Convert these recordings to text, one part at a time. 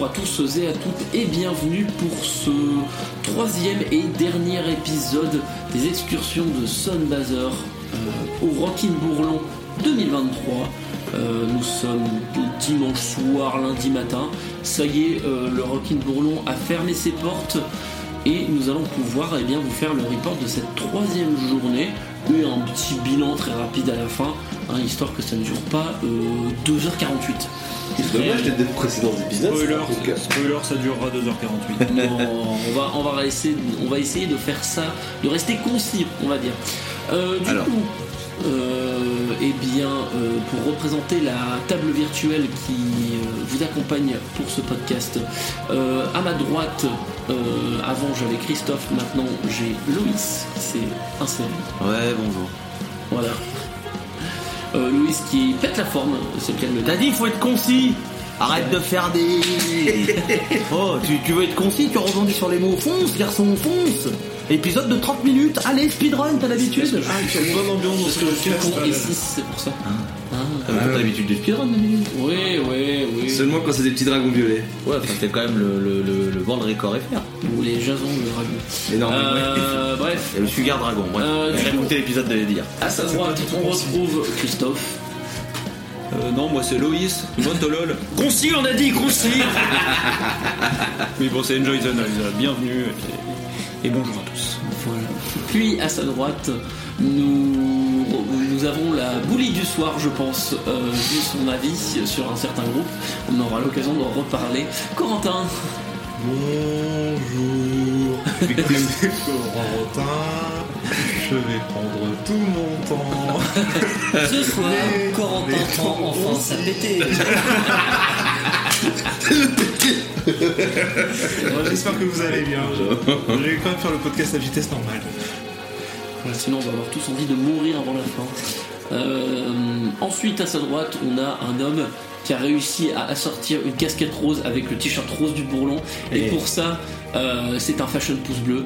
bonjour à tous et à toutes et bienvenue pour ce troisième et dernier épisode des excursions de Sunbazer au Rockin' Bourlon 2023. Nous sommes dimanche soir, lundi matin. Ça y est, le Rockin' Bourlon a fermé ses portes et nous allons pouvoir vous faire le report de cette troisième journée et un petit bilan très rapide à la fin, histoire que ça ne dure pas 2h48. C'est dommage d'être des précédents épisodes. Spoiler, ça durera 2h48. Non, on va essayer de faire ça, de rester concis, on va dire. Pour représenter la table virtuelle qui vous accompagne pour ce podcast, à ma droite, avant j'avais Christophe, maintenant j'ai Loïs qui s'est inséré. Ouais, bonjour. Voilà. Loïs qui pète la forme, c'est le cas de le dire. T'as dit, il faut être concis. Arrête de faire des... Oh, tu veux être concis, tu rebondis sur les mots. Fonce, garçon, fonce. Épisode de 30 minutes. Allez, speedrun, t'as l'habitude. Tu as une bonne ambiance dans ce que je Et 6, c'est pour ça. T'as l'habitude du speedrun, Dominique? Oui. Seulement quand c'est des petits dragons violets. Ouais, enfin, c'est quand même le world record FR. Ou les Jasons, le dragon. Énorme. Bref. Et le Sugar Dragon, bref. J'ai écouté l'épisode de d'hier. À sa droite, on retrouve Christophe. Non, moi c'est Loïs, Montolol. Concis, on a dit, concis. Mais bon, c'est Enjoy the Noise, bienvenue et bonjour à tous. Voilà. Puis à sa droite, nous avons la boulie du soir, je pense, vu son avis sur un certain groupe. On aura l'occasion d'en reparler. Corentin. Bonjour, c'est Corentin, je vais prendre tout mon temps. Ce soir, Corentin prend enfin sa pété. J'espère que vous allez bien. Je vais quand même faire le podcast à vitesse normale. Sinon, on va avoir tous envie de mourir avant la fin. Ensuite, à sa droite, on a un homme qui a réussi à assortir une casquette rose avec le t-shirt rose du Bourlon. Et pour ça, c'est un fashion pouce bleu.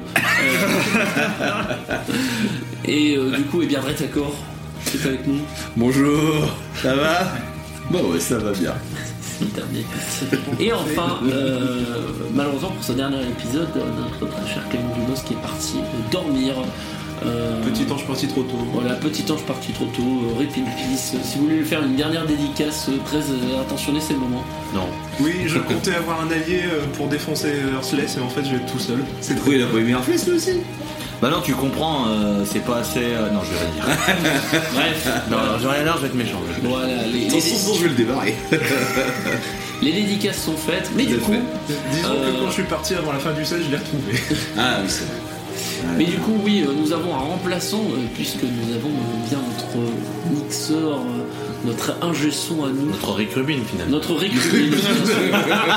Du coup, Brett Accord, c'est avec nous. Bonjour, ça va? Bah ouais, ça va bien. Et enfin, malheureusement pour ce dernier épisode, notre très cher Clément Dubos qui est parti dormir. Petit ange parti trop tôt. Voilà, petit ange parti trop tôt. Rip in peace. Si vous voulez lui faire une dernière dédicace très attentionnée, c'est le moment. Non. Oui, je comptais avoir un allié pour défoncer Earthless et en fait je vais être tout seul. C'est trop, il a pas aimé Airface lui aussi? Bah non, tu comprends, c'est pas assez... Non, je vais rien dire. Bref. Non, je vais rien dire, je vais être méchant. Voilà, je vais le démarrer. Les dédicaces sont faites, mais du coup... Disons que quand je suis parti avant la fin du set, je l'ai retrouvé. Ah oui, c'est vrai. Mais du coup, oui, nous avons un remplaçant, puisque nous avons bien notre mixeur, notre ingé son à nous. Notre Rick Rubin, finalement. Notre Rick Rubin, bien sûr.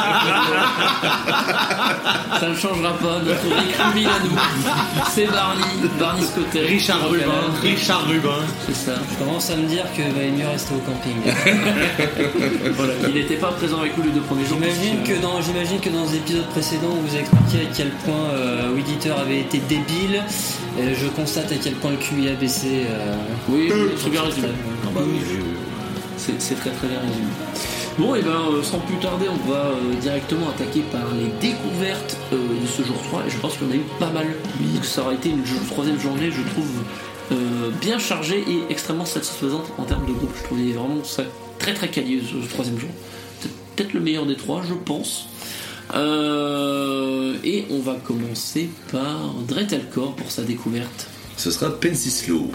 Ça ne changera pas, notre Rick Rubin à nous. C'est Barney Scottet. Richard Rubin. C'est ça. Je commence à me dire qu'il valait mieux rester au camping. Voilà. Il n'était pas présent avec nous les 2 premiers jours. J'imagine que dans les épisodes précédents, on vous a expliqué à quel point Weeditor avait été débile. Je constate à quel point le QI a baissé. Oui, très bien résumé. C'est très très bien résumé. Bon, et sans plus tarder, on va directement attaquer par les découvertes de ce jour 3. Et je pense qu'il y en a eu pas mal. Parce que ça aura été une troisième journée, je trouve, bien chargée et extrêmement satisfaisante en termes de groupe. Je trouvais vraiment ça très très quali ce troisième jour. C'est peut-être le meilleur des 3, je pense. Et on va commencer par Dretelcore pour sa découverte. Ce sera Pencislow.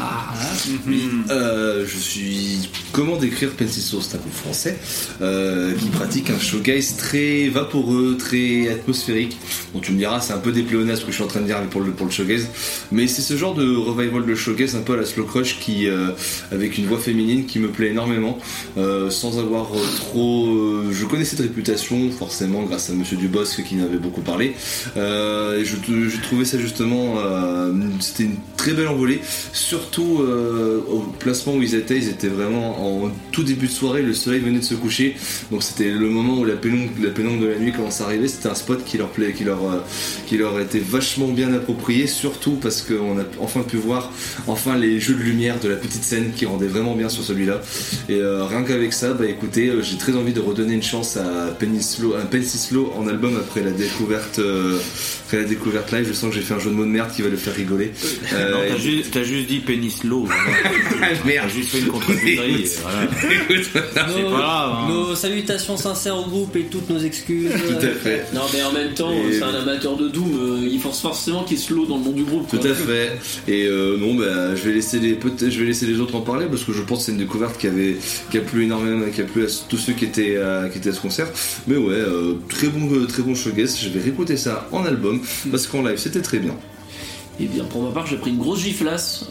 Comment décrire Pencislow? C'est un groupe français qui pratique un showgaze très vaporeux, très atmosphérique. Bon, tu me diras, c'est un peu des pléonasmes ce que je suis en train de dire pour le showgaze, mais c'est ce genre de revival de showgaze un peu à la Slow Crush qui, avec une voix féminine qui me plaît énormément, sans avoir trop... je connais cette réputation forcément grâce à Monsieur Dubosc qui en avait beaucoup parlé, et je trouvais ça justement, c'était une très belle envolée, surtout surtout au placement où ils étaient vraiment en tout début de soirée, le soleil venait de se coucher, donc c'était le moment où la pénombre de la nuit commence à arriver. C'était un spot qui leur était vachement bien approprié, surtout parce qu'on a enfin pu voir les jeux de lumière de la petite scène qui rendaient vraiment bien sur celui-là. Et rien qu'avec ça, écoutez, j'ai très envie de redonner une chance à Pensislo en album après la découverte live. Je sens que j'ai fait un jeu de mots de merde qui va le faire rigoler. Non, t'as juste dit Penislo. Merde, T'as juste fait une contre-pétrie. Voilà. C'est pas grave. Hein. Nos salutations sincères au groupe et toutes nos excuses. Tout à fait. Non mais en même temps, c'est un amateur de Doom, il force forcément qu'il se loue dans le nom du groupe. Tout à fait. Et je vais laisser les autres en parler parce que je pense que c'est une découverte qui a plu énormément, qui a plu à tous ceux qui étaient à ce concert. Mais ouais, très bon shoegaze. Je vais réécouter ça en album parce qu'en live c'était très bien. Et bien pour ma part j'ai pris une grosse giflasse,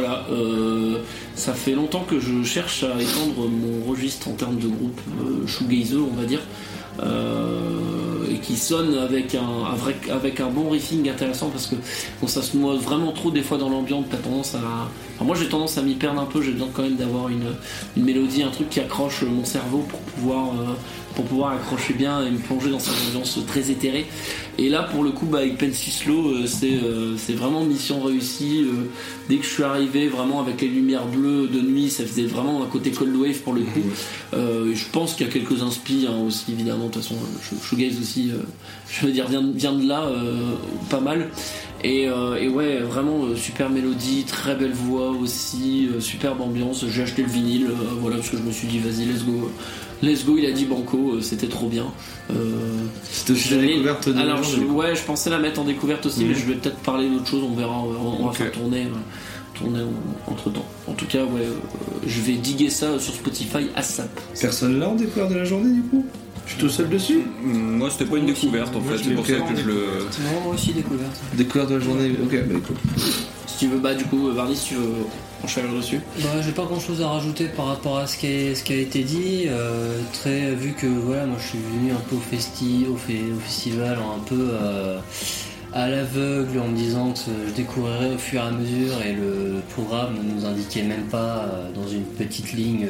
ça fait longtemps que je cherche à étendre mon registre en termes de groupe shoegazeux on va dire, et qui sonne avec un bon riffing intéressant parce que quand ça se noie vraiment trop des fois dans l'ambiance, t'as tendance moi j'ai tendance à m'y perdre un peu, j'ai besoin quand même d'avoir une mélodie, un truc qui accroche mon cerveau pour pouvoir accrocher bien et me plonger dans cette ambiance très éthérée. Et là pour le coup avec Pensislo c'est vraiment mission réussie. Dès que je suis arrivé vraiment avec les lumières bleues de nuit, ça faisait vraiment un côté cold wave pour le coup. Je pense qu'il y a quelques inspi aussi évidemment, de toute façon shoegaze aussi je veux dire vient de là pas mal. Et ouais, vraiment super mélodie, très belle voix aussi, superbe ambiance. J'ai acheté le vinyle, parce que je me suis dit vas-y let's go, il a dit banco, c'était trop bien. C'était aussi la découverte de alors je pensais la mettre en découverte aussi, mais je vais peut-être parler d'autre chose, on verra, on va faire tourner entre temps. En tout cas je vais diguer ça sur Spotify à SAP. Personne là en découverte de la journée du coup? Je suis tout seul dessus? Moi c'était pas une découverte en fait, c'est pour ça que je le... Non, moi aussi découverte. Découverte de la journée, ok, écoute. Si tu veux, du coup, Varnis, si tu veux enchaîner dessus. J'ai pas grand chose à rajouter par rapport à ce qui a été dit. Vu que moi je suis venu un peu au festival un peu à l'aveugle en me disant que je découvrirais au fur et à mesure et le programme ne nous indiquait même pas dans une petite ligne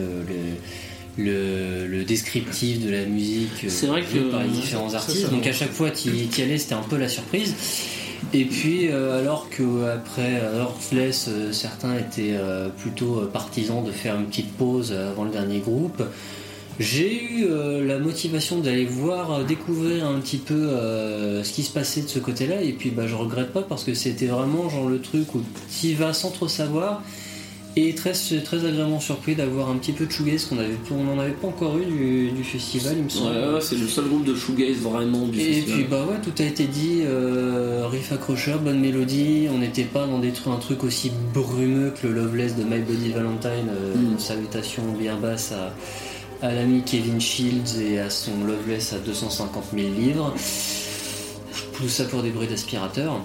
le descriptif de la musique c'est vrai que par les différents artistes, donc à chaque fois t'y allais, c'était un peu la surprise. Et puis alors qu'après Heartless certains étaient plutôt partisans de faire une petite pause avant le dernier groupe, j'ai eu la motivation d'aller découvrir un petit peu ce qui se passait de ce côté-là, et puis je regrette pas parce que c'était vraiment genre le truc où t'y vas sans trop savoir. Et très agréablement surpris d'avoir un petit peu de shoegaze qu'on n'en avait pas encore eu du festival, il me semble. Ouais, c'est le seul groupe de shoegaze vraiment du festival. Et puis tout a été dit, riff accrocheur, bonne mélodie, on n'était pas dans un truc aussi brumeux que le Loveless de My Bloody Valentine. Salutations bien basses à l'ami Kevin Shields et à son Loveless à 250 000 livres. Tout ça pour des bruits d'aspirateur.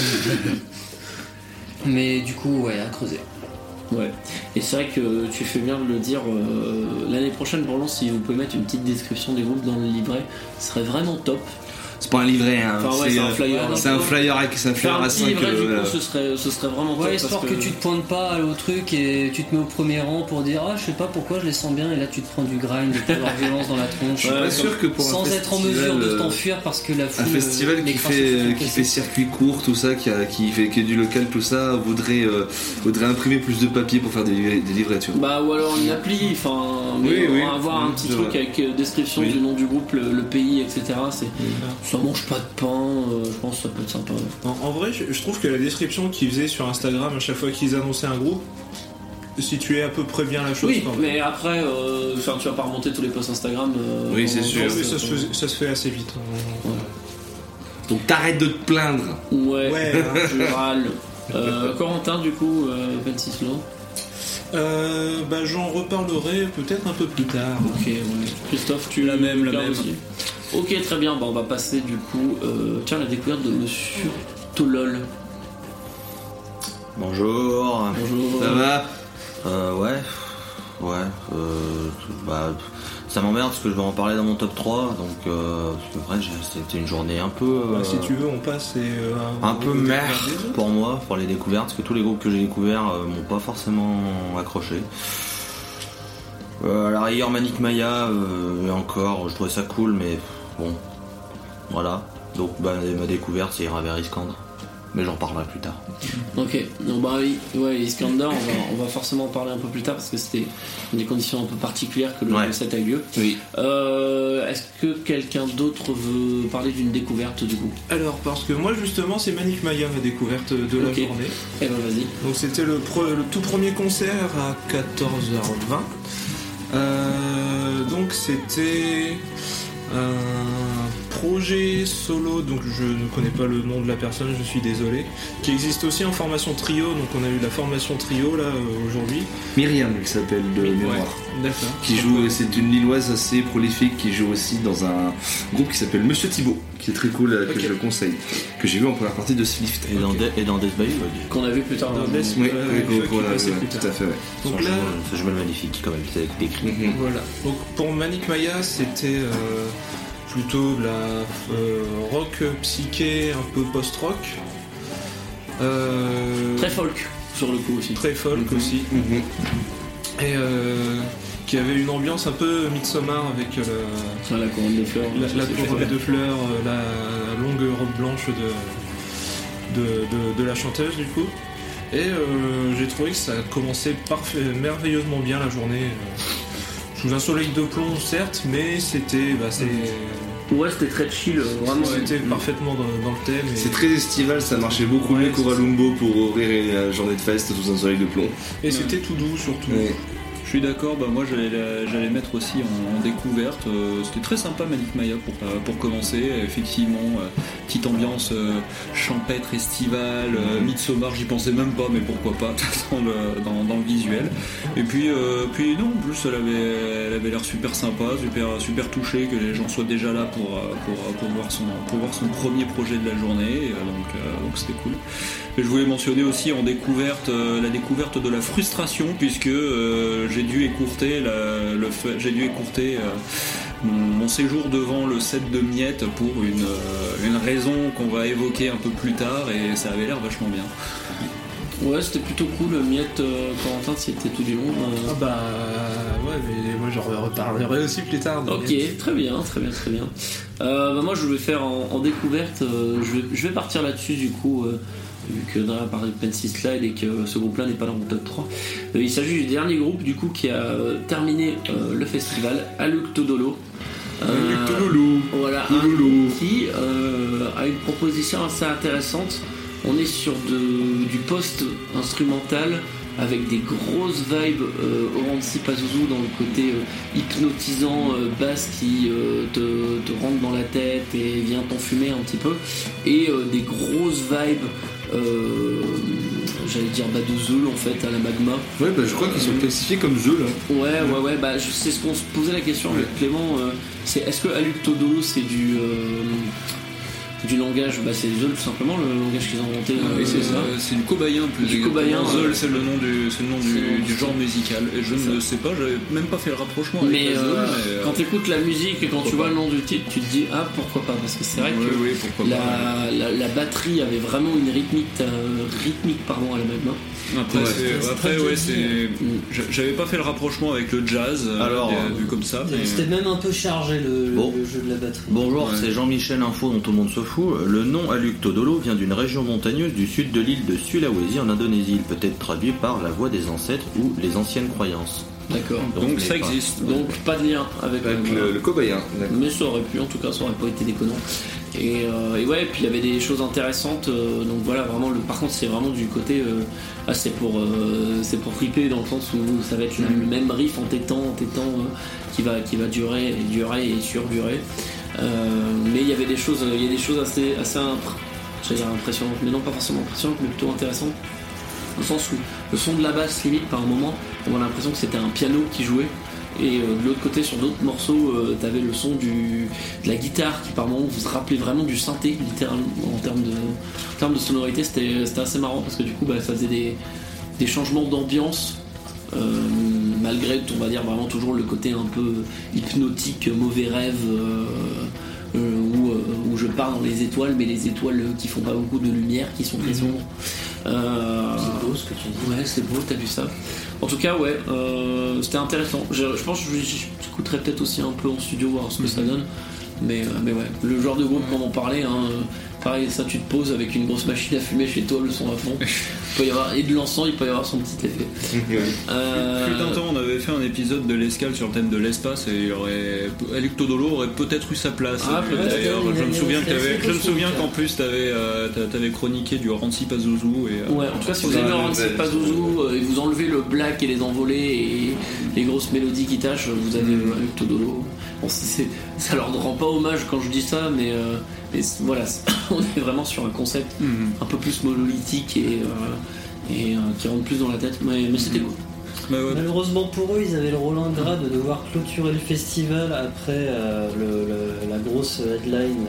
Mais du coup, à creuser. Ouais, et c'est vrai que tu fais bien de le dire, l'année prochaine pour Lens, si vous pouvez mettre une petite description des groupes dans le livret, ce serait vraiment top. C'est pas un livret, hein. C'est un flyer. C'est un flyer à 5. Livret, du coup, ce serait vraiment top. Histoire que tu te pointes pas au truc et tu te mets au premier rang pour dire je sais pas pourquoi je les sens bien, et là tu te prends du grind et de leur violence dans la tronche. Je suis pas sûr que pour sans être en mesure de t'enfuir parce que la foule. Un festival qui fait circuit court, tout ça, qui est du local, tout ça, voudrait imprimer plus de papier pour faire des livrets, tu vois. Ou alors une appli, avoir un petit truc avec description du nom du groupe, le pays, etc. Ça mange pas de pain, je pense que ça peut être sympa. En vrai, je trouve que la description qu'ils faisaient sur Instagram à chaque fois qu'ils annonçaient un groupe situait à peu près bien la chose. Oui, mais après, tu vas pas remonter tous les posts Instagram. Oui, c'est sûr. Mais ça se fait assez vite. Ouais. Donc t'arrêtes de te plaindre. Ouais. Je râle. Corentin, du coup, Pensislo. J'en reparlerai peut-être un peu plus tard. Ok, ouais. Christophe, tu la même. Aussi. Ok, très bien. On va passer du coup la découverte de Monsieur Tolol. Bonjour. Ça va? Ça m'emmerde parce que je vais en parler dans mon top 3, donc parce que vrai, c'était une journée un peu... Si tu veux, on passe et... un peu merde pour moi, pour les découvertes, parce que tous les groupes que j'ai découverts m'ont pas forcément accroché. À la rigueur, Manic Maya, et encore, je trouvais ça cool, mais bon, voilà. Donc ma découverte, c'est Raver Iskander. Mais j'en parlerai plus tard. Ok, donc bah oui, ouais, Iskander, on va forcément en parler un peu plus tard parce que c'était des conditions un peu particulières que le set a eu lieu. Oui. Est-ce que quelqu'un d'autre veut parler d'une découverte du coup? Alors, parce que moi justement, c'est Manic Maya, ma découverte de la journée. Eh ben vas-y. Donc c'était le tout premier concert à 14h20. Donc c'était un projet solo, donc je ne connais pas le nom de la personne, je suis désolé, qui existe aussi en formation trio, donc on a eu la formation trio là aujourd'hui. Myriam, elle s'appelle de mémoire. D'accord. Qui joue, c'est une Lilloise assez prolifique qui joue aussi dans un groupe qui s'appelle Monsieur Thibault, qui est très cool, que je conseille, que j'ai vu en première partie de Swift. Et dans Death by You, qu'on a vu plus tard dans Death. Oui, tout à fait. Ouais. Donc là, ce jeu magnifique quand même, c'est décrit. Voilà. Donc pour Manic Maya, c'était plutôt de la rock psyché, un peu post-rock. Très folk sur le coup aussi. Très folk aussi. Et qui avait une ambiance un peu Midsommar avec la couronne de fleurs. La couronne de fleurs, la longue robe blanche de la chanteuse du coup. Et j'ai trouvé que ça commençait merveilleusement bien la journée. Sous un soleil de plomb certes, mais c'était... Ouais, c'était très chill, vraiment. C'était parfaitement dans le thème. Et... C'est très estival, ça marchait beaucoup mieux qu'Oralumbo pour ouvrir la journée de fest sous un soleil de plomb. Et c'était tout doux surtout. Ouais. Je suis d'accord, moi j'allais mettre aussi en découverte. C'était très sympa Manic Maya pour commencer. Effectivement, petite ambiance champêtre, estivale, Midsommar, j'y pensais même pas, mais pourquoi pas dans le visuel. Et puis non, en plus elle avait l'air super sympa, super touchée que les gens soient déjà là pour voir son premier projet de la journée. Donc c'était cool. Et je voulais mentionner aussi en découverte la découverte de la frustration, puisque j'ai dû écourter mon séjour devant le set de Miette pour une raison qu'on va évoquer un peu plus tard, et ça avait l'air vachement bien. Ouais, c'était plutôt cool. Miette, Corentin, c'était tout du long. Ouais, mais moi j'en reparlerai aussi plus tard. Ok, très bien. Moi je vais faire en découverte, je vais partir là-dessus du coup. Vu que Dra a parlé de Pencil Slide et que ce groupe-là n'est pas dans mon top 3. Il s'agit du dernier groupe du coup qui a terminé le festival, Aluk Todolo. Voilà, un groupe qui a une proposition assez intéressante. On est sur du post-instrumental avec des grosses vibes Oranzi Pazuzu dans le côté hypnotisant, basse qui te rentre dans la tête et vient t'enfumer un petit peu, et des grosses vibes j'allais dire de Zeul en fait à la Magma. Ouais, je crois qu'ils sont classifiés comme Zeul. Ouais, c'est ce qu'on se posait la question avec Clément, c'est est-ce que Aluk Todolo c'est du langage, c'est Zeul tout simplement, le langage qu'ils ont inventé. C'est ça. C'est du cobayen plus. Du cobayen. Zeul, c'est le nom du genre musical. Et je ne sais pas, j'avais même pas fait le rapprochement avec Zeul. Quand tu écoutes la musique et quand tu vois le nom du titre, tu te dis pourquoi pas, parce que c'est vrai que la batterie avait vraiment une rythmique à la même main. Après, j'avais pas fait le rapprochement avec le jazz, vu comme ça. C'était même un peu chargé le jeu de la batterie. Bonjour, c'est Jean-Michel Info dont tout le monde se fout. Le nom Aluk Todolo vient d'une région montagneuse du sud de l'île de Sulawesi en Indonésie. Il peut être traduit par la voix des ancêtres ou les anciennes croyances. D'accord. Donc ça existe. Donc pas de lien avec le cobayen. Mais ça aurait pu, en tout cas, ça aurait pas été déconnant. Et puis il y avait des choses intéressantes. Donc voilà, vraiment. Par contre, c'est vraiment du côté. C'est pour flipper dans le sens où ça va être le même riff en tétant, qui va durer et surdurer. Mais il y avait des choses assez j'allais dire impressionnantes, mais non pas forcément impressionnantes, mais plutôt intéressantes. Au sens où le son de la basse limite par un moment on a l'impression que c'était un piano qui jouait, et de l'autre côté sur d'autres morceaux t'avais le son de la guitare qui par moment vous rappelait vraiment du synthé littéralement en termes de sonorité. C'était assez marrant parce que du coup ça faisait des changements d'ambiance malgré, on va dire, vraiment toujours le côté un peu hypnotique, mauvais rêve, où je pars dans les étoiles, mais les étoiles qui font pas beaucoup de lumière, qui sont très sombres. C'est beau ce que tu dis. Ouais, c'est beau, t'as vu ça. En tout cas, ouais, c'était intéressant. Je pense que j'écouterai peut-être aussi un peu en studio, voir ce que ça donne. Mais ouais, le genre de groupe qu'on en parlait, pareil, ça tu te poses avec une grosse machine à fumer chez toi, le son à fond. Il peut y avoir, et de l'encens, il peut y avoir son petit effet. Fut un temps, on avait fait un épisode de l'escale sur le thème de l'espace et Elucto Dolo aurait peut-être eu sa place. D'ailleurs, je me souviens qu'en plus t'avais chroniqué du Rancy Pazuzu. Ouais, en tout cas, si vous aimez Rancy Pazuzu et vous enlevez le black et les envolées et les grosses mélodies qui tâchent, vous avez Elucto Dolo. Bon, ça leur rend pas hommage quand je dis ça, mais voilà, on est vraiment sur un concept un peu plus monolithique et qui rentre plus dans la tête, mais c'était cool. Malheureusement pour eux, ils avaient le rôle ingrat de devoir clôturer le festival après la grosse headline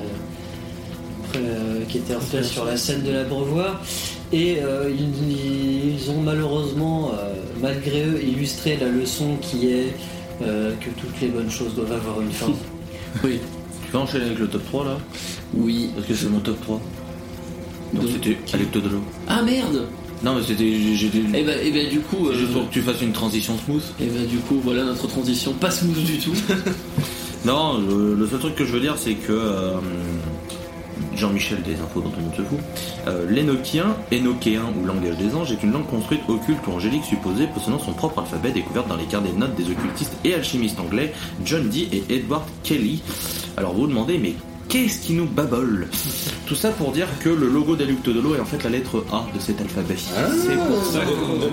qui était installée sur la scène de l'Abreuvoir. Et ils ont malheureusement, malgré eux, illustré la leçon qui est que toutes les bonnes choses doivent avoir une fin. Oui. Tu vas enchaîner avec le top 3 là? Oui. Parce que c'est mon top 3. Donc c'était Elucto Dolo. Ah merde! Non mais c'était. Et bah du coup. Juste pour que tu fasses une transition smooth. Et bah du coup voilà notre transition pas smooth du tout. Non, le seul truc que je veux dire c'est que Jean-Michel des infos dont tout le monde se fout. L'Énochien ou langage des anges est une langue construite, occulte ou angélique supposée possédant son propre alphabet, découverte dans les cartes des notes des occultistes et alchimistes anglais John Dee et Edward Kelly. Alors vous vous demandez, mais qu'est-ce qui nous babole? Tout ça pour dire que le logo d'Elucto Dolo est en fait la lettre A de cet alphabet. C'est pour ça.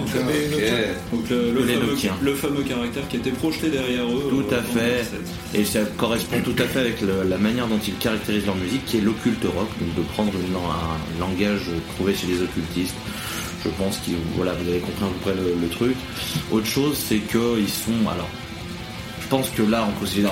Donc le fameux caractère qui était projeté derrière eux. Tout à fait. Et ça correspond tout à fait avec la manière dont ils caractérisent leur musique, qui est l'occulte rock, donc de prendre un langage trouvé chez les occultistes. Je pense que voilà, vous avez compris à peu près le truc. Autre chose, c'est qu'ils sont. Alors, je pense que là, on considère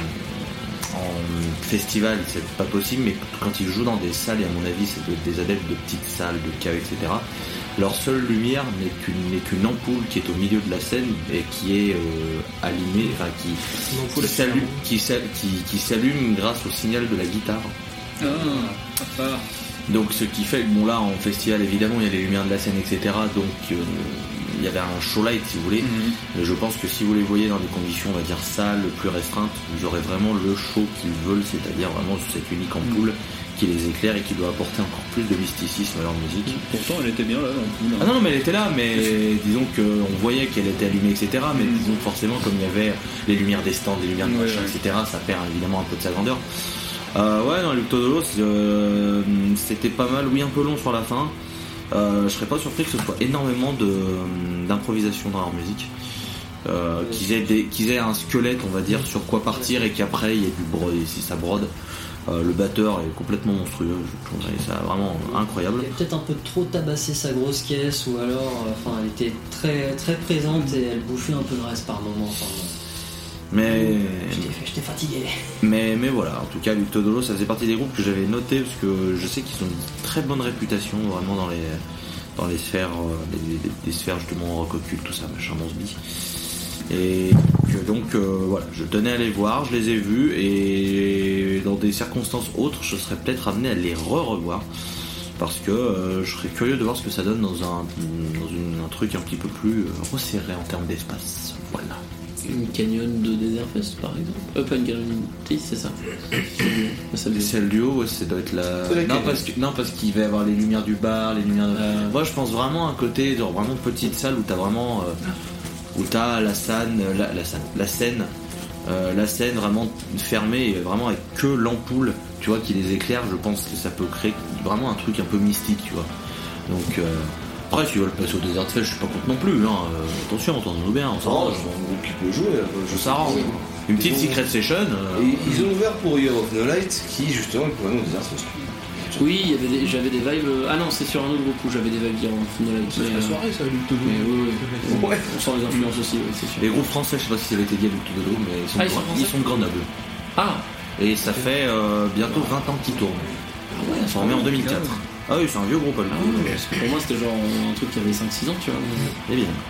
en festival, c'est pas possible, mais quand ils jouent dans des salles, et à mon avis, c'est des adeptes de petites salles, de caves, etc. Leur seule lumière n'est qu'une ampoule qui est au milieu de la scène et qui est allumée, enfin qui s'allume grâce au signal de la guitare. Donc ce qui fait que bon là en festival évidemment il y a les lumières de la scène etc. Donc il y avait un show light si vous voulez. Mais je pense que si vous les voyez dans des conditions on va dire sales, plus restreintes, vous aurez vraiment le show qu'ils veulent, c'est-à-dire vraiment cette unique ampoule qui les éclaire et qui doit apporter encore plus de mysticisme à leur musique. Pourtant elle était bien là l'ampoule. Ah non mais elle était là, mais disons qu'on voyait qu'elle était allumée etc. Mais disons que forcément comme il y avait les lumières des stands, les lumières de machin etc. ça perd évidemment un peu de sa grandeur. Ouais, dans Elucto Dolo, c'était pas mal, oui, un peu long sur la fin. Je serais pas surpris que ce soit énormément d'improvisation dans leur musique. Qu'ils aient un squelette, on va dire, sur quoi partir et qu'après il y ait du brode, si ça brode. Le batteur est complètement monstrueux, je trouverais ça vraiment incroyable. Il a peut-être un peu trop tabassé sa grosse caisse, ou alors, elle était très, très présente et elle bouffait un peu le reste par moment. Mais j'étais fatigué. Mais voilà, en tout cas Elucto Dolo ça faisait partie des groupes que j'avais noté parce que je sais qu'ils ont une très bonne réputation vraiment dans les sphères des sphères justement rock occulte, tout ça, machin Monsby. Et donc voilà, je tenais à les voir, je les ai vus et dans des circonstances autres je serais peut-être amené à les revoir parce que je serais curieux de voir ce que ça donne dans un truc un petit peu plus resserré en termes d'espace. Voilà. Une canyon de Desertfest par exemple. Pas une canyon, c'est ça. C'est le duo, ouais, ça doit être la. Non parce qu'il va y avoir les lumières du bar, les lumières de. Moi je pense vraiment à un côté genre vraiment petite salle où t'as vraiment où t'as la scène vraiment fermée et vraiment avec que l'ampoule, tu vois, qui les éclaire. Je pense que ça peut créer vraiment un truc un peu mystique, tu vois. Donc après, s'ils veulent passer au Desertfest, je suis pas contre non plus. Attention, entendons-nous bien. On s'arrange. C'est un groupe qui peut jouer. Je s'arrange. Une petite Secret Session. Et ils ont ouvert pour Year of No Light, qui justement est pour nous au Desertfest. Oui, j'avais des vibes. Ah non, c'est sur un autre groupe où j'avais des vibes Year of No Light. C'est la soirée, ça, Elucto Dolo. Oui. On sent les influences aussi, oui, c'est sûr. Les groupes français, je sais pas si ça avait été dit à Elucto Dolo, mais ils sont de Grenoble. Ah. Et ça fait bientôt 20 ans qu'ils tournent. Ah ouais, ils sont formés en 2004. Ah oui, c'est un vieux groupe. Pour moi, c'était genre un truc qui avait 5-6 ans, tu vois. Eh bien.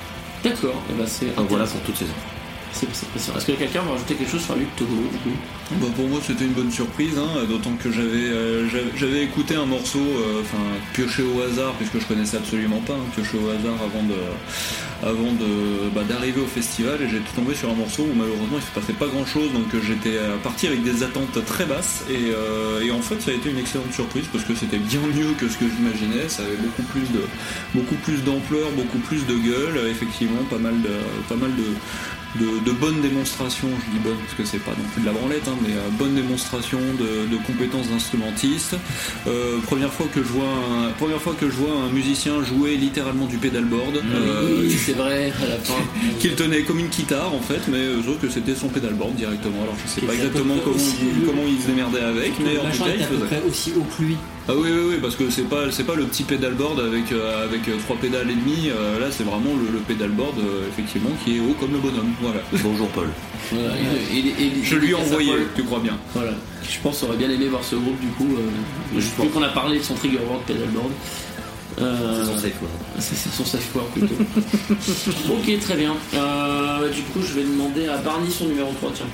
D'accord, et bah c'est Donc voilà pour toute saison. c'est précieux. Est-ce que quelqu'un va rajouter quelque chose sur Luc Togo du coup? Bah pour moi c'était une bonne surprise, d'autant que j'avais écouté un morceau, pioché au hasard, puisque je connaissais absolument pas, pioché au hasard avant d'arriver au festival, et j'étais tombé sur un morceau où malheureusement il se passait pas grand chose, donc j'étais parti avec des attentes très basses, et en fait ça a été une excellente surprise parce que c'était bien mieux que ce que j'imaginais, ça avait beaucoup plus d'ampleur, beaucoup plus de gueule, effectivement pas mal de bonnes démonstrations, je dis bonnes parce que c'est pas non plus de la branlette, mais bonnes démonstrations de compétences d'instrumentistes. Première fois que je vois un musicien jouer littéralement du pedalboard. Oui, c'est vrai, à la fin. Qu'il tenait comme une guitare en fait, mais sauf que c'était son pedalboard directement. Alors je sais pas exactement comment il se démerdait avec, mais en tout cas il faisait. À peu près aussi haut que lui. Ah oui, parce que c'est pas le petit pedalboard avec 3 pédales et demi, là c'est vraiment le pedalboard effectivement qui est haut comme le bonhomme. Voilà. Bonjour Paul. Voilà, Je lui ai envoyé, Paul. tu crois bien. Voilà. Je pense qu'on aurait bien aimé voir ce groupe du coup. Vu qu'on a parlé de son triggerboard pedalboard. C'est son safe word. C'est son safe word plutôt. Ok, très bien. Du coup, je vais demander à Barney son numéro 3, tiens.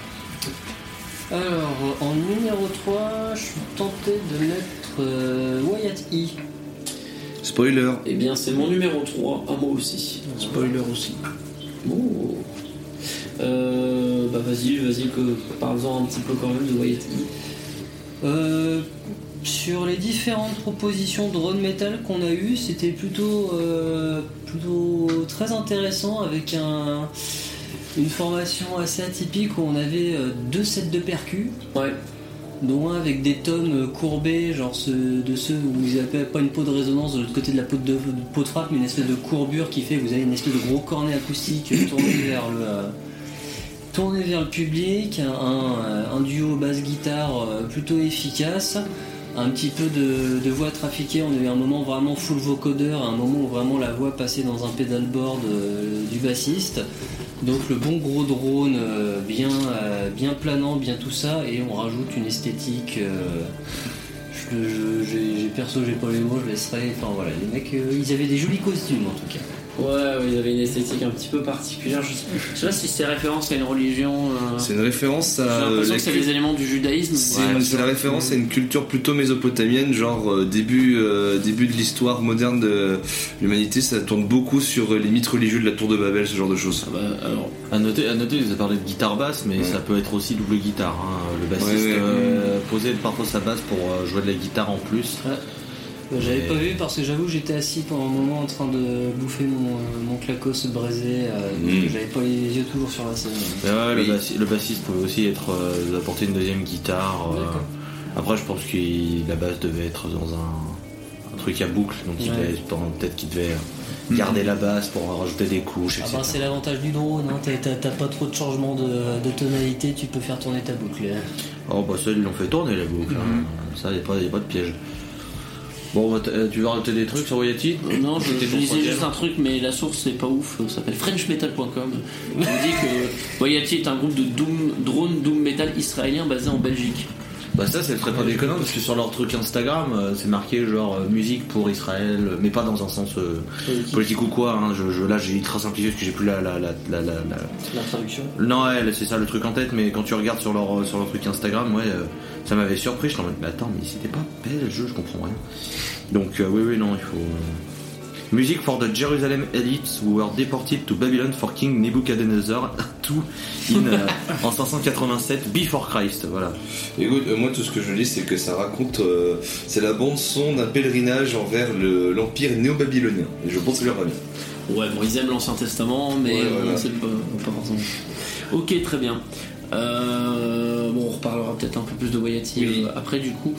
Alors, en numéro 3, je suis tenté de mettre Wyatt E. Spoiler. Eh bien, c'est mon numéro 3, à moi aussi. Spoiler aussi. Oh. Bah vas-y, parle-en un petit peu quand même de Wyatt E. Sur les différentes propositions de drone metal qu'on a eues, c'était plutôt très intéressant avec une formation assez atypique où on avait 2 sets de percus. Ouais. Dont un avec des tomes courbés, genre ceux où ils appellent pas une peau de résonance de l'autre côté de la peau de frappe, mais une espèce de courbure qui fait que vous avez une espèce de gros cornet acoustique tourné vers le public, un duo basse-guitare plutôt efficace, un petit peu de voix trafiquée. On a eu un moment vraiment full vocodeur, un moment où vraiment la voix passait dans un pedalboard du bassiste. Donc le bon gros drone bien planant, bien tout ça, et on rajoute une esthétique. J'ai pas les mots, je laisserai. Enfin voilà, les mecs, ils avaient des jolis costumes en tout cas. Ouais, il avait une esthétique un petit peu particulière. Je sais pas si c'est référence à une religion. C'est une référence à. J'ai l'impression que c'est des éléments du judaïsme. C'est la référence à une culture plutôt mésopotamienne, genre début de l'histoire moderne de l'humanité. Ça tourne beaucoup sur les mythes religieux de la tour de Babel, ce genre de choses. Alors, à noter, ils ont parlé de guitare basse, mais ça peut être aussi double guitare. Le bassiste posait parfois sa basse pour jouer de la guitare en plus. Ouais. J'avais pas vu parce que j'avoue j'étais assis pendant un moment en train de bouffer mon clacos braisé, donc j'avais pas les yeux toujours sur la scène. Le bassiste pouvait aussi apporter une deuxième guitare. Après je pense que la basse devait être dans un truc à boucle, donc peut-être qu'il devait garder la basse pour rajouter des couches, etc. C'est l'avantage du drone, t'as pas trop de changement de tonalité, tu peux faire tourner ta boucle. Oh bah ça ils l'ont fait tourner la boucle, ça y a pas de piège. Bon, tu veux rajouter des trucs sur Wyatt E? Non, je disais juste un truc, mais la source c'est pas ouf, ça s'appelle frenchmetal.com. Il me dit que Wyatt E est un groupe de drone doom metal israélien basé en Belgique. Bah ça serait pas déconnant parce que sur leur truc Instagram c'est marqué genre musique pour Israël, mais pas dans un sens politique ou quoi, là j'ai ultra simplifié parce que j'ai plus la traduction. Non c'est ça le truc en tête, mais quand tu regardes sur leur truc Instagram, ça m'avait surpris, je t'en mets, mais attends, mais c'était pas belge, je comprends rien. Donc oui non, il faut Music for the Jerusalem elites who were deported to Babylon for King Nebuchadnezzar en 587 before Christ. Voilà. Écoute, moi tout ce que je lis c'est que ça raconte, c'est la bande son d'un pèlerinage envers l'empire néo-babylonien. Et je pense que ça leur va bien. Ouais, bon, ils aiment l'Ancien Testament, mais c'est pas forcément. Ok, très bien. On reparlera peut-être un peu plus de Wyatt E après du coup.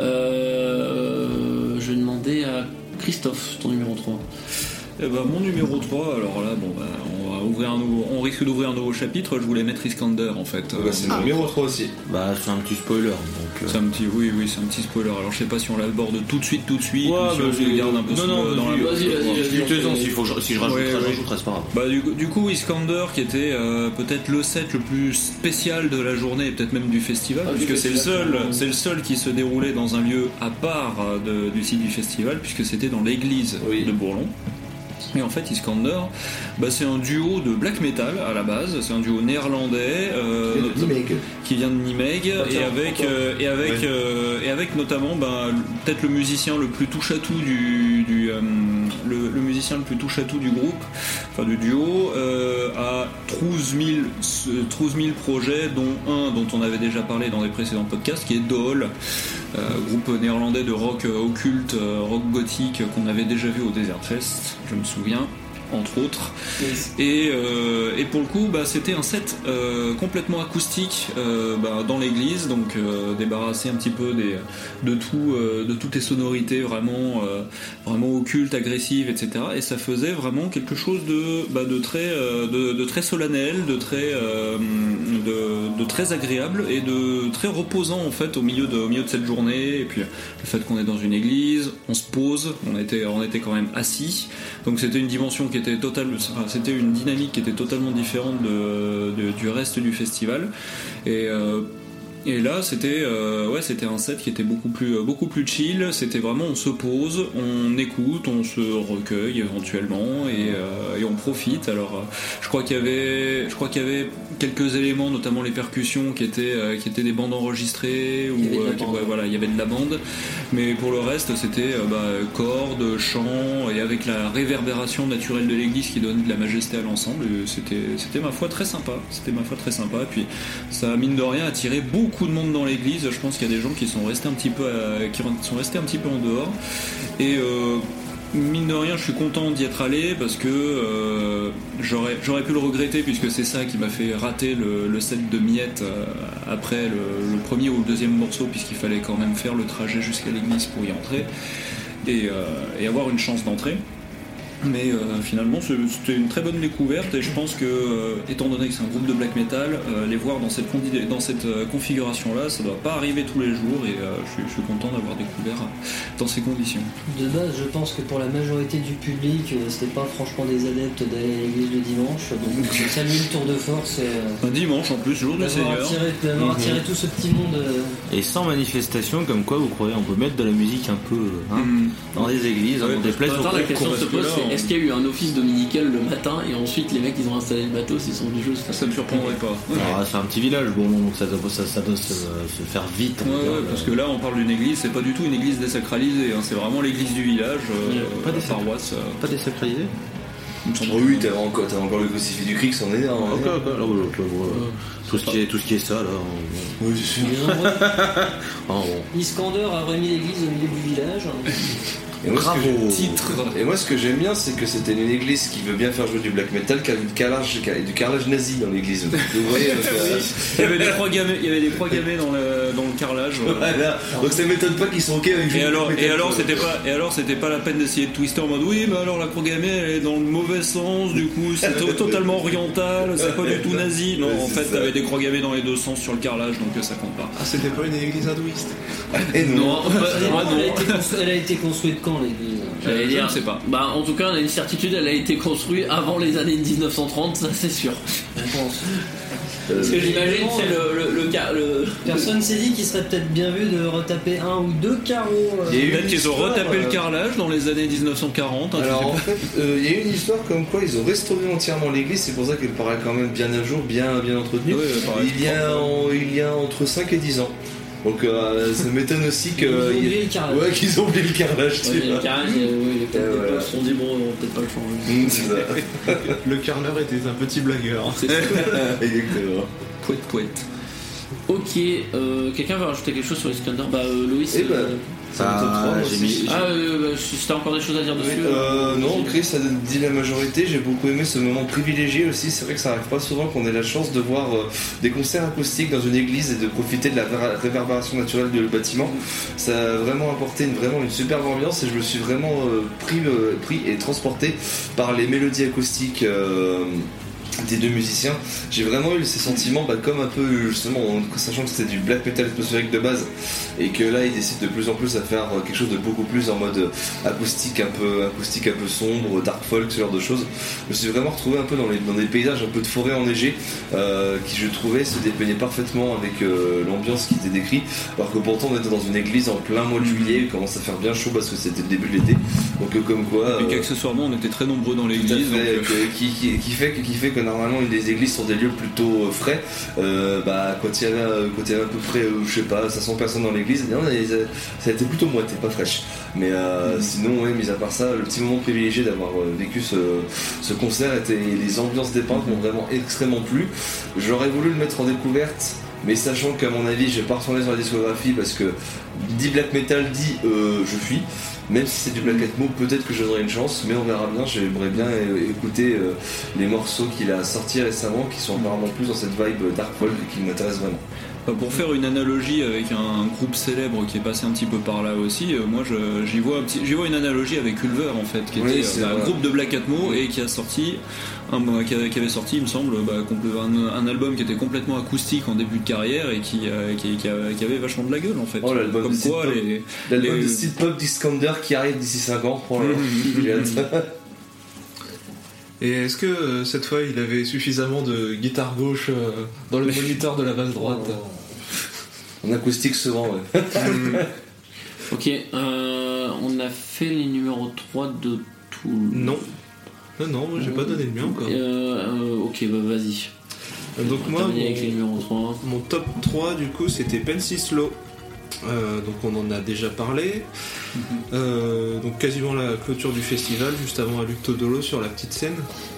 Je vais demander à Christophe, ton numéro 3. Mon numéro 3, alors là, on risque d'ouvrir un nouveau chapitre. Je voulais mettre Iskander en fait. C'est mon numéro 3 aussi. Bah, c'est un petit spoiler. Donc, c'est un petit, c'est un petit spoiler. Alors je sais pas si on l'aborde tout de suite, ou si on le garde un peu dans la. Vas-y. Si je rajouterai, c'est pas grave. Du coup, Iskander qui était peut-être le set le plus spécial de la journée et peut-être même du festival, puisque c'est le seul qui se déroulait dans un lieu à part du site du festival, puisque c'était dans l'église de Bourlon. Et en fait, Iskander, c'est un duo de black metal à la base. C'est un duo néerlandais qui vient de Nijmegen et avec notamment peut-être le musicien le plus touche à tout le musicien le plus touche à tout du groupe, enfin du duo, à 12 000 projets, dont un dont on avait déjà parlé dans des précédents podcasts, qui est Doll, groupe néerlandais de rock occulte, rock gothique qu'on avait déjà vu au Desert Fest, je me souviens, entre autres. Yes. Et pour le coup, c'était un set complètement acoustique dans l'église, donc débarrassé un petit peu de toutes les sonorités vraiment occultes, agressives, etc. Et ça faisait vraiment quelque chose de très solennel, de très agréable et de très reposant en fait au milieu de cette journée. Et puis le fait qu'on est dans une église, on se pose, on était quand même assis, donc c'était une dimension qui était c'était une dynamique qui était totalement différente du reste du festival. Et là, c'était un set qui était beaucoup plus chill. C'était vraiment, on se pose, on écoute, on se recueille éventuellement et on profite. Alors, je crois qu'il y avait quelques éléments, notamment les percussions, qui étaient des bandes enregistrées, il y avait de la bande. Mais pour le reste, c'était cordes, chants, et avec la réverbération naturelle de l'église qui donne de la majesté à l'ensemble. C'était ma foi très sympa. Et puis, ça a mine de rien attiré beaucoup de monde dans l'église. Je pense qu'il y a des gens qui sont restés un petit peu en dehors, et mine de rien je suis content d'y être allé, parce que j'aurais pu le regretter, puisque c'est ça qui m'a fait rater le set de miettes après le premier ou le deuxième morceau, puisqu'il fallait quand même faire le trajet jusqu'à l'église pour y entrer et avoir une chance d'entrer. Mais finalement c'était une très bonne découverte, et je pense que étant donné que c'est un groupe de black metal, les voir dans cette configuration là, ça doit pas arriver tous les jours, et je suis content d'avoir découvert dans ces conditions. De base, je pense que pour la majorité du public, c'était pas franchement des adeptes d'aller à l'église le dimanche, donc je salue le tour de force. Un dimanche en plus, jour du Seigneur, d'avoir attiré tout ce petit monde. Et sans manifestation, comme quoi vous croyez on peut mettre de la musique un peu dans les églises, dans des places. La question se pose, c'est est-ce qu'il y a eu un office dominical le matin et ensuite les mecs ils ont installé le bateau, s'ils sont venus juste. Ça me surprendrait pas. C'est un petit village, donc ça doit se faire vite. Parce que là on parle d'une église, c'est pas du tout une église désacralisée, c'est vraiment l'église du village, pas des paroisse. Pas désacralisée. Oui, t'as encore le crucifix du Cric, c'en est un. Tout ce qui est ça là. Oui, je suis. Iskander a remis l'église au milieu du village. Et moi, ce que j'aime bien, c'est que c'était une église qui veut bien faire jouer du black metal, qui a du carrelage nazi dans l'église. Vous voyez, il y avait des croix gammées dans le carrelage. Voilà. Donc ça m'étonne pas qu'ils sont ok avec. Et alors c'était pas la peine d'essayer de twister en mode oui, mais alors la croix gammée elle est dans le mauvais sens, du coup c'est totalement oriental, c'est pas du tout nazi. Non, en fait t'avais des croix gammées dans les deux sens sur le carrelage, donc ça compte pas. Ah, c'était pas une église hindouiste. Non. Elle a été construite quand l'église? J'allais dire, je sais pas. En tout cas, on a une certitude, elle a été construite avant les années 1930, ça c'est sûr. Je pense. Ce que j'imagine, c'est le... Personne s'est dit qu'il serait peut-être bien vu de retaper un ou deux carreaux. Peut-être qu'ils ont retapé le carrelage dans les années 1940. Alors en fait, il y a une histoire comme quoi ils ont restauré entièrement l'église, c'est pour ça qu'elle paraît quand même bien à jour, bien entretenue. Il y a entre 5 et 10 ans. Donc ça m'étonne aussi qu'ils ont oublié le carrelage. Le carrelage, ils se sont dit bon, on va peut-être pas le changer. C'est ça. Le carreleur était un petit blagueur. C'est ça. Exactement. Pouette. Ok, quelqu'un veut rajouter quelque chose sur Iskander? Loïs. Si t'as encore des choses à dire dessus. Non, Chris a dit la majorité. J'ai beaucoup aimé ce moment privilégié aussi. C'est vrai que ça arrive pas souvent qu'on ait la chance de voir des concerts acoustiques dans une église et de profiter de la réverbération naturelle du bâtiment. Ça a vraiment apporté une superbe ambiance, et je me suis vraiment pris et transporté par les mélodies acoustiques des deux musiciens, j'ai vraiment eu ces sentiments comme un peu justement sachant que c'était du black metal atmosphérique de base et que là ils décident de plus en plus à faire quelque chose de beaucoup plus en mode acoustique un peu sombre, dark folk, ce genre de choses. Je me suis vraiment retrouvé un peu dans des paysages un peu de forêt enneigée qui je trouvais se dépeignaient parfaitement avec l'ambiance qui était décrite, alors que pourtant on était dans une église en plein mois de juillet, il commence à faire bien chaud parce que c'était le début de l'été, donc comme quoi et qu'accessoirement on était très nombreux dans l'église qui fait que normalement les églises sont des lieux plutôt frais, quand il y avait à peu près je sais pas 500 personnes dans l'église, ça a été plutôt moite, pas fraîche, mais sinon mis à part ça, le petit moment privilégié d'avoir vécu ce concert était les ambiances dépeintes m'ont vraiment extrêmement plu. J'aurais voulu le mettre en découverte, mais sachant qu'à mon avis je vais pas retourner sur la discographie parce que dit black metal dit je fuis. Même si c'est du Black Atmo, peut-être que je donnerai une chance, mais on verra bien. J'aimerais bien écouter les morceaux qu'il a sortis récemment, qui sont apparemment plus dans cette vibe dark folk qui m'intéresse vraiment. Pour faire une analogie avec un groupe célèbre qui est passé un petit peu par là aussi, moi j'y vois une analogie avec Ulver en fait, qui était un groupe de Black Atmo et qui a sorti qui avait sorti, il me semble, un album qui était complètement acoustique en début de carrière et qui avait vachement de la gueule en fait. Oh, l'album comme quoi l'album de Sid Pop Discounder qui arrive d'ici 5 ans. J'ai hâte. Et est-ce que cette fois il avait suffisamment de guitare gauche dans le moniteur de la basse droite? En acoustique souvent, ouais. Ok, on a fait les numéros 3 de tout. Non, moi j'ai pas donné le mien encore. Ok, vas-y. Donc moi, avec les numéros 3. Mon top 3 du coup c'était Pencislo. Donc on en a déjà parlé. Donc quasiment la clôture du festival, juste avant Aluctodolo sur la petite scène.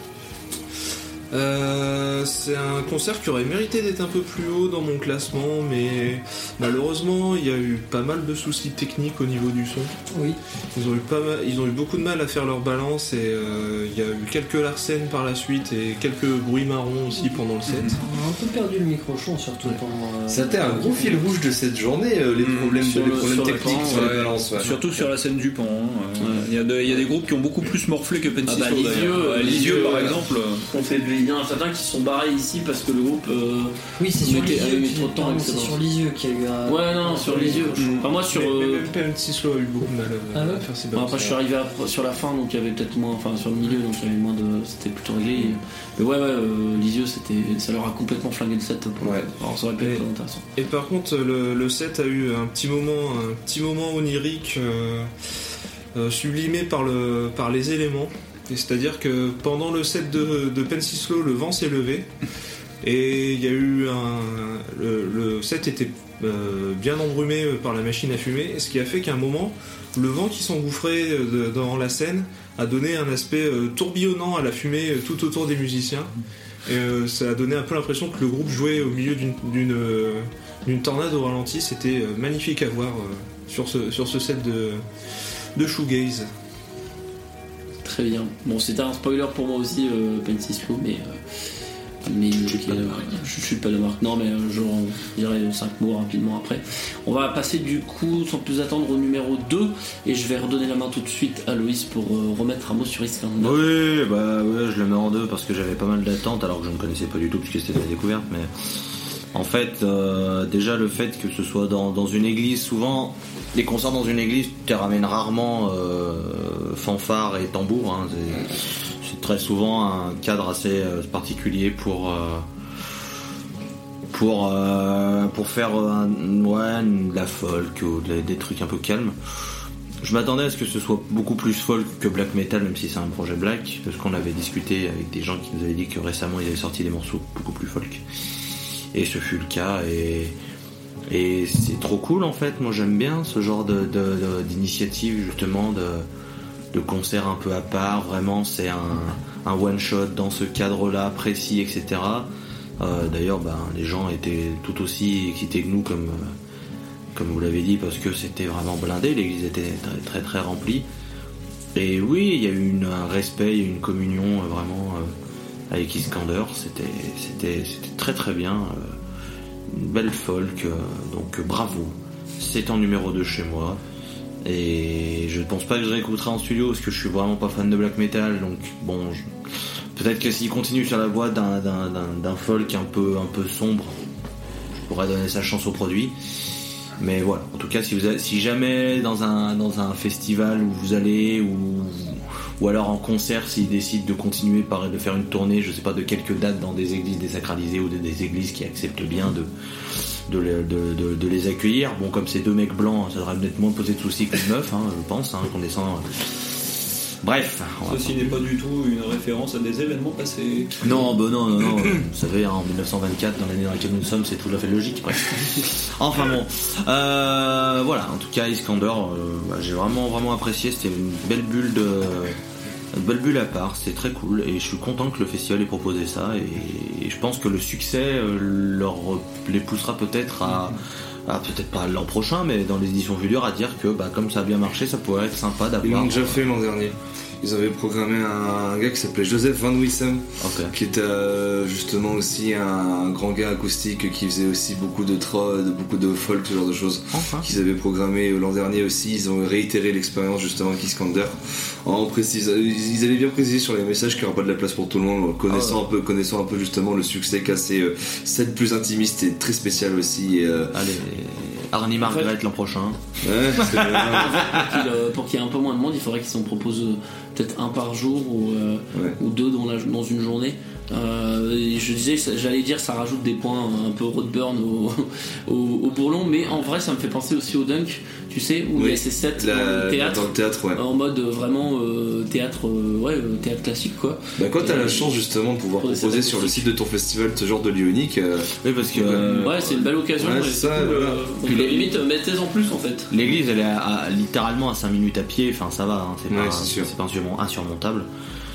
C'est un concert qui aurait mérité d'être un peu plus haut dans mon classement, mais malheureusement il y a eu pas mal de soucis techniques au niveau du son. Oui. Ils ont eu beaucoup de mal à faire leur balance et il y a eu quelques larcènes par la suite et quelques bruits marrons aussi pendant le set. On a un peu perdu le micro-chon surtout pendant. C'était un gros fil rouge de cette journée, les problèmes techniques sur les balances. Ouais. Surtout sur la scène du pan. Il y a des groupes qui ont beaucoup plus morflé que Pencislo. Lisieux par exemple. Il y en a certains qui sont barrés ici parce que le groupe. Oui, c'est sur Lisieux. Trop de temps, C'est sur Lisieux qu'il y a eu un. Ouais, non, sur Lisieux. Enfin, moi sur. Même Pencislo a eu beaucoup de mal à faire ses balances. Après, je suis arrivé sur la fin, donc il y avait peut-être moins. Enfin, sur le milieu, donc il y avait moins de. C'était plutôt réglé. Mais Lisieux, ça leur a complètement flingué le set. Alors, ça aurait pu être intéressant. Et par contre, le set a eu un petit moment onirique, sublimé par les éléments. C'est-à-dire que pendant le set de Pencislo, le vent s'est levé et il y a eu le set était bien embrumé par la machine à fumer, ce qui a fait qu'à un moment, le vent qui s'engouffrait dans la scène a donné un aspect tourbillonnant à la fumée tout autour des musiciens. Et ça a donné un peu l'impression que le groupe jouait au milieu d'une tornade au ralenti. C'était magnifique à voir sur ce set de shoegaze. Très bien. Bon, c'était un spoiler pour moi aussi, Pencislo, mais je suis pas de marque. Non, mais je dirais 5 mots rapidement après. On va passer du coup, sans plus attendre, au numéro 2, et je vais redonner la main tout de suite à Loïs pour remettre un mot sur Iskander. Oui, je le mets en 2 parce que j'avais pas mal d'attentes alors que je ne connaissais pas du tout puisque c'était la découverte, mais en fait, déjà le fait que ce soit dans une église, souvent les concerts dans une église, tu ramènes rarement fanfare et tambour. Hein, c'est très souvent un cadre assez particulier pour faire de la folk ou des trucs un peu calmes. Je m'attendais à ce que ce soit beaucoup plus folk que black metal, même si c'est un projet black, parce qu'on avait discuté avec des gens qui nous avaient dit que récemment ils avaient sorti des morceaux beaucoup plus folk. Et ce fut le cas, et c'est trop cool en fait. Moi j'aime bien ce genre d'initiative justement de concert un peu à part. Vraiment c'est un one shot dans ce cadre là précis, etc. D'ailleurs les gens étaient tout aussi excités que nous comme vous l'avez dit, parce que c'était vraiment blindé, l'église était très très très remplie. Et oui, il y a eu un respect, il y a eu une communion vraiment avec Iskander, c'était très très bien, une belle folk, donc bravo, c'est en numéro 2 chez moi, et je ne pense pas que je réécouterai en studio parce que je suis vraiment pas fan de black metal, donc bon, Peut-être que s'il continue sur la voie d'un folk un peu sombre, je pourrais donner sa chance au produit. Mais voilà, en tout cas, si jamais dans un festival où vous allez, ou alors en concert, s'ils décident de continuer de faire une tournée, je sais pas de quelques dates dans des églises désacralisées ou des églises qui acceptent bien de les accueillir. Bon, comme c'est deux mecs blancs, ça devrait peut-être moins poser de soucis qu'une meuf, je pense, connaissant. Bref. Ceci n'est pas du tout une référence à des événements passés. Non. Vous savez, en 1924, dans l'année dans laquelle nous sommes, c'est tout à fait logique. Bref. Enfin bon. Voilà, en tout cas, Iskander, j'ai vraiment apprécié. C'était une belle bulle à part, c'était très cool. Et je suis content que le festival ait proposé ça. Et je pense que le succès les poussera peut-être à peut-être pas l'an prochain, mais dans les éditions futures, à dire que comme ça a bien marché, ça pourrait être sympa d'avoir. Ils l'ont déjà fait l'an dernier. Ils avaient programmé un gars qui s'appelait Joseph Van Wissem, qui était justement aussi un grand gars acoustique qui faisait aussi beaucoup de trod, beaucoup de folk, ce genre de choses. Qu'ils avaient programmé l'an dernier aussi. Ils ont réitéré l'expérience justement avec Iskander. Ils avaient bien précisé sur les messages qu'il n'y aura pas de la place pour tout le monde, connaissant un peu justement le succès qu'a ces scènes plus intimistes et très spéciales aussi. Allez, Arnie Margaret l'an prochain. Ouais, pour qu'il y ait un peu moins de monde, il faudrait qu'ils en proposent peut-être un par jour ou deux dans une journée. Je disais, j'allais dire, ça rajoute des points un peu roadburn au Bourlon, mais en vrai, ça me fait penser aussi au Dunk, tu sais, où il y a ces sets dans le théâtre, en mode vraiment théâtre classique, quoi. Quand t'as la chance justement de pouvoir proposer sur le site de ton festival ce genre de lieu unique, oui, parce que c'est une belle occasion. On peut limite mettre en plus en fait. L'église, elle est littéralement à 5 minutes à pied, enfin ça va, c'est pas insurmontable.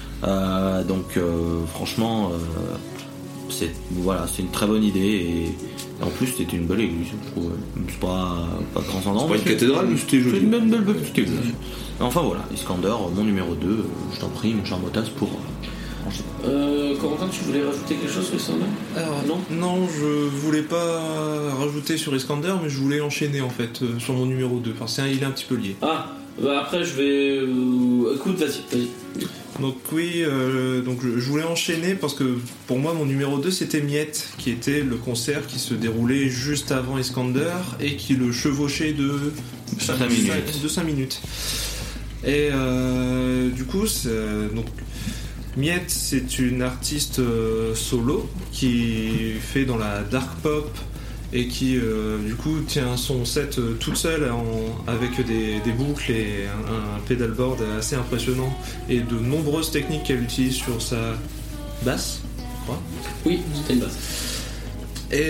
Donc franchement c'est une très bonne idée et en plus c'était une belle église, je trouve. C'est pas transcendant, c'est pas une cathédrale, mais c'était joli. C'est une belle petite église. Enfin voilà, Iskander, mon numéro 2, je t'en prie mon cher Motas pour Corentin, tu voulais rajouter quelque chose sur Iskander? Non, je voulais pas rajouter sur Iskander, mais je voulais enchaîner en fait sur mon numéro 2 parce qu'il est un petit peu lié. Après je vais... Écoute, vas-y. Donc oui, je voulais enchaîner parce que pour moi mon numéro 2 c'était Miette, qui était le concert qui se déroulait juste avant Iskander et qui le chevauchait de 5 minutes. Et du coup, Miette, c'est une artiste solo qui fait dans la dark pop et qui du coup tient son set toute seule avec des boucles et un pedalboard assez impressionnant et de nombreuses techniques qu'elle utilise sur sa basse, je crois. Oui, c'était une basse. Et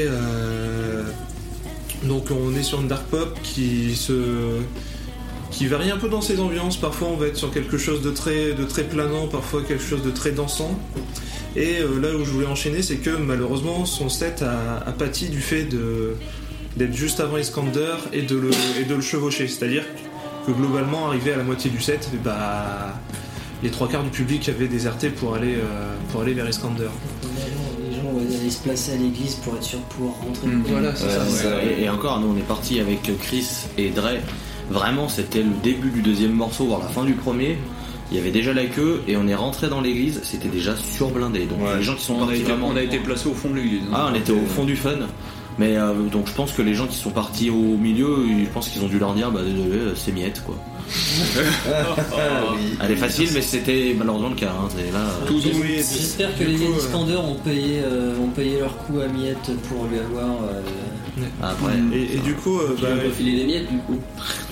donc on est sur une dark pop qui varie un peu dans ses ambiances. Parfois on va être sur quelque chose de très planant, parfois quelque chose de très dansant. Et là où je voulais enchaîner, c'est que malheureusement son set a pâti du fait d'être juste avant Iskander et de le chevaucher. C'est-à-dire que globalement, arrivé à la moitié du set, les 3/4 du public avaient déserté pour aller vers Iskander. Les gens allaient se placer à l'église pour être sûr de pouvoir rentrer. Voilà, c'est ça. Et encore, nous on est parti avec Chris et Dre. Vraiment, c'était le début du deuxième morceau, voire la fin du premier. Il y avait déjà la queue et on est rentré dans l'église, c'était déjà surblindé. Donc les gens qui sont partis on a été placés au fond de l'église. On était au fond du fun. Mais donc je pense que les gens qui sont partis au milieu, je pense qu'ils ont dû leur dire désolé, c'est Miette quoi. Elle est facile, mais c'était malheureusement le cas. J'espère que les Iskander ont payé leur coup à Miette pour lui avoir. Après. Et du coup, ils ont pas filé les miettes du coup.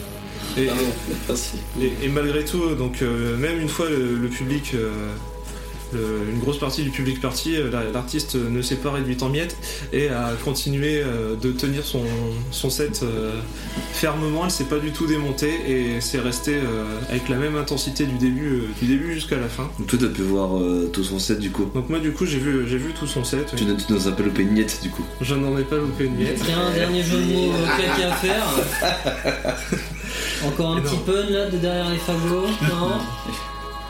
Et malgré tout, donc même une fois le public, une grosse partie du public parti, l'artiste ne s'est pas réduite en miettes et a continué de tenir son set fermement. Elle s'est pas du tout démontée et c'est resté avec la même intensité du début jusqu'à la fin. Donc toi t'as pu voir tout son set du coup. Donc moi du coup j'ai vu tout son set. Tu nous as pas loupé une miette du coup. Je n'en ai pas loupé une miette. Il y a un dernier jeu de mots claqué à faire. Encore un petit pun là de derrière les fagots, non?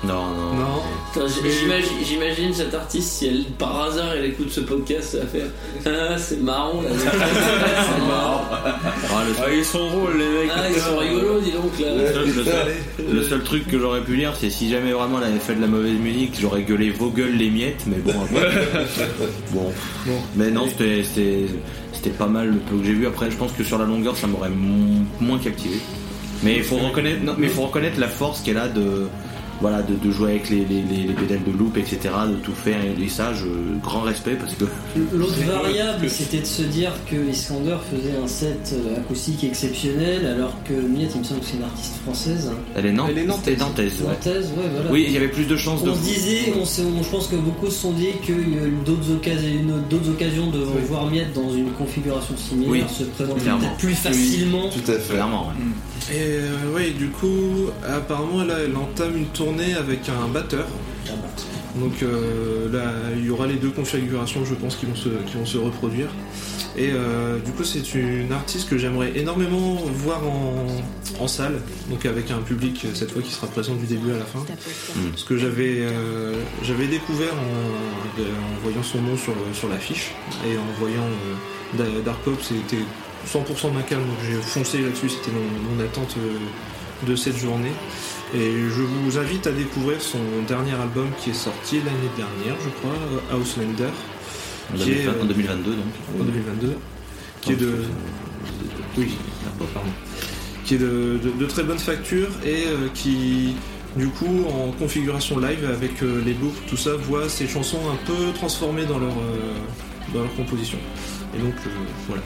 Non. Attends, j'imagine cette artiste, si elle par hasard elle écoute ce podcast, elle va faire ah c'est marrant là. C'est marrant. Ils sont drôles les mecs. Ils sont rigolos dis donc là. Le seul truc que j'aurais pu dire, c'est si jamais vraiment elle avait fait de la mauvaise musique, j'aurais gueulé vos gueules les miettes, mais bon après. bon. Mais non, c'était pas mal le peu que j'ai vu. Après, je pense que sur la longueur, ça m'aurait moins captivé. Mais il faut reconnaître la force qu'elle a de jouer avec les pédales de loop, etc., de tout faire, et ça, grand respect, parce que... L'autre variable, c'était de se dire que Iskander faisait un set acoustique exceptionnel, alors que Miette, il me semble que c'est une artiste française. Elle est nantaise. Nantaise, ouais, voilà. Oui, il y avait plus de chances de... Je pense que beaucoup se sont dit qu'il y a eu d'autres occasions de voir Miette dans une configuration similaire se présenter peut-être plus facilement. Tout à fait. Clairement, ouais. Et du coup, apparemment, là, elle entame une tournée avec un batteur. Donc là, il y aura les deux configurations, je pense, qui vont se reproduire. Et du coup, c'est une artiste que j'aimerais énormément voir en salle, donc avec un public cette fois qui sera présent du début à la fin. Parce que j'avais découvert en voyant son nom sur l'affiche et en voyant Dark Pop, c'était 100% ma cam, donc j'ai foncé là-dessus, c'était mon attente de cette journée. Et je vous invite à découvrir son dernier album qui est sorti l'année dernière, je crois, Houselander. En 2022 donc. En 2022. Qui est de... Oui, pardon. Qui est de très bonne facture et qui, du coup, en configuration live avec les loops, tout ça, voit ses chansons un peu transformées dans leur composition. Et donc, voilà,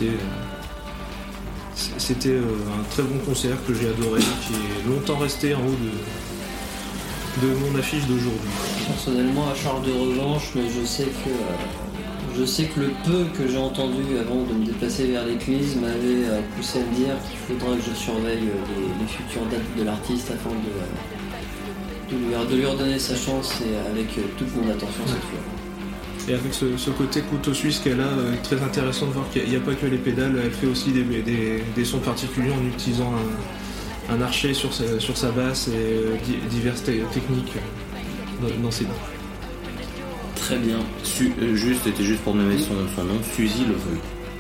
c'était un très bon concert que j'ai adoré, qui est longtemps resté en haut de mon affiche d'aujourd'hui. Personnellement, à charge de revanche, mais je sais que le peu que j'ai entendu avant de me déplacer vers l'église m'avait poussé à me dire qu'il faudra que je surveille les futures dates de l'artiste afin de lui redonner sa chance et avec toute mon attention cette fois. Et avec ce côté couteau suisse qu'elle a, très intéressant de voir qu'il n'y a pas que les pédales, elle fait aussi des sons particuliers en utilisant un archet sur sa basse et diverses techniques dans ses noms. Très bien. C'était juste pour nommer son nom, Suzy Leveuil.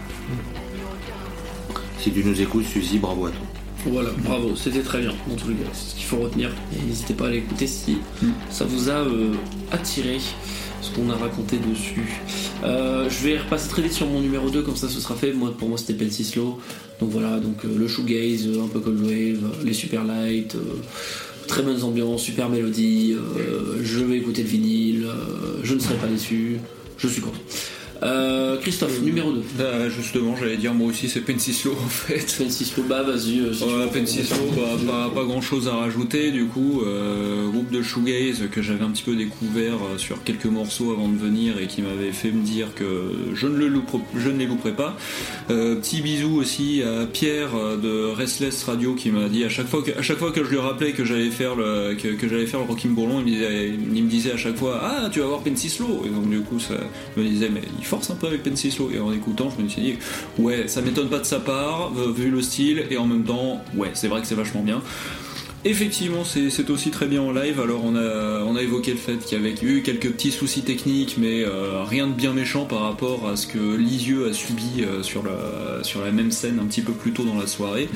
Si tu nous écoutes, Suzy, bravo à toi. Voilà, bravo, c'était très bien, dans tous les cas, c'est ce qu'il faut retenir. Et n'hésitez pas à l'écouter si ça vous a attiré ce qu'on a raconté dessus. Je vais repasser très vite sur mon numéro 2, comme ça ce sera fait. Pour moi c'était Pensislo. Donc voilà, le shoegaze, un peu cold wave, les super light, très bonnes ambiances, super mélodies. Je vais écouter le vinyle, je ne serai pas déçu, je suis content. Christophe, numéro 2. Justement, j'allais dire moi aussi c'est Pensislo en fait. Pensislo, vas-y. Pensislo, pas grand chose à rajouter. Du coup, groupe de shoegaze que j'avais un petit peu découvert sur quelques morceaux avant de venir et qui m'avait fait me dire que je ne les louperai pas. Petit bisou aussi à Pierre de Restless Radio qui m'a dit à chaque fois que je lui rappelais que j'allais faire le Rockin' Bourlon, il me disait à chaque fois tu vas voir Pensislo, et donc du coup ça me disait mais il force un peu avec Pensislo, et en écoutant je me suis dit ouais ça m'étonne pas de sa part vu le style, et en même temps ouais c'est vrai que c'est vachement bien. Effectivement c'est aussi très bien en live. Alors on a évoqué le fait qu'il y avait eu quelques petits soucis techniques, mais rien de bien méchant par rapport à ce que Lisieux a subi sur la même scène un petit peu plus tôt dans la soirée,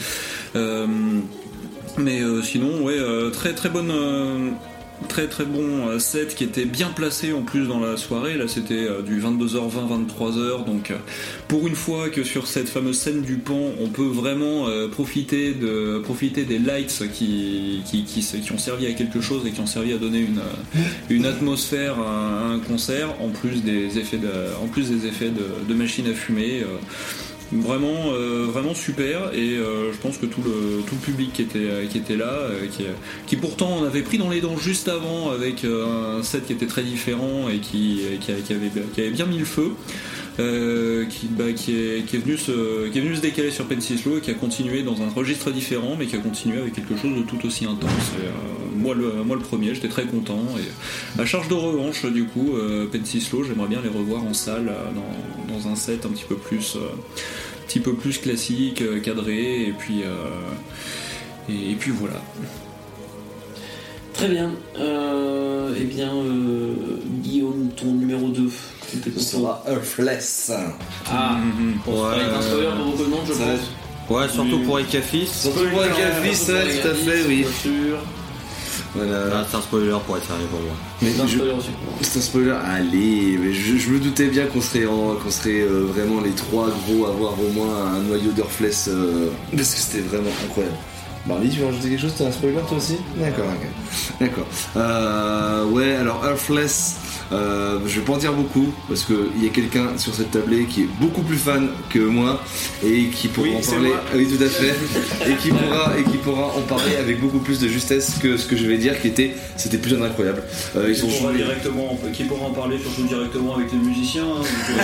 mais sinon ouais très très bonne très très bon set qui était bien placé en plus dans la soirée. Là c'était du 22h20 23h, donc pour une fois que sur cette fameuse scène du Pan on peut vraiment profiter des lights qui ont servi à quelque chose et qui ont servi à donner une atmosphère à un concert, en plus des effets de machine à fumer. Vraiment super, et je pense que tout le public qui était là, qui pourtant on avait pris dans les dents juste avant avec un set qui était très différent et qui avait bien mis le feu, qui est venu se décaler sur Pensislo et qui a continué dans un registre différent, mais qui a continué avec quelque chose de tout aussi intense. Et, moi le premier, j'étais très content, et à charge de revanche du coup Pensislo, j'aimerais bien les revoir en salle dans un set un petit peu plus classique, cadré, et puis voilà. Très bien. Eh bien, Guillaume, ton numéro 2. Ce sera Earthless. Ah, on se fera un spoiler pour vos commandes, je Ça pense. Ouais, surtout pour Ekafis. Surtout pour Ekafis, ouais, tout à fait, oui. Bien sûr. Voilà. Ah, c'est un spoiler pour être sérieux pour moi. Mais C'est un je- spoiler aussi. C'est un spoiler. Allez, mais je me doutais bien qu'on serait vraiment les trois gros à avoir au moins un noyau d'Earthless parce que c'était vraiment incroyable. Barbie, tu veux rajouter quelque chose? T'as un spoiler toi aussi? D'accord, ok. D'accord. Ouais, alors Earthless, je vais pas en dire beaucoup parce qu'il y a quelqu'un sur cette tablée qui est beaucoup plus fan que moi et qui pourra Oui, en c'est parler. moi. Oui, tout à fait. et qui pourra en parler avec beaucoup plus de justesse que ce que je vais dire, c'était plus incroyable. Ils ont joué. Qui pourra en parler surtout directement avec les musiciens. Hein,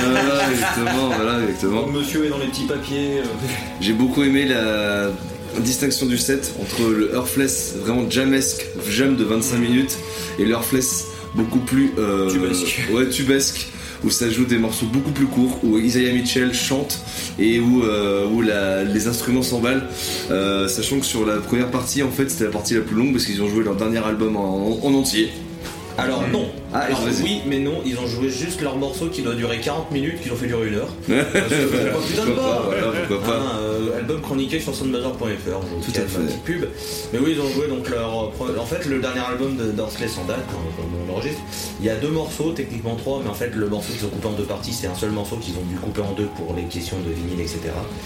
Voilà, exactement. Monsieur est dans les petits papiers. J'ai beaucoup aimé la distinction du set entre le Earthless vraiment jamesque, jam de 25 minutes, et le Earthless beaucoup plus tubesque, où ça joue des morceaux beaucoup plus courts, où Isaiah Mitchell chante et où les instruments s'emballent, sachant que sur la première partie, en fait, c'était la partie la plus longue parce qu'ils ont joué leur dernier album en entier. Alors non. Ah, Alors vas-y. oui, mais non, ils ont joué juste leur morceau qui doit durer 40 minutes, qu'ils ont fait durer 1 heure. Putain de pas. Pourquoi pas. Album chroniqué sur soundbazaar.fr. Tout à fait. Une petite pub. Mais oui, ils ont joué donc en fait, le dernier album d'Earthless en date, comme on l'enregistre, il y a 2 morceaux, techniquement 3, mais en fait, le morceau qu'ils ont coupé en 2 parties, c'est un seul morceau qu'ils ont dû couper en 2 pour les questions de vinyle, etc.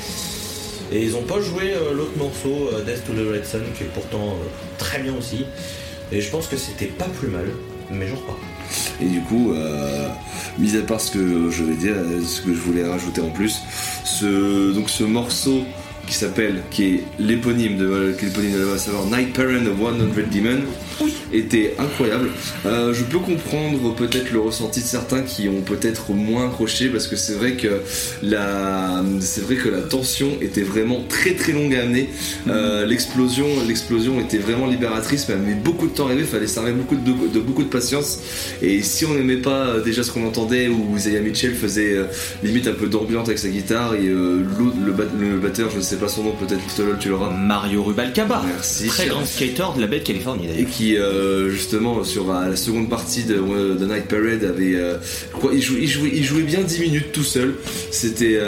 Et ils ont pas joué l'autre morceau, Death to the Red Sun, qui est pourtant très bien aussi. Et je pense que c'était pas plus mal, mais j'en reparle. Et du coup, mis à part ce que je vais dire, ce que je voulais rajouter en plus, ce morceau qui est l'éponyme de l'album, à savoir Night Parent of 100 Demon, était incroyable. Je peux comprendre peut-être le ressenti de certains qui ont peut-être moins accroché, parce que c'est vrai que la tension était vraiment très très longue à amener. L'explosion était vraiment libératrice, mais elle met beaucoup de temps à arriver, fallait s'arrêter beaucoup de patience. Et si on n'aimait pas déjà ce qu'on entendait, où Isaiah Mitchell faisait limite un peu d'ambiance avec sa guitare, et le batteur, je ne sais pas son nom, peut-être tu l'auras. Mario Rubalcaba. Merci. Très grand skater de la baie de Californie Et d'ailleurs. qui justement sur la seconde partie de Night Parade avait il jouait bien 10 minutes tout seul. C'était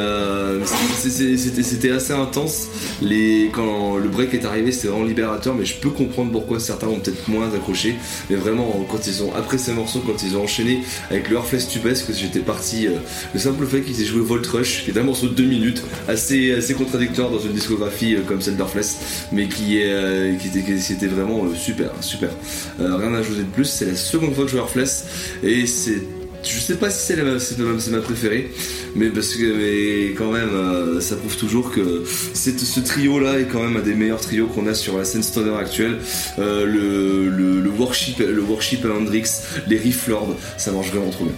assez intense. Quand le break est arrivé, c'était vraiment libérateur, mais je peux comprendre pourquoi certains ont peut-être moins accroché. Mais vraiment, après ces morceaux, quand ils ont enchaîné avec le Earthless tubesque, j'étais parti. Le simple fait qu'ils aient joué Volt Rush, qui est un morceau de 2 minutes, assez contradictoire dans une discographie comme celle d'Earthless, mais qui était vraiment super. Rien à ajouter de plus. C'est la seconde fois que je joue Earthless, et je sais pas si c'est ma préférée, mais quand même, ça prouve toujours que ce trio-là est quand même un des meilleurs trios qu'on a sur la scène stoner actuelle. Le worship à Hendrix, les riff lords, ça marche vraiment trop bien.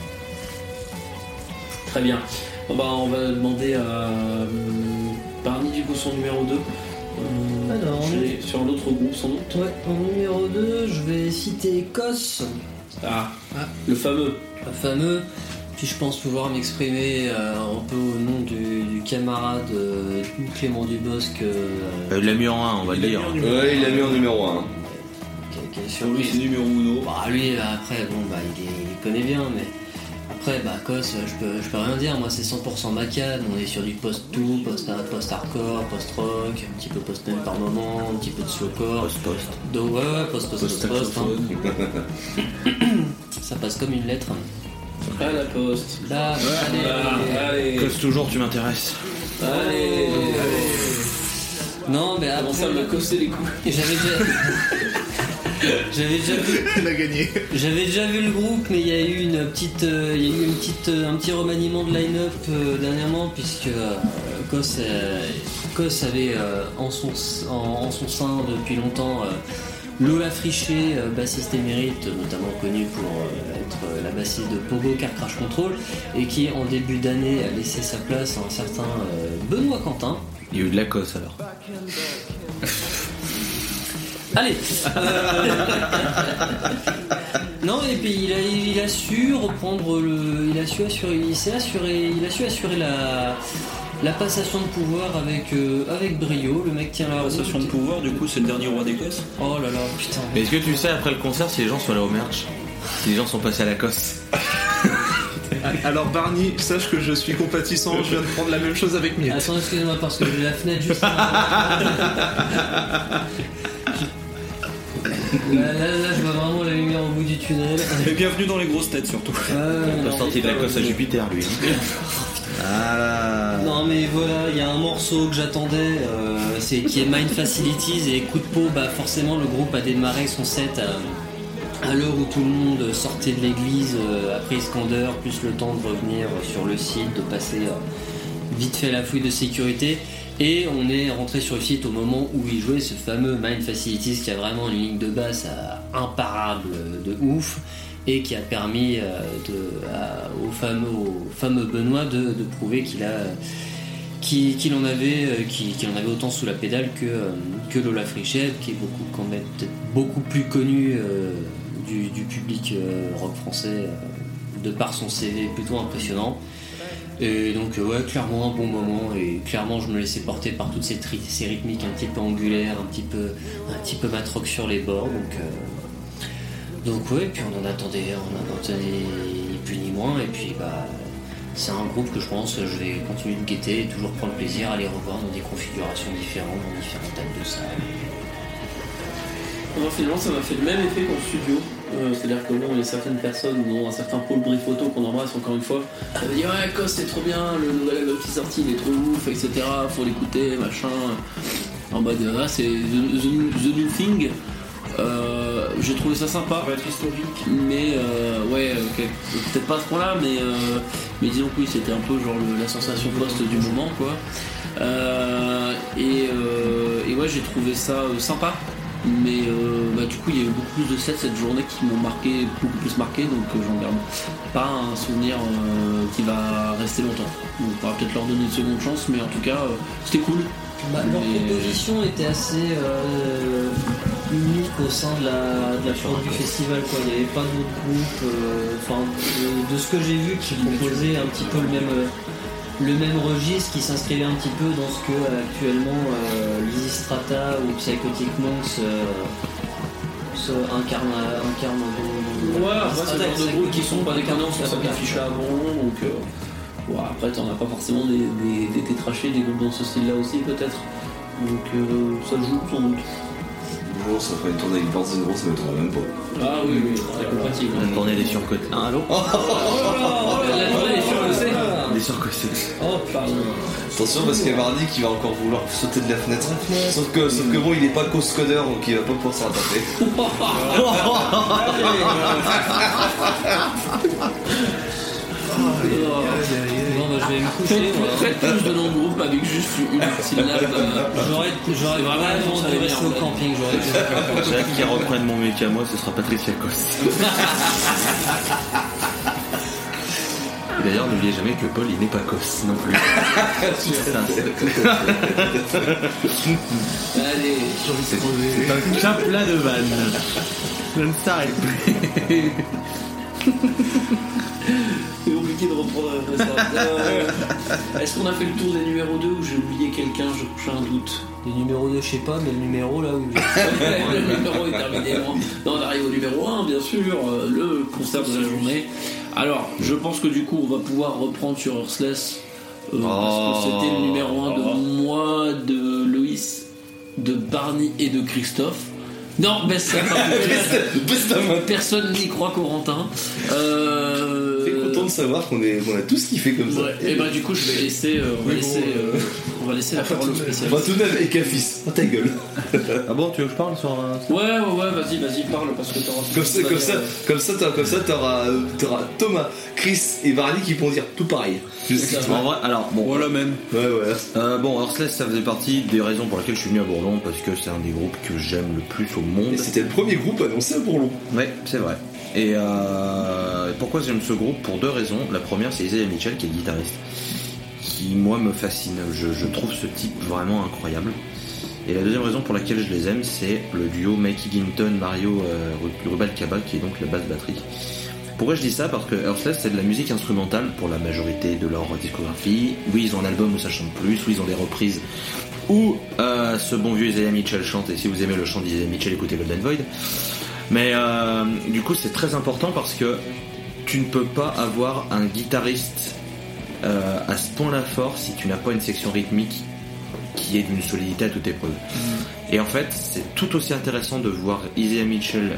Très bien. Bon, bah, on va demander à Barney du coup son numéro 2. Alors, sur l'autre groupe sans doute. ouais, en numéro 2, je vais citer Kos, Le fameux. le fameux. Puis je pense pouvoir m'exprimer un peu au nom du camarade Clément Dubosc. Il l'a mis en 1, on va le dire. Ouais, il l'a mis en numéro 1. Qui est Pour lui, surprise. c'est numéro 1. Bah, lui, après, bon, bah, il connaît bien, mais après, bah, Kos, je peux rien dire. Moi, c'est 100% Macad. On est sur du post-tout, post-hardcore, post-rock, un petit peu post-punk par moment, un petit peu de slowcore. Post. Donc, ouais, post. Hein. Ça passe comme une lettre. À la poste. Là, allez. Allez. Toujours, tu m'intéresses. Allez. Non, mais Avant ça, me cosser les couilles. J'avais déjà vu le groupe, mais il y a eu un petit remaniement de line-up dernièrement, puisque Kos avait en son sein depuis longtemps Lola Frichet, bassiste émérite, notamment connue pour être la bassiste de Pogo Car Crash Control, et qui en début d'année a laissé sa place à un certain Benoît Quentin. Il y a eu de la cosse alors. Allez. Non, et puis il a su reprendre il a su assurer La passation de pouvoir avec brio, le mec tient la route. Passation de pouvoir, du coup, c'est le dernier roi d'Écosse. Oh là là, putain. Mais est-ce que tu sais après le concert si les gens sont allés au merch? Si les gens sont passés à la cosse? Alors Barney, sache que je suis compatissant, je viens de prendre la même chose avec Miette. Attends, excusez-moi, parce que j'ai la fenêtre juste là. Là, je vois vraiment la lumière au bout du tunnel. Et bienvenue dans les grosses têtes, surtout. Il a sorti de la cosse à Jupiter, lui. Ah. Non mais voilà, il y a un morceau que j'attendais, qui est Mind Facilities, et coup de peau, bah forcément le groupe a démarré son set à l'heure où tout le monde sortait de l'église après Iskander, plus le temps de revenir sur le site, de passer vite fait la fouille de sécurité, et on est rentré sur le site au moment où ils jouaient ce fameux Mind Facilities qui a vraiment une ligne de basse imparable de ouf, et qui a permis au fameux Benoît de prouver qu'il en avait autant sous la pédale que Lola Frichette, qui est beaucoup plus connu du public rock français de par son CV plutôt impressionnant. Et donc ouais, clairement un bon moment, et clairement je me laissais porter par toutes ces rythmiques un petit peu angulaires, un petit peu matrock sur les bords, donc ouais, puis on en attendait ni plus ni moins, et puis bah c'est un groupe que je pense je vais continuer de guetter et toujours prendre plaisir à les revoir dans des configurations différentes, dans différentes tailles de salle. Finalement, ça m'a fait le même effet qu'en studio. C'est-à-dire que bon, il y a certaines personnes, dont un certain Paul Brifotto qu'on embrasse encore une fois, ça veut dire ouais, Cos c'est trop bien, le nouvel album qui est sorti il est trop ouf, etc. Faut l'écouter, machin. En mode c'est the New Thing. J'ai trouvé ça sympa, historique, mais ouais, okay. Peut-être pas à ce point-là, mais disons que oui, c'était un peu genre la sensation post du moment, quoi. Et ouais, j'ai trouvé ça sympa, mais du coup, il y a eu beaucoup plus de sets cette journée qui m'ont beaucoup plus marqué, donc j'en garde pas un souvenir qui va rester longtemps. Donc, on va peut-être leur donner une seconde chance, mais en tout cas, c'était cool. Leur composition était assez unique au sein de la prod du festival, quoi. Il n'y avait pas d'autres groupes, de ce que j'ai vu, qui proposaient un petit peu le même registre, qui s'inscrivait un petit peu dans ce que actuellement Lysistrata ou Psychotic Monks incarnent. Ouais, après c'est le genre de groupes qui sont pas déconnants, on s'en affiche là avant, donc bon, après t'en as pas forcément des tétrachés, des groupes dans ce style là aussi peut-être, donc ça joue sans doute. Bonjour, ça fera une tournée avec Boards and Rose, ça m'étonnera même pas. Ah oui, très compatible. La tournée des surcotés. Ah, allô? La tournée des surcotés. Des surcotés. Oh, pardon. Attention parce qu'il y a Mardi qui va encore vouloir sauter de la fenêtre. Sauf que bon, il est pas co-scodeur, donc il va pas pouvoir s'en rattraper. Bon, bah, je vais me coucher. Faites plus de noms de groupe avec juste une syllabe. J'aurais vraiment dû rester au camping. J'ai hâte qu'ils reprennent mon mec à moi, ce sera Patricia Coste. Et d'ailleurs, n'oubliez jamais que Paul, il n'est pas Coste non plus. Allez, c'est un chapelain de vannes. Je ne s'arrête plus. C'est compliqué de reprendre ça. Est-ce qu'on a fait le tour des numéros 2 ou j'ai oublié quelqu'un? J'ai un doute. Les numéros 2, je sais pas, mais le numéro là où. Le numéro est terminé. Non, on arrive au numéro 1, bien sûr, le concert de la journée. Alors, je pense que du coup, on va pouvoir reprendre sur Earthless. Parce que c'était le numéro 1 de moi, de Loïs, de Barney et de Christophe. Non, personne n'y croit, Corentin. Content de savoir qu'on a tous kiffé comme ça. Ouais, et bah du coup je vais laisser, on va laisser la parole au spécialiste. Bah tout de même, et Cafis, ta gueule. Ah bon, tu veux que je parle sur un... Ouais, vas-y, parle parce que t'auras... Comme ça, t'auras Thomas, Chris et Barney qui pourront dire tout pareil. En vrai, alors bon, voilà même. Ouais. Bon, Earthless, ça faisait partie des raisons pour lesquelles je suis venu à Bourlon, parce que c'est un des groupes que j'aime le plus au monde. Et c'était le premier groupe annoncé à Bourlon. Ouais, c'est vrai. Et pourquoi j'aime ce groupe? Pour deux raisons. La première, c'est Isaiah Mitchell qui est le guitariste, qui moi me fascine. Je trouve ce type vraiment incroyable. Et la deuxième raison pour laquelle je les aime, c'est le duo Mikey Ginton, Mario Rubalcaba, qui est donc la basse batterie. Pourquoi je dis ça? Parce que Earthless, c'est de la musique instrumentale pour la majorité de leur discographie. Oui, ils ont un album où ça chante plus, oui, ils ont des reprises où ce bon vieux Isaiah Mitchell chante, et si vous aimez le chant d'Isaiah Mitchell, écoutez Golden Void. Mais du coup, c'est très important parce que tu ne peux pas avoir un guitariste à ce point-là fort si tu n'as pas une section rythmique qui est d'une solidité à toute épreuve. Et en fait, c'est tout aussi intéressant de voir Isaiah Mitchell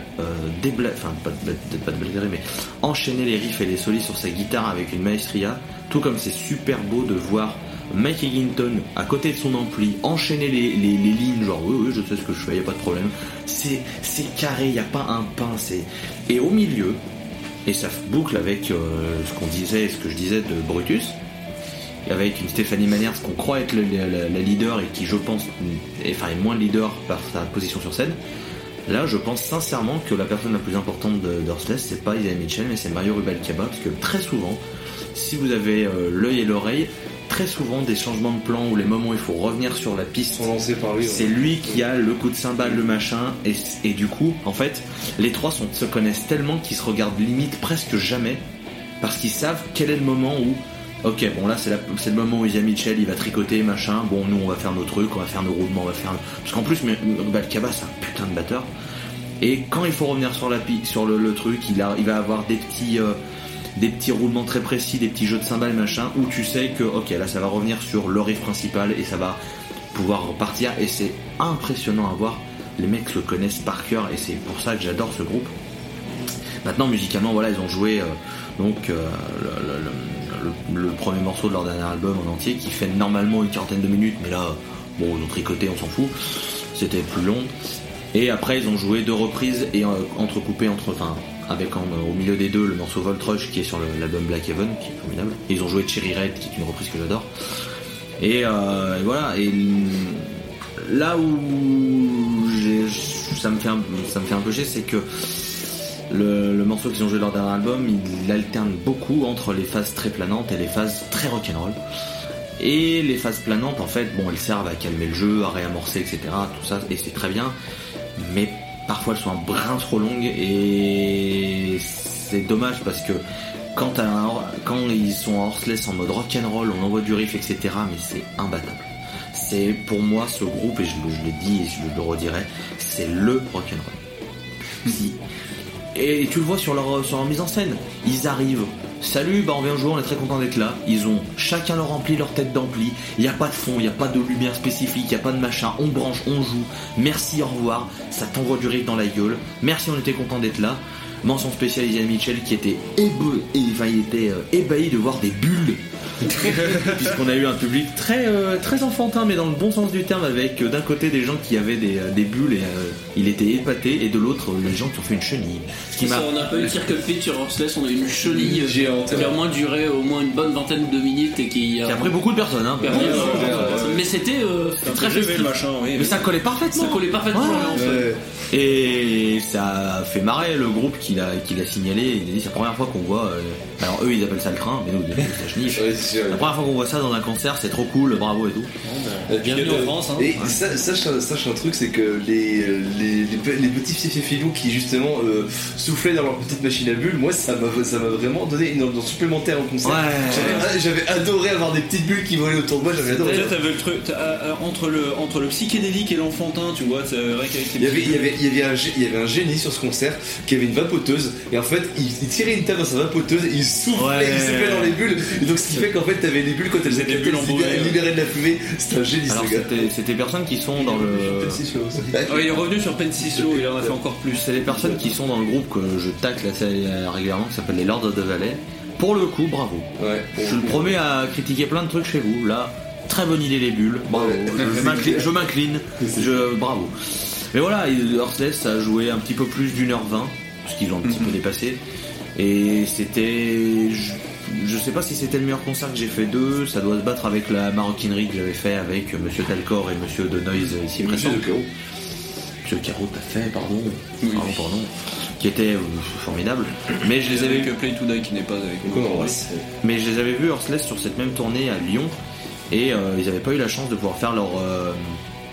mais enchaîner les riffs et les solis sur sa guitare avec une maestria, tout comme c'est super beau de voir Mike Egginton à côté de son ampli enchaîner les lignes, genre oui je sais ce que je fais, y a pas de problème, c'est carré, y a pas un pain, et au milieu, et ça boucle avec ce que je disais de Brutus, avec une Stéphanie Manners qu'on croit être la leader et qui, je pense, est moins leader par sa position sur scène. Là, je pense sincèrement que la personne la plus importante d'Earthless, c'est pas Isaiah Mitchell, mais c'est Mario Rubalcaba, parce que très souvent, si vous avez l'œil et l'oreille, très souvent des changements de plan ou les moments où il faut revenir sur la piste sont lancés par lui. C'est lui qui a le coup de cymbale, le machin, et du coup, en fait, les trois se connaissent tellement qu'ils se regardent limite presque jamais, parce qu'ils savent quel est le moment où ok, bon là c'est le moment où Isaiah Mitchell il va tricoter, machin, bon nous on va faire nos trucs, on va faire nos roulements, parce qu'en plus Rubalcaba c'est un putain de batteur, et quand il faut revenir sur le truc, il va avoir des petits roulements très précis, des petits jeux de cymbales, machin, où tu sais que ok là ça va revenir sur le riff principal et ça va pouvoir repartir, et c'est impressionnant à voir, les mecs le connaissent par cœur, et c'est pour ça que j'adore ce groupe. Maintenant musicalement voilà, ils ont joué le premier morceau de leur dernier album en entier qui fait normalement une quarantaine de minutes, mais là bon ils ont tricoté, on s'en fout, c'était plus long, et après ils ont joué 2 reprises et entrecoupé au milieu des deux le morceau Volt Rush qui est sur l'album Black Heaven qui est formidable, et ils ont joué Cherry Red qui est une reprise que j'adore, et voilà, et là où ça me fait un peu chier, c'est que le morceau qu'ils ont joué leur dernier album, il alterne beaucoup entre les phases très planantes et les phases très rock'n'roll. Et les phases planantes, en fait, bon, elles servent à calmer le jeu, à réamorcer, etc. Tout ça, et c'est très bien. Mais parfois, elles sont un brin trop longues, et c'est dommage parce que quand ils sont en Heartless en mode rock'n'roll, on envoie du riff, etc. Mais c'est imbattable. C'est pour moi ce groupe, et je l'ai dit et je le redirai, c'est le rock'n'roll. Et tu le vois sur leur mise en scène. Ils arrivent, salut, on vient jouer, on est très content d'être là. Ils ont chacun leur ampli, leur tête d'ampli. Il n'y a pas de fond, il n'y a pas de lumière spécifique, il n'y a pas de machin. On branche, on joue. Merci, au revoir. Ça t'envoie du riff dans la gueule. Merci, on était content d'être là. Mention spéciale Isaiah Mitchell qui était ébahi de voir des bulles. Puisqu'on a eu un public très enfantin, mais dans le bon sens du terme, avec d'un côté des gens qui avaient des bulles et il était épaté, et de l'autre les gens qui ont fait une chenille. On n'a pas eu Circle Pit sur Heartless, on a eu une chenille géante qui a au moins duré au moins une bonne vingtaine de minutes et qui a pris beaucoup de personnes. Hein. Mais c'était très festif. Oui, mais ça collait parfaitement. Ouais. Et ça a fait marrer le groupe qui l'a signalé. Il a dit c'est la première fois qu'on voit. Alors eux ils appellent ça le train, mais nous c'est la chenille. La première fois qu'on voit ça dans un concert, c'est trop cool, bravo et tout. Bienvenue en France. Hein. Et sache un truc, c'est que les petits filous qui justement soufflaient dans leur petite machine à bulles, moi ça m'a vraiment donné une ambiance supplémentaire au concert. Ouais. J'avais adoré avoir des petites bulles qui volaient autour de moi, j'avais adoré. Déjà t'avais le truc entre le psychédélique et l'enfantin, tu vois, c'est vrai qu'avec il y avait un génie sur ce concert qui avait une vapoteuse, et en fait il tirait une table dans sa vapoteuse et il soufflait dans les bulles, et donc ce qui fait qu'en fait t'avais les bulles quand elles étaient libérées de la fumée. C'était un génie. Alors c'est des personnes qui sont dans le... il est revenu sur Pensislo, il en a fait encore plus. C'est des personnes qui sont dans le groupe que je tacle assez régulièrement, qui s'appelle les Lords of the Valley. Pour le coup, bravo. Ouais, je me promets à critiquer plein de trucs chez vous. Là, très bonne idée les bulles. Bravo. Je m'incline. Bravo. Mais voilà, Heartless a joué un petit peu plus d'1h20, parce qu'ils ont un petit peu dépassé. Et c'était... Je sais pas si c'était le meilleur concert que j'ai fait d'eux, ça doit se battre avec la maroquinerie que j'avais fait avec Monsieur Talcor et Monsieur de Noise ici présent. Monsieur Caro, t'as fait, pardon. Pardon. Qui était formidable. Mais je les avais avec Play to Die qui n'est pas avec nous. Mais je les avais vus Heartless sur cette même tournée à Lyon, et ils n'avaient pas eu la chance de pouvoir faire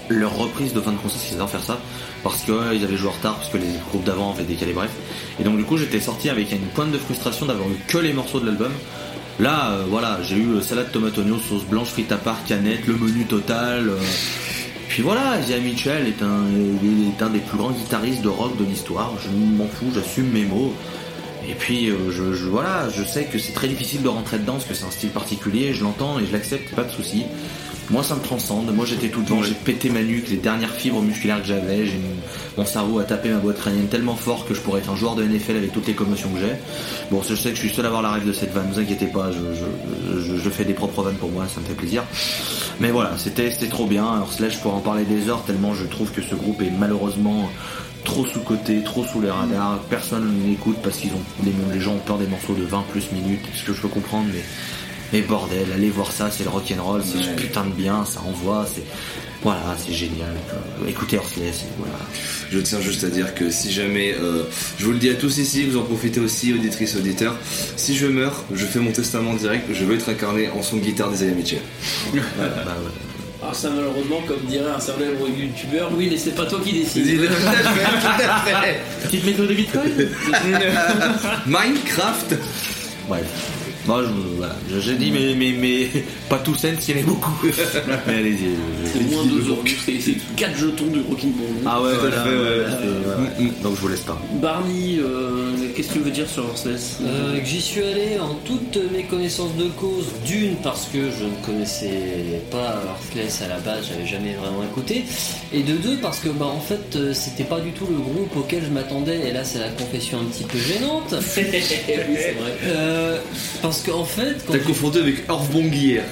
leur reprise de fin de concert, ils adorent faire ça, parce qu'ils avaient joué en retard, parce que les groupes d'avant avaient décalé, bref. Et donc du coup j'étais sorti avec une pointe de frustration d'avoir eu que les morceaux de l'album. Là, voilà, j'ai eu salade tomate oignon, sauce blanche, frites à part, canette, le menu total. Puis voilà, Isaiah Mitchell est un des plus grands guitaristes de rock de l'histoire. Je m'en fous, j'assume mes mots. Et puis voilà, je sais que c'est très difficile de rentrer dedans parce que c'est un style particulier, je l'entends et je l'accepte, pas de souci. Moi ça me transcende, moi j'étais tout devant, j'ai pété ma nuque, les dernières fibres musculaires que j'avais, mon cerveau a tapé ma boîte crânienne tellement fort que je pourrais être un joueur de NFL avec toutes les commotions que j'ai. Bon, je sais que je suis seul à avoir la rêve de cette vanne, ne vous inquiétez pas, je fais des propres vannes pour moi, ça me fait plaisir. Mais voilà, c'était trop bien. Alors Slash, je pourrais en parler des heures tellement je trouve que ce groupe est malheureusement trop sous-coté, trop sous les radars, personne ne l'écoute parce qu'ils ont les gens ont peur des morceaux de 20 plus minutes, ce que je peux comprendre, mais bordel, allez voir ça, c'est le rock'n'roll, c'est putain de bien, ça envoie, c'est génial. Écoutez Horseless, voilà. Je tiens juste à dire que si jamais, je vous le dis à tous ici, vous en profitez aussi, auditrices, auditeurs, si je meurs, je fais mon testament direct, je veux être incarné en son de guitare d'Isaiah Mitchell. Alors ça malheureusement, comme dirait un célèbre youtubeur, oui mais c'est pas toi qui décides. Tout à fait. Petite méthode de Bitcoin. Minecraft. Bref. Moi, voilà, j'ai dit, mais pas tout scène, s'il y en a beaucoup. Mais allez-y. C'est moins 2 euros, c'est 4 jetons de Rockin' Bourlon. Ah ouais, voilà. Donc je vous laisse pas. Barney, qu'est-ce que tu veux dire sur Horseless? Que j'y suis allé en toutes mes connaissances de cause. D'une, parce que je ne connaissais pas Horseless à la base, j'avais jamais vraiment écouté. Et de deux, parce que en fait, c'était pas du tout le groupe auquel je m'attendais. Et là, c'est la confession un petit peu gênante. Oui, c'est vrai. Parce qu'en fait, t'as confondu avec Earthbong hier.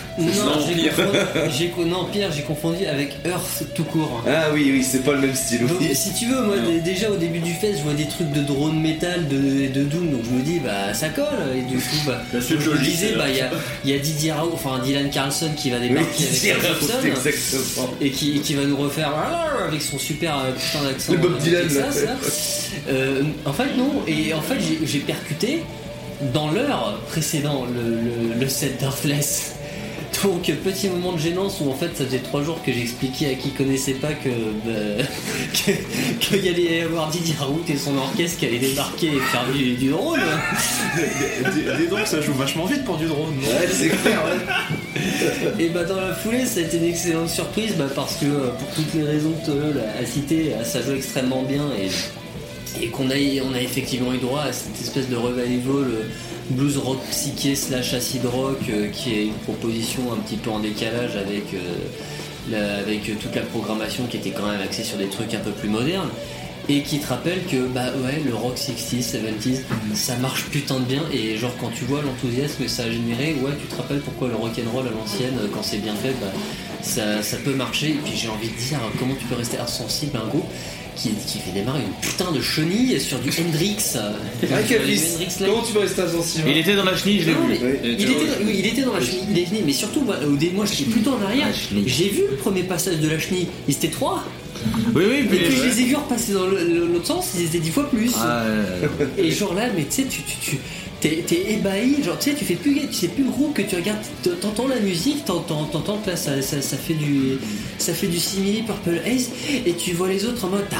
Non, Pierre, j'ai confondu avec Earth tout court. Ah oui, c'est pas le même style. Donc, oui. si tu veux, moi déjà au début du fest, je vois des trucs de drone metal, de doom, donc je me dis ça colle. Et du coup, je me disais il y a Didier Raoult, enfin Dylan Carlson qui va débarquer avec exactement. et qui va nous refaire avec son super putain d'accent. Le Bob Dylan. Texas, là. En fait non, et en fait j'ai percuté dans l'heure précédent le set d'Earthless. Donc petit moment de gênance où en fait ça faisait 3 jours que j'expliquais à qui connaissait pas qu'il y allait y avoir Didier Raoult et son orchestre qui allait débarquer et faire du drone. Dis donc, ça joue vachement vite pour du drone, non? Ouais, c'est clair, ouais. Et dans la foulée ça a été une excellente surprise parce que pour toutes les raisons que Tolol a citées, ça joue extrêmement bien et qu'on a effectivement eu droit à cette espèce de revival blues rock psyché / acid rock qui est une proposition un petit peu en décalage avec toute la programmation qui était quand même axée sur des trucs un peu plus modernes et qui te rappelle que le rock 60s, 70s ça marche putain de bien et genre quand tu vois l'enthousiasme que ça a généré, tu te rappelles pourquoi le rock'n'roll à l'ancienne quand c'est bien fait ça peut marcher. Et puis j'ai envie de dire comment tu peux rester insensible à un groupe qui fait démarrer une putain de chenille sur du Hendrix. Comment tu peux rester insensible? Il était dans la chenille, je l'ai vu. Il était dans la chenille, mais surtout moi j'étais plutôt en arrière. J'ai vu le premier passage de la chenille, ils étaient 3. Oui, et puis je les ai vus repasser dans l'autre sens, ils étaient 10 fois plus. Et genre là, mais tu sais, t'es ébahi, genre tu sais, tu sais plus le groupe que tu regardes, t'entends la musique, t'entends que là ça fait du simili Purple Haze et tu vois les autres en mode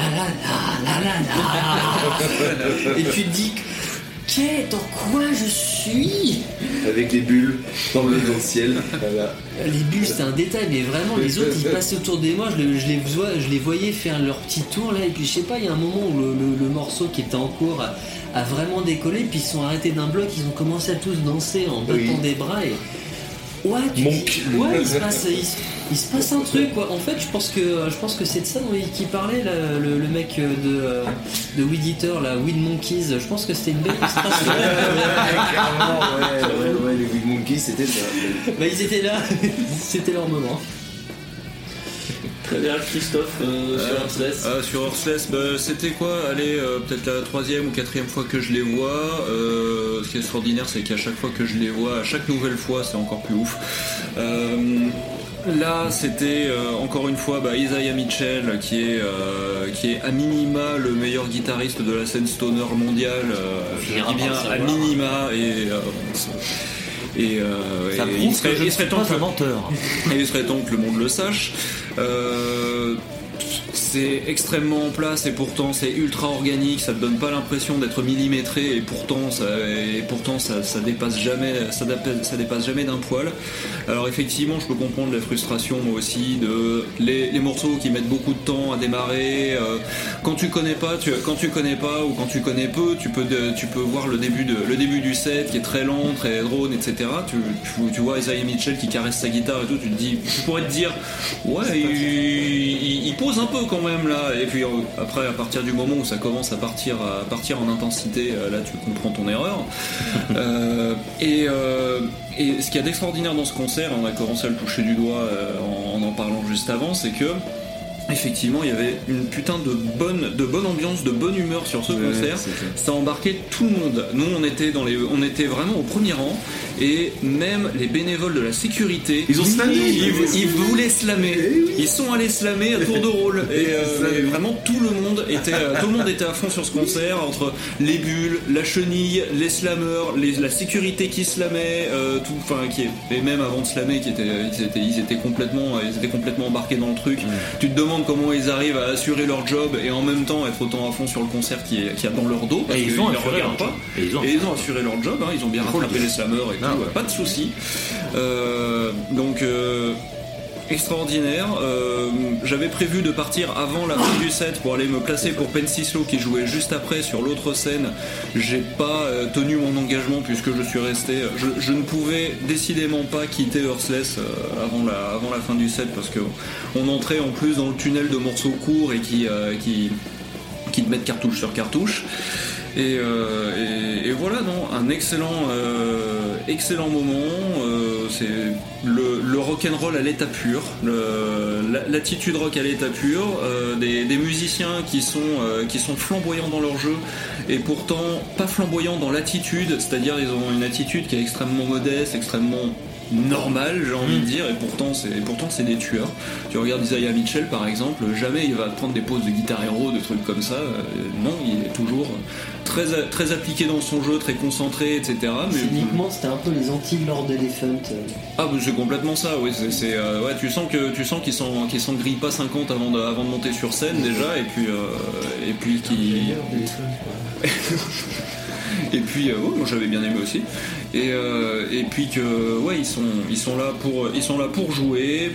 et tu te dis dans quoi je suis avec les bulles dans le ciel. Voilà. Les bulles c'est un détail mais vraiment les autres ils passent autour de moi, je les voyais faire leur petit tour là et puis je sais pas, il y a un moment où le morceau qui était en cours a vraiment décollé puis ils sont arrêtés d'un bloc, ils ont commencé à tous danser en battant des bras et il se passe un truc quoi. En fait je pense que c'est de ça dont il parlait là, le mec de Weed Eater là, Weed Monkeys, je pense que c'était une belle illustration. Ouais, les Weed Monkeys c'était ça. Ils étaient là, c'était leur moment. Très bien, Christophe, sur Horseless. Sur Horseless, c'était quoi? Allez, peut-être la 3e ou 4e fois que je les vois. Ce qui est extraordinaire, c'est qu'à chaque fois que je les vois, à chaque nouvelle fois, c'est encore plus ouf. Là, c'était encore une fois Isaiah Mitchell, qui est à minima le meilleur guitariste de la scène stoner mondiale. Je dis bien à minima Et, Ça et prouve que je ne suis temps pas un menteur. et il serait temps que le monde le sache. C'est extrêmement en place et pourtant c'est ultra organique, ça te donne pas l'impression d'être millimétré et pourtant ça dépasse jamais d'un poil. Alors effectivement je peux comprendre la frustration moi aussi de les morceaux qui mettent beaucoup de temps à démarrer. Quand tu connais pas ou quand tu connais peu, tu peux voir le début du set qui est très lent, très drone, etc. Tu vois Isaiah Mitchell qui caresse sa guitare et tout, tu pourrais te dire ouais il pose un peu quand même là, et puis après à partir du moment où ça commence à partir en intensité, là tu comprends ton erreur. Et ce qu'il y a d'extraordinaire dans ce concert, on a commencé à le toucher du doigt en parlant juste avant, c'est que effectivement il y avait une putain de bonne ambiance, de bonne humeur sur ce concert. Ça embarquait tout le monde. Nous on était vraiment au premier rang, et même les bénévoles de la sécurité Ils ont slamé. ils voulaient slammer. Ils sont allés slammer à tour de rôle, et vraiment tout le monde était à fond sur ce concert, entre les bulles, la chenille, les slammers, la sécurité qui slamait, et même avant de slammer ils étaient complètement embarqués dans le truc. Tu te demandes comment ils arrivent à assurer leur job et en même temps être autant à fond sur le concert qui y a dans leur dos, parce qu'ils ne regardent pas. Et ils ont assuré leur job, hein, ils ont bien rattrapé les slammers et tout, pas de soucis. Donc extraordinaire. J'avais prévu de partir avant la fin du set pour aller me placer pour Pensislo qui jouait juste après sur l'autre scène. J'ai pas tenu mon engagement puisque je suis resté. Je ne pouvais décidément pas quitter Earthless avant la fin du set, parce que on entrait en plus dans le tunnel de morceaux courts et qui te mettent cartouche sur cartouche. Et voilà, non, un excellent moment. C'est le rock'n'roll à l'état pur, l'attitude rock à l'état pur, des musiciens qui sont flamboyants dans leur jeu et pourtant pas flamboyants dans l'attitude, c'est-à-dire ils ont une attitude qui est extrêmement modeste, extrêmement normal, j'ai envie de dire, et pourtant c'est des tueurs. Tu regardes Isaiah Mitchell par exemple, jamais il va prendre des poses de guitare héros, de trucs comme ça. Non, il est toujours très appliqué dans son jeu, très concentré, etc. Mais uniquement c'était un peu les anti-Lord Elephant. Ah bah c'est complètement ça, oui. Ouais, tu sens qu'ils s'en grillent pas 50 avant de monter sur scène déjà, et puis qui. Et puis moi j'avais bien aimé aussi, et puis que ouais ils sont là pour jouer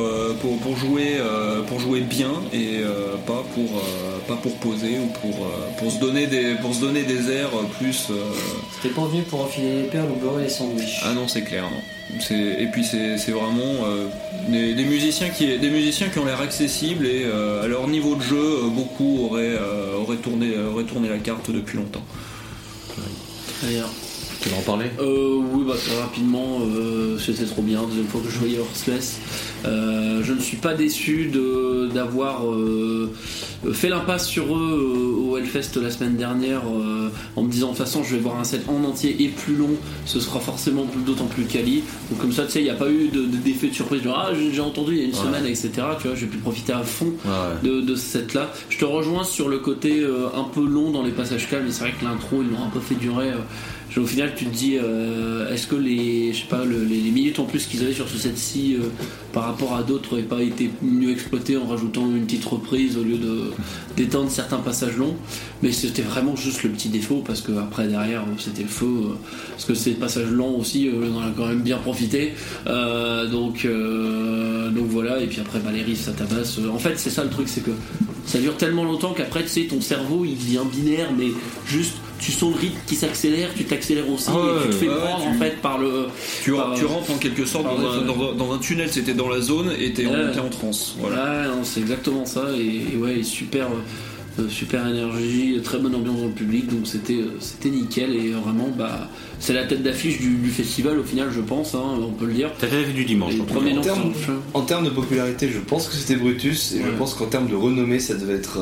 bien, et pas pour poser ou pour se donner des airs plus. C'était pas venu pour enfiler les perles ou beurrer les sandwichs. Ah non, c'est clair, non. Et puis c'est vraiment des musiciens qui ont l'air accessibles, et à leur niveau de jeu beaucoup auraient tourné la carte depuis longtemps. D'ailleurs. Tu vas en parler ? Oui, très rapidement, c'était trop bien. Deuxième fois que je voyais Earthless. Je ne suis pas déçu d'avoir fait l'impasse sur eux au Hellfest la semaine dernière, en me disant de toute façon je vais voir un set en entier et plus long, ce sera forcément d'autant plus quali. Donc comme ça, tu sais, il n'y a pas eu d'effet de surprise, genre j'ai entendu il y a une semaine, etc. Tu vois, j'ai pu profiter à fond de ce set là. Je te rejoins sur le côté un peu long dans les passages calmes, mais c'est vrai que l'intro ils l'ont un peu fait durer. Au final, tu te dis, est-ce que les minutes en plus qu'ils avaient sur ce set-ci par rapport à d'autres n'auraient pas été mieux exploitées en rajoutant une petite reprise au lieu d'étendre certains passages longs. Mais c'était vraiment juste le petit défaut, parce que après derrière c'était le feu, parce que ces passages lents aussi on en a quand même bien profité. Donc voilà, et puis après les riffs ça tabasse. En fait c'est ça le truc, c'est que ça dure tellement longtemps qu'après tu sais ton cerveau il devient binaire, mais juste tu sens le rythme qui s'accélère, tu t'accélères aussi, et tu te fais prendre en fait par le. Tu rentres en quelque sorte dans un tunnel, c'était dans la zone et t'es en transe. Voilà. Non, c'est exactement ça, et ouais, super énergie, très bonne ambiance dans le public, donc c'était nickel, et vraiment c'est la tête d'affiche du festival au final, je pense, hein, on peut le dire. T'as fait du dimanche. En termes de popularité, je pense que c'était Brutus, et je pense qu'en termes de renommée, ça devait être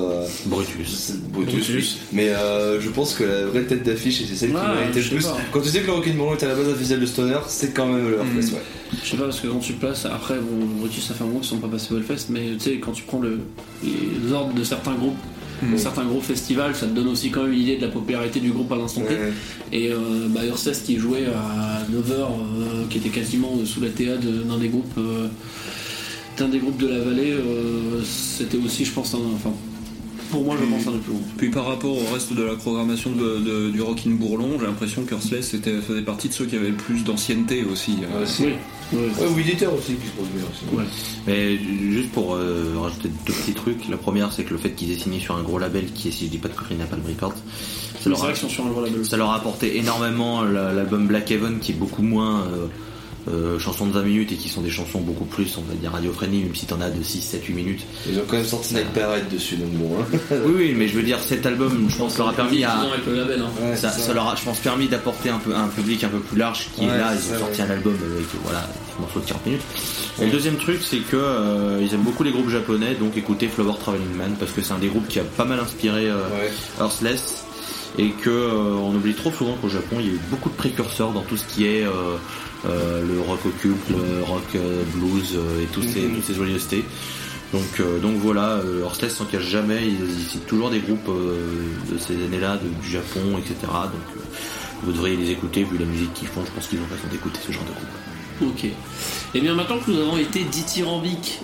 Brutus. Mais je pense que la vraie tête d'affiche, et c'est celle qui méritait le plus. Quand tu sais que le Rock'n Ball est à la base un festival de stoner, c'est quand même le Hellfest, ouais. Je sais pas, parce que quand tu places, après Brutus ça fait un moment qu'ils sont pas passés au Hellfest, mais tu sais, quand tu prends les ordres de certains groupes certains gros festivals, ça te donne aussi quand même une idée de la popularité du groupe à l'instant T. Et Hearthless qui jouait à 9h, qui était quasiment sous la TA d'un des groupes de la vallée, c'était aussi, je pense, pour moi, je pense un des plus gros. Puis par rapport au reste de la programmation du Rockin' Bourlon, j'ai l'impression que Hearthless faisait partie de ceux qui avaient le plus d'ancienneté aussi. Ou éditeur aussi qui se pose bien aussi. Ouais. Mais juste pour rajouter 2 petits trucs, la première c'est que le fait qu'ils aient signé sur un gros label qui est, si je dis pas de conneries, Napalm Records, ça leur a apporté énormément l'album Black Heaven qui est beaucoup moins chansons de 20 minutes et qui sont des chansons beaucoup plus, on va dire, radio-friendly, même si t'en as de 6, 7, 8 minutes. Ils ont quand même sorti Night Parade dessus, donc bon. Oui, mais je veux dire, cet album, je pense, leur a permis avec le label, ça leur a, je pense, permis d'apporter un public un peu plus large qui est là. Ils ont sorti un album avec, un morceau de 40 minutes. Et le deuxième truc, c'est que ils aiment beaucoup les groupes japonais, donc écoutez Flower Traveling Man, parce que c'est un des groupes qui a pas mal inspiré Hearthless, et que on oublie trop souvent qu'au Japon, il y a eu beaucoup de précurseurs dans tout ce qui est le rock occulte, le rock blues et toutes ces joyeusetés. Donc voilà, Hearthless s'en cache jamais, ils citent toujours des groupes de ces années-là, du Japon, etc. Donc vous devriez les écouter, vu la musique qu'ils font, je pense qu'ils ont raison d'écouter ce genre de groupe. Ok. Et bien maintenant que nous avons été dithyrambiques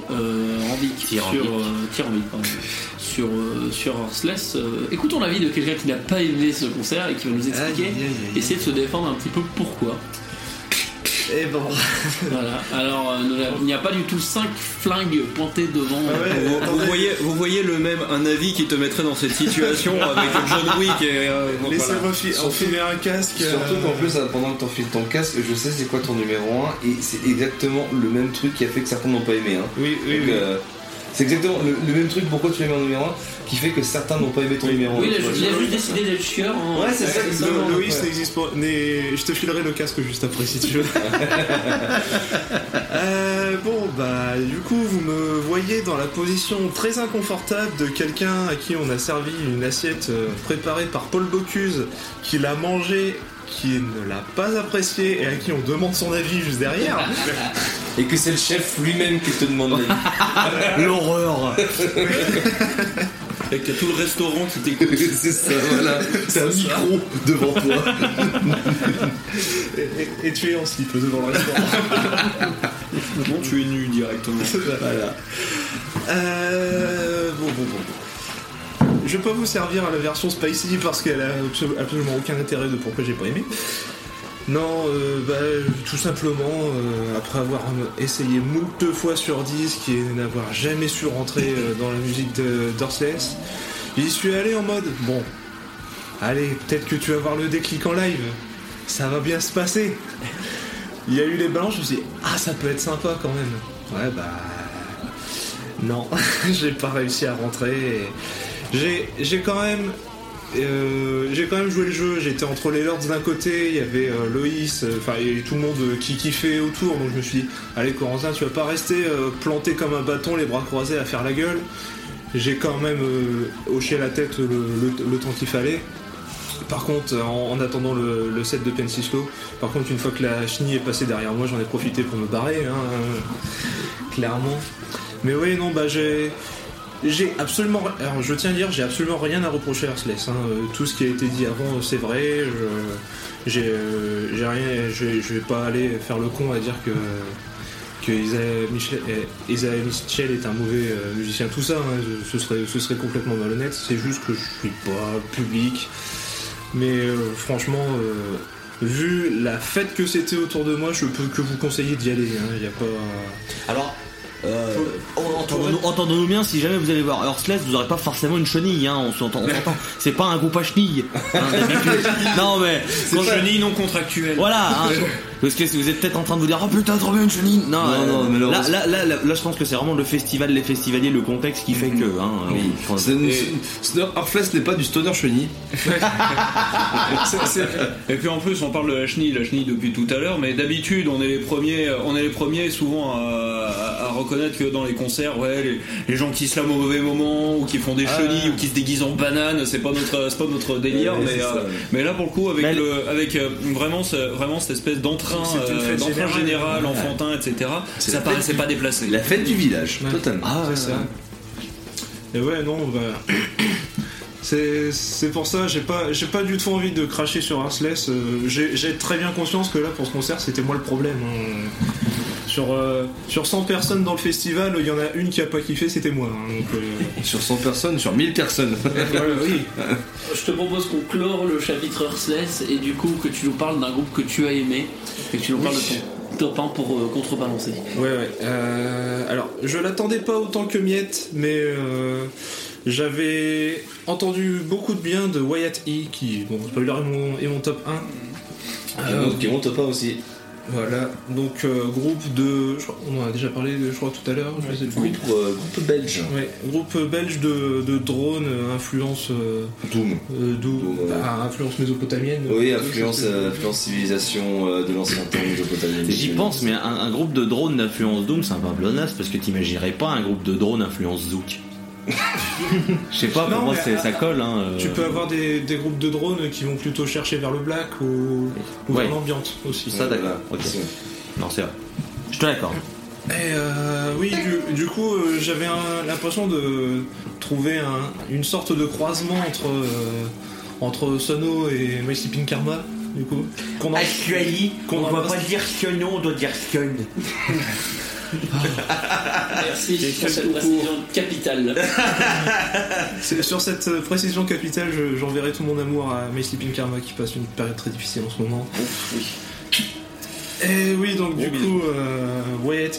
sur Hearthless, écoutons l'avis de quelqu'un qui n'a pas aimé ce concert et qui va nous expliquer, essayer de se défendre un petit peu pourquoi. Et bon. Voilà. Alors, il n'y a pas du tout 5 flingues pointées devant. Vous voyez un avis qui te mettrait dans cette situation avec John Wick et. Laissez enfiler un casque. Surtout qu'en plus, pendant que t'enfiles ton casque, je sais c'est quoi ton numéro 1 et c'est exactement le même truc qui a fait que certains n'ont pas aimé. Oui. C'est exactement le même truc, pourquoi tu l'as mis en numéro 1 qui fait que certains n'ont pas aimé ton numéro 1. Oui, il a juste décidé d'être chieur. Ouais, c'est ça. Loïs n'existe pas. Je te filerai le casque juste après si tu veux. Du coup, vous me voyez dans la position très inconfortable de quelqu'un à qui on a servi une assiette préparée par Paul Bocuse, qui l'a mangée, qui ne l'a pas apprécié et à qui on demande son avis juste derrière. Et que c'est le chef lui-même qui te demande l'avis. L'horreur. Et qu'il y a tout le restaurant qui t'écoute. C'est ça, voilà. C'est un micro devant toi. Et tu es en slip devant le restaurant. Non, tu es nu directement. Voilà. Je vais pas vous servir à la version spicy parce qu'elle a absolument aucun intérêt de pourquoi j'ai pas aimé. Non, tout simplement, après avoir essayé moult fois sur disque et n'avoir jamais su rentrer dans la musique d'Hearthless, j'y suis allé en mode, bon, allez, peut-être que tu vas voir le déclic en live, ça va bien se passer. Il y a eu les balances, je me suis dit, ça peut être sympa quand même. Ouais, non, j'ai pas réussi à rentrer. J'ai quand même joué le jeu, j'étais entre les Lords d'un côté, il y avait Loïs, et tout le monde qui kiffait autour, donc je me suis dit, allez Corentin, tu vas pas rester planté comme un bâton, les bras croisés à faire la gueule. J'ai quand même hoché la tête le temps qu'il fallait. Par contre, en attendant le set de Pencislo, par contre, une fois que la chenille est passée derrière moi, j'en ai profité pour me barrer, clairement. Mais oui, non, j'ai absolument, alors je tiens à dire, j'ai absolument rien à reprocher à Hearthless. Tout ce qui a été dit avant, c'est vrai. J'ai rien, je vais pas aller faire le con à dire que Isaiah Mitchell est un mauvais musicien. Tout ça, ce serait complètement malhonnête. C'est juste que je suis pas public. Mais franchement, vu la fête que c'était autour de moi, je peux que vous conseiller d'y aller. Y a pas. Alors. Entendons-nous bien, si jamais vous allez voir Hearthless, vous n'aurez pas forcément une chenille, on s'entend. C'est pas un groupe à chenilles. Non mais c'est une chenille non contractuelle. Voilà. Parce que vous êtes peut-être en train de vous dire oh putain trop bien une chenille. Non, mais là je pense que c'est vraiment le festival, les festivaliers, le contexte qui fait que. Hearthless n'est pas du stoner chenille. Et puis en plus on parle de la chenille depuis tout à l'heure, mais d'habitude on est les premiers souvent à reconnaître que dans les concerts, les gens qui se lament au mauvais moment ou qui font des chenilles ou qui se déguisent en banane, c'est pas notre délire. Mais là pour le coup avec vraiment cette espèce d'entrain général, enfantin, etc. Ça paraissait pas déplacé. La fête du village, totalement. C'est ça. Et ouais, non, C'est pour ça, j'ai pas du tout envie de cracher sur Heartless. J'ai très bien conscience que là, pour ce concert, c'était moi le problème. Hein. Sur 100 personnes dans le festival, il y en a une qui a pas kiffé, c'était moi. Hein. Donc, Sur 100 personnes, sur 1000 personnes. voilà, oui. Je te propose qu'on clore le chapitre Heartless et du coup que tu nous parles d'un groupe que tu as aimé et que tu nous parles de ton top 1 pour contrebalancer. Ouais. Alors, je l'attendais pas autant que Miette, mais j'avais entendu beaucoup de bien de Wyatt E, qui, bon, spoiler, est mon top 1. Qui est mon top 1 aussi. Voilà, donc groupe de... on en a déjà parlé, je crois, tout à l'heure. Je sais plus. Groupe belge. Ouais, groupe belge de drones, influence... Doom. Influence mésopotamienne. Oui, influence civilisation de l'ancien temps mésopotamienne. J'y pense, mais un groupe de drones d'influence Doom, c'est un peu blonnasse, parce que t'imaginerais pas un groupe de drones influence Zouk. Je sais pas, pour Non, moi mais, ça colle. Hein, Tu peux avoir des groupes de drones qui vont plutôt chercher vers le black ou vers l'ambiante aussi. Ça, d'accord. Ok. Non, c'est vrai. Je te l'accorde. Et oui, du coup, j'avais l'impression de trouver une sorte de croisement entre Sono et My Sleeping Karma. Du coup, on ne doit pas dire Siono, on doit dire Sion. Merci pour cette précision capitale. Sur cette précision capitale, j'enverrai tout mon amour à My Sleeping Karma qui passe une période très difficile en ce moment. Oui. Et oui, donc du coup, Wyatt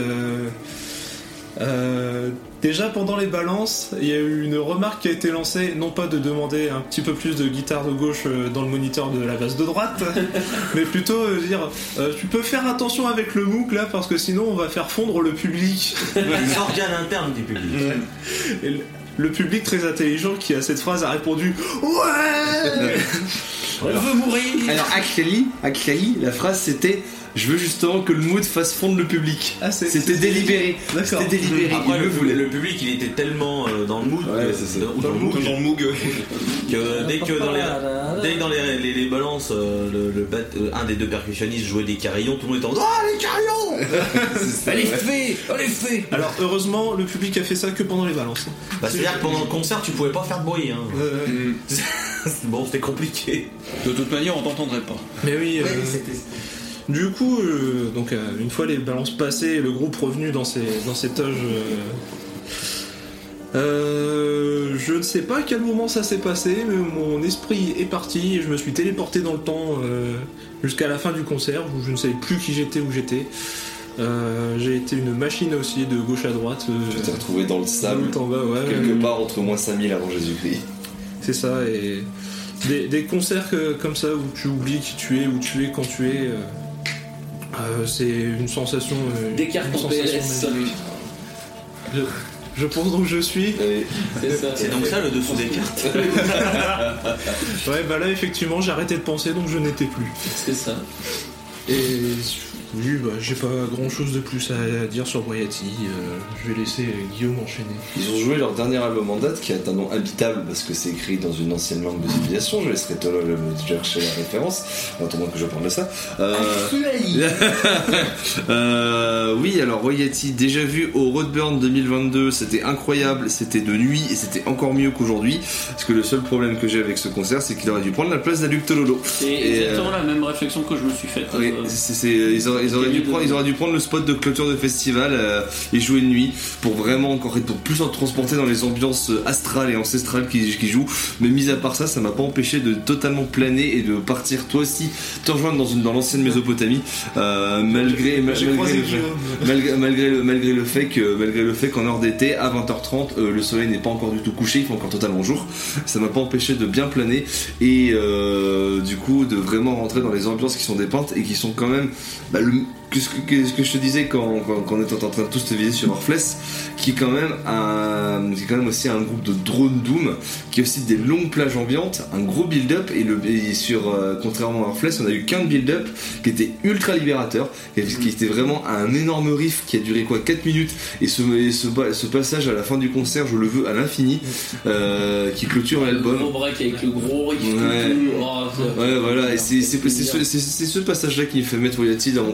E. Déjà pendant les balances, il y a eu une remarque qui a été lancée, non pas de demander un petit peu plus de guitare de gauche dans le moniteur de la basse de droite, mais plutôt dire tu peux faire attention avec le MOOC là parce que sinon on va faire fondre le public. Les organes internes du public. Et le public très intelligent qui à cette phrase a répondu ouais. On veut mourir. Alors actually, la phrase c'était je veux justement que le mood fasse fondre le public. C'était délibéré. D'accord. C'était délibéré. Après, le public, il était tellement dans le mood, Dans le moog. que dès que dans les balances, un des deux percussionnistes jouait des carillons, tout le monde était en les carillons. Elle est fait. Alors heureusement, le public a fait ça que pendant les balances. C'est-à-dire que pendant le concert, tu pouvais pas faire de bruit. Hein. Bon, c'était compliqué. De toute manière, on t'entendrait pas. Mais oui. Du coup, donc une fois les balances passées, le groupe revenu dans ses toges, je ne sais pas à quel moment ça s'est passé, mais mon esprit est parti et je me suis téléporté dans le temps jusqu'à la fin du concert où je ne savais plus qui j'étais, où j'étais. J'ai été une machine aussi de gauche à droite. Tu t'es retrouvé dans le sable, en bas, quelque part entre moins 5000 avant Jésus-Christ. C'est ça, et des concerts comme ça où tu oublies qui tu es, où tu es, quand tu es. C'est une sensation. Des cartes en PLS. Je pense donc je suis. C'est ça. C'est donc ça le dessous des cartes. Ouais, bah là effectivement j'ai arrêté de penser donc je n'étais plus. C'est ça. Et oui, bah j'ai pas grand chose de plus à dire sur Wyatt E. Je vais laisser Guillaume enchaîner. Ils ont joué leur dernier album en date qui a un nom habitable parce que c'est écrit dans une ancienne langue de civilisation. Je laisserai Tolo me chercher la référence en attendant que je parle de ça. Oui, alors Wyatt E, déjà vu au Roadburn 2022, c'était incroyable, c'était de nuit et c'était encore mieux qu'aujourd'hui. Parce que le seul problème que j'ai avec ce concert, c'est qu'il aurait dû prendre la place d'Aluc Tololo. C'est exactement la même réflexion que je me suis faite. Oui, ils auraient dû prendre le spot de clôture de festival et jouer de nuit pour vraiment encore être plus en transporter dans les ambiances astrales et ancestrales qui jouent. Mais mis à part ça, ça m'a pas empêché de totalement planer et de partir toi aussi te rejoindre dans l'ancienne Mésopotamie malgré le fait qu'en heure d'été à 20h30 le soleil n'est pas encore du tout couché, il fait encore totalement jour. Ça m'a pas empêché de bien planer et du coup de vraiment rentrer dans les ambiances qui sont dépeintes et qui sont quand même ce que je te disais quand on était en train de tous te viser sur Heartless, qui est quand même aussi un groupe de drone doom, qui a aussi des longues plages ambiantes, un gros build-up et sur contrairement à Heartless, on a eu qu'un build-up qui était ultra libérateur, qui était vraiment un énorme riff qui a duré 4 minutes et ce passage à la fin du concert, je le veux à l'infini, qui clôture l'album. Le gros break avec le gros riff. Ouais, voilà, et c'est ce passage-là qui me fait mettre Wyatt E dans mon concert préféré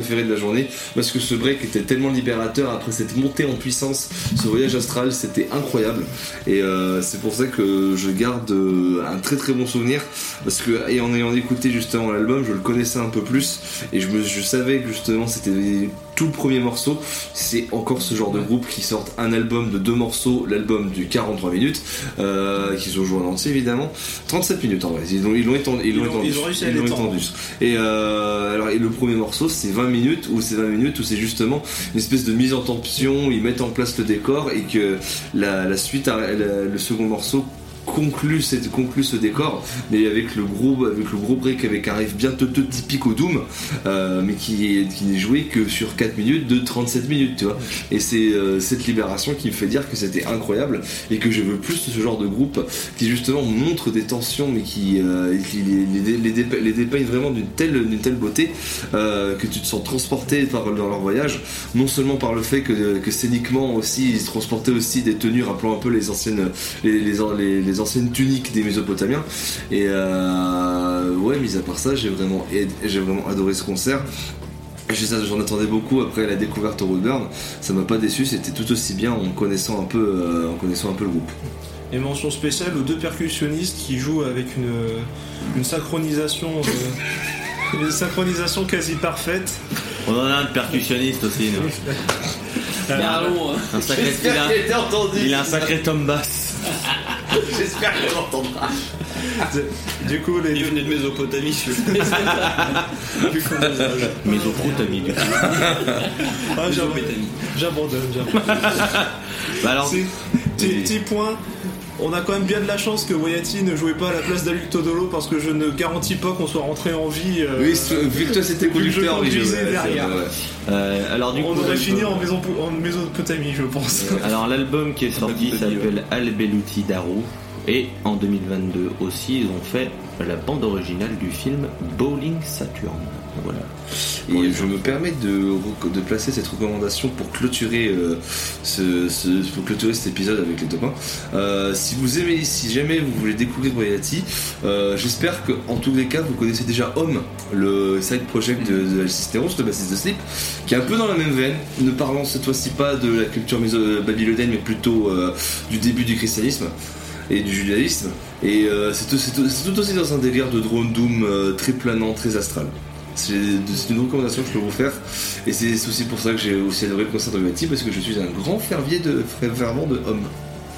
préférés de la journée parce que ce break était tellement libérateur après cette montée en puissance, ce voyage astral, c'était incroyable. Et c'est pour ça que je garde un très très bon souvenir parce que, et en ayant écouté justement l'album, je le connaissais un peu plus et je savais que justement c'était tout le premier morceau. C'est encore ce genre de groupe qui sortent un album de 2 morceaux, l'album du 43 minutes qu'ils ont joué en entier évidemment, 37 minutes en vrai, ils l'ont étendu. Ils ont réussi à l'étendre. Et alors, et le premier morceau c'est 20 minutes où c'est justement une espèce de mise en tension, ils mettent en place le décor et que la suite, le second morceau conclut ce décor, mais avec le gros break avec un riff bien typique au Doom, mais qui n'est joué que sur 4 minutes de 37 minutes, tu vois. Et c'est cette libération qui me fait dire que c'était incroyable et que je veux plus ce genre de groupe qui justement montre des tensions mais qui les dépeigne vraiment d'une telle beauté que tu te sens transporté dans leur voyage, non seulement par le fait que scéniquement aussi ils transportaient aussi des tenues rappelant un peu les anciennes anciennes tuniques des Mésopotamiens et ouais, mis à part ça j'ai vraiment adoré ce concert. J'en attendais beaucoup après la découverte au Roadburn, ça m'a pas déçu, c'était tout aussi bien en connaissant un peu le groupe. Et mention spéciale aux 2 percussionnistes qui jouent avec une synchronisation une synchronisation quasi parfaite. On en a un de percussionniste aussi, nous. Un sacré, il a un sacré tom bass. J'espère qu'elle m'entendra. Du coup, il venait de Mésopotamie, Mésopotamie, du coup. J'abandonne. Bah alors, petit point. On a quand même bien de la chance que Wayati ne jouait pas à la place d'Aluk Todolo parce que je ne garantis pas qu'on soit rentré en vie. Oui, vu que toi c'était conducteur, derrière. Alors du coup, on aurait fini en Mésopotamie, je pense. Alors l'album qui est sorti s'appelle Al-Beluti Daru et en 2022 aussi ils ont fait la bande originale du film Bowling Saturn. Voilà. Et je me permets de placer cette recommandation pour clôturer cet épisode avec les top 1. Si jamais vous voulez découvrir Wayati, j'espère que en tous les cas vous connaissez déjà Homme, le side project de Alcisteros, le bassiste de Sleep, qui est un peu dans la même veine, ne parlant cette fois-ci pas de la culture babylonienne mais plutôt du début du christianisme et du judaïsme. Et c'est tout aussi dans un délire de drone doom très planant, très astral. C'est une recommandation que je peux vous faire et c'est aussi pour ça que j'ai aussi adoré le concert de Wayati parce que je suis un grand fervent de Homme.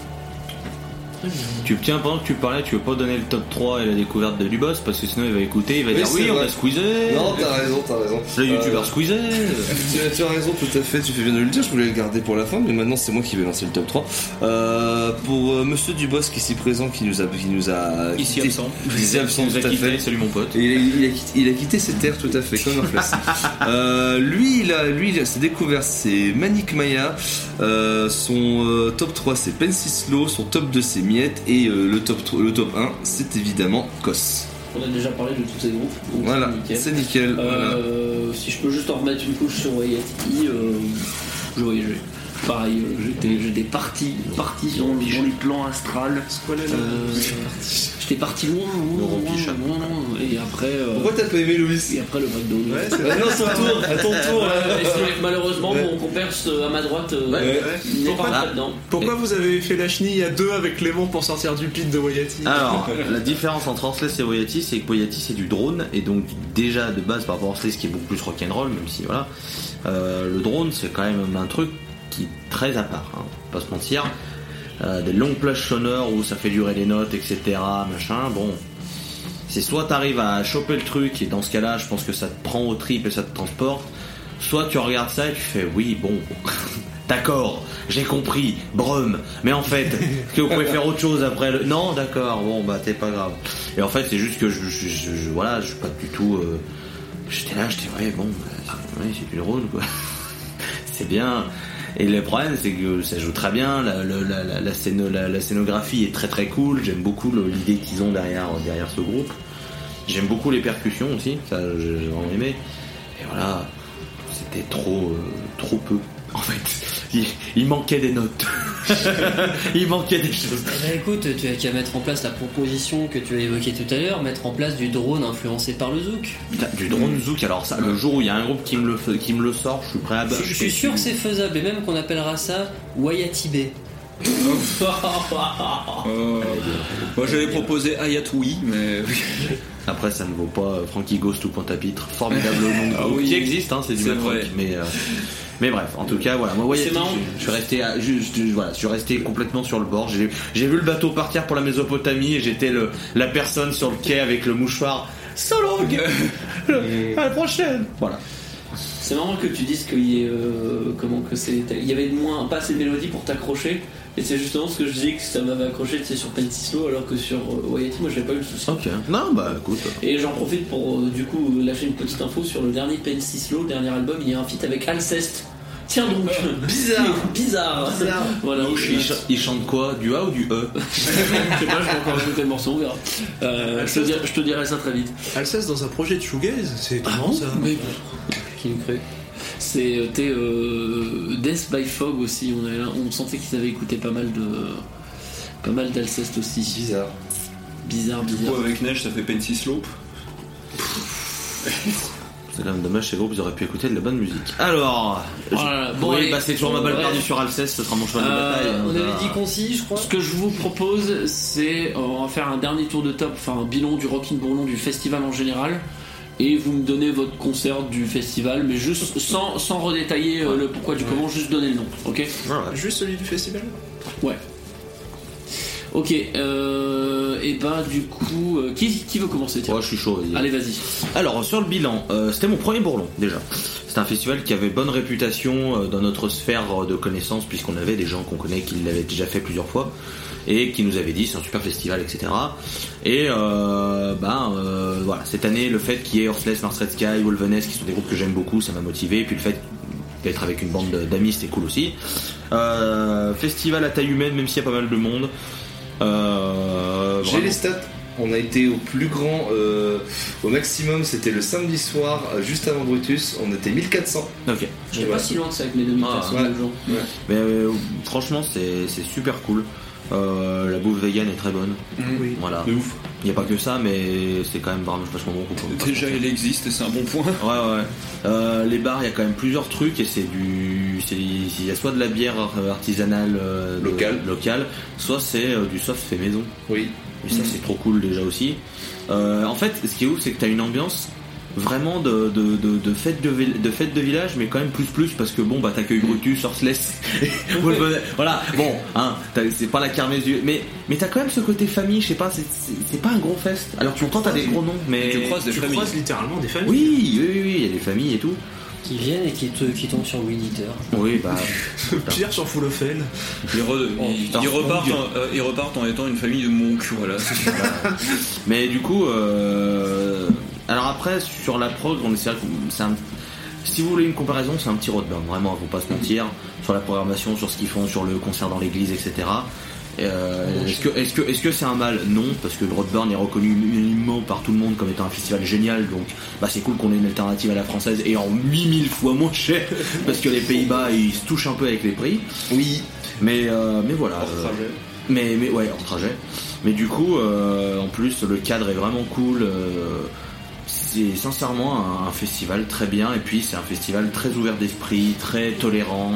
Tiens, pendant que tu parlais, tu veux pas donner le top 3 et la découverte de Dubos parce que sinon il va écouter, il va dire oui, on a squeezé. Non, t'as raison. Le youtubeur squeezé. Tu as raison, tout à fait, tu fais bien de le dire, je voulais le garder pour la fin, mais maintenant c'est moi qui vais lancer le top 3. Pour monsieur Dubos qui est ici présent, qui nous a ici absent, tout à fait. Salut mon pote. Il a quitté cette terre tout à fait, comme un place. Lui, il a ses découvertes, c'est Manic Maya, son top 3 c'est Pensislo, son top 2 c'est Miette et le top 1 c'est évidemment Kos. On a déjà parlé de tous ces groupes. Voilà, c'est nickel. Voilà. Si je peux juste en remettre une couche sur Wayati, je voyageais. Pareil, j'étais parti sur le plan astral. J'étais parti loin. Et après. Pourquoi t'as pas aimé Louis? Et après le McDo. Ouais, c'est vrai. Non, à ton tour. Malheureusement, mon compère à ma droite n'est pas rentré dedans. Pourquoi vous avez fait la chenille à 2 avec Clément pour sortir du pit de Wayati? Alors, la différence entre Horseless et Wayati, c'est que Wayati c'est du drone et donc déjà de base par rapport à Horseless qui est beaucoup plus rock'n'roll, même si voilà, le drone c'est quand même un truc qui est très à part, hein, pas se mentir. Des longues plages sonores où ça fait durer les notes, etc. Machin, bon. C'est soit t'arrives à choper le truc et dans ce cas-là, je pense que ça te prend au trip et ça te transporte. Soit tu regardes ça et tu fais oui, bon, d'accord, j'ai compris, brum. Mais en fait, est-ce que vous pouvez faire autre chose après le... Non, d'accord, bon, bah c'est pas grave. Et en fait, c'est juste que je suis pas du tout. J'étais ouais, bon, ouais, c'est du drone quoi. C'est bien. Et le problème c'est que ça joue très bien, la scénographie est très très cool, j'aime beaucoup l'idée qu'ils ont derrière ce groupe. J'aime beaucoup les percussions aussi, ça j'ai vraiment aimé. Et voilà, c'était trop peu en fait. il manquait des notes. Il manquait des choses. Eh ben, écoute, tu as qu'à mettre en place la proposition que tu as évoquée tout à l'heure, mettre en place du drone influencé par le zouk. Du drone zouk, alors ça, le jour où il y a un groupe qui me le sort, je suis prêt à battre. Je suis sûr que c'est faisable, et même qu'on appellera ça Wayatibé. Moi j'allais proposer Ayatoui, mais Après, ça ne vaut pas Frankie Ghost ou Pointe-à-Pitre, formidable nom de groupe qui existe, hein, c'est du C'est matrock, vrai. mais bref, en tout cas, voilà. Moi, C'est marrant. je suis resté, je suis resté complètement sur le bord. J'ai vu le bateau partir pour la Mésopotamie et j'étais la personne sur le quai avec le mouchoir. So long. À la prochaine. Voilà. C'est marrant que tu dises qu'il y ait, il y avait pas assez de mélodie pour t'accrocher. Et c'est justement ce que je disais que ça m'avait accroché, c'est sur Pentislo, alors que sur Wayati, moi j'avais pas eu le souci. Ok. Non, bah écoute. Et j'en profite pour du coup lâcher une petite info sur le dernier Pentislo, le dernier album, il y a un feat avec Alceste. Tiens donc, bizarre. Voilà. Il chante quoi? Du A ou du E? Je sais pas, je vais encore écouter le morceau, on verra. Je te dirai ça très vite. Alsace dans un projet de shoegaze, c'est étonnant ça. Mais qui me crée. C'était Death by Fog aussi, on sentait qu'ils avaient écouté pas mal d'Alceste aussi. Bizarre. du coup avec Neige ça fait Pensy Slope. C'est quand même dommage, ces groupes ils auraient pu écouter de la bonne musique. Alors, Voilà, bon, oui, allez, bah c'est toujours ma balle bref. perdue sur Alceste, ce sera mon choix de bataille. On avait dit concis, je crois. Ce que je vous propose, c'est on va faire un dernier tour de top, enfin un bilan du Rockin' Bourlon du festival en général. Et vous me donnez votre concert du festival, mais juste sans redétailler le pourquoi du comment, juste donner le nom, ok? Voilà. Juste celui du festival. Ouais. Ok, et bah du coup, qui veut commencer tiens Ouais, je suis chaud. Allez, vas-y. Alors, sur le bilan, c'était mon premier Bourlon, déjà. C'était un festival qui avait bonne réputation dans notre sphère de connaissances, puisqu'on avait des gens qu'on connaît qui l'avaient déjà fait plusieurs fois, et qui nous avaient dit c'est un super festival, etc. Et voilà, cette année, le fait qu'il y ait Earthless, Mars Red Sky, Wolveness, qui sont des groupes que j'aime beaucoup, ça m'a motivé, et puis le fait d'être avec une bande d'amis, c'était cool aussi. Festival à taille humaine, même s'il y a pas mal de monde. J'ai Vraiment. les stats. On a été au plus grand, au maximum, c'était le samedi soir, juste avant Brutus. On était 1400. Ok. Je suis pas si loin que ça avec mes 2400 ouais. gens. Mais franchement, c'est super cool. La bouffe vegan est très bonne. Oui. Voilà. De ouf. Il n'y a pas que ça, mais c'est quand même vraiment vachement bon. Déjà il existe et c'est un bon point. Ouais. Les bars, il y a quand même plusieurs trucs et il y a soit de la bière artisanale locale, soit c'est du soft fait maison. Oui. Et ça, c'est trop cool déjà aussi. En fait, ce qui est ouf, c'est que t'as une ambiance vraiment de fête de village, mais quand même plus parce que bon, bah t'accueilles Brutus, Earthless, voilà, bon, hein, c'est pas la kermesse mais t'as quand même ce côté famille, je sais pas, c'est pas un gros fest. Alors pourtant t'as des gros noms, mais Tu croises des Tu familles. croises littéralement des familles. oui, il y a des familles et tout. Qui viennent et qui tombent sur Weed Eater. Oui, bah. Pire sur Full of Hell. Ils repartent en étant une famille de monks, voilà. Mais du coup, alors après, sur la prog, si vous voulez une comparaison, c'est un petit Roadburn, vraiment, faut pas se mentir, sur la programmation, sur ce qu'ils font, sur le concert dans l'église, etc. Est-ce que c'est un mal? Non, parce que Roadburn est reconnu unanimement par tout le monde comme étant un festival génial, donc bah c'est cool qu'on ait une alternative à la française et en 8000 fois moins cher, parce que les Pays-Bas ils se touchent un peu avec les prix. Oui. Mais voilà. Hors trajet. Mais ouais, en trajet. Mais du coup, en plus, le cadre est vraiment cool. C'est sincèrement un festival très bien. Et puis, c'est un festival très ouvert d'esprit, très tolérant,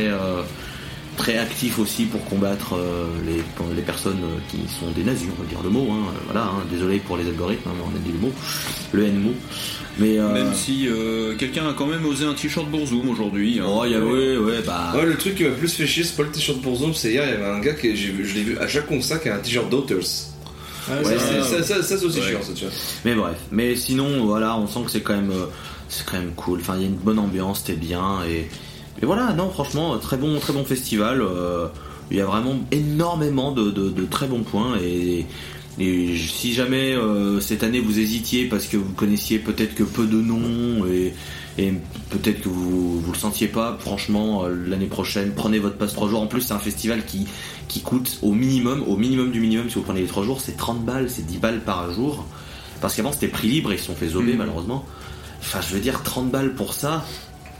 très actif aussi pour combattre les personnes qui sont des nazis, on va dire le mot. Voilà, désolé pour les algorithmes, on a dit le N-mot. Mais Même si quelqu'un a quand même osé un t-shirt Bourzoum aujourd'hui. oh, bah. Ouais, le truc qui m'a plus fait chier, c'est pas le t-shirt pour Zoom, c'est hier, il y avait un gars que je l'ai vu à chaque concert qui a un t-shirt Daughters. Ouais, ça c'est aussi chiant, ça, tu vois. Mais bref, mais sinon voilà, on sent que c'est quand même cool. Enfin, il y a une bonne ambiance, c'était bien et voilà, non, franchement, très bon festival. Il y a vraiment énormément de très bons points et si jamais cette année vous hésitiez parce que vous connaissiez peut-être que peu de noms et peut-être que vous le sentiez pas, franchement, l'année prochaine, prenez votre passe 3 jours. En plus, c'est un festival qui coûte au minimum du minimum, si vous prenez les 3 jours, c'est 30 balles, c'est 10 balles par jour. Parce qu'avant, c'était prix libre et ils se sont fait zober, malheureusement. Enfin, je veux dire, 30 balles pour ça,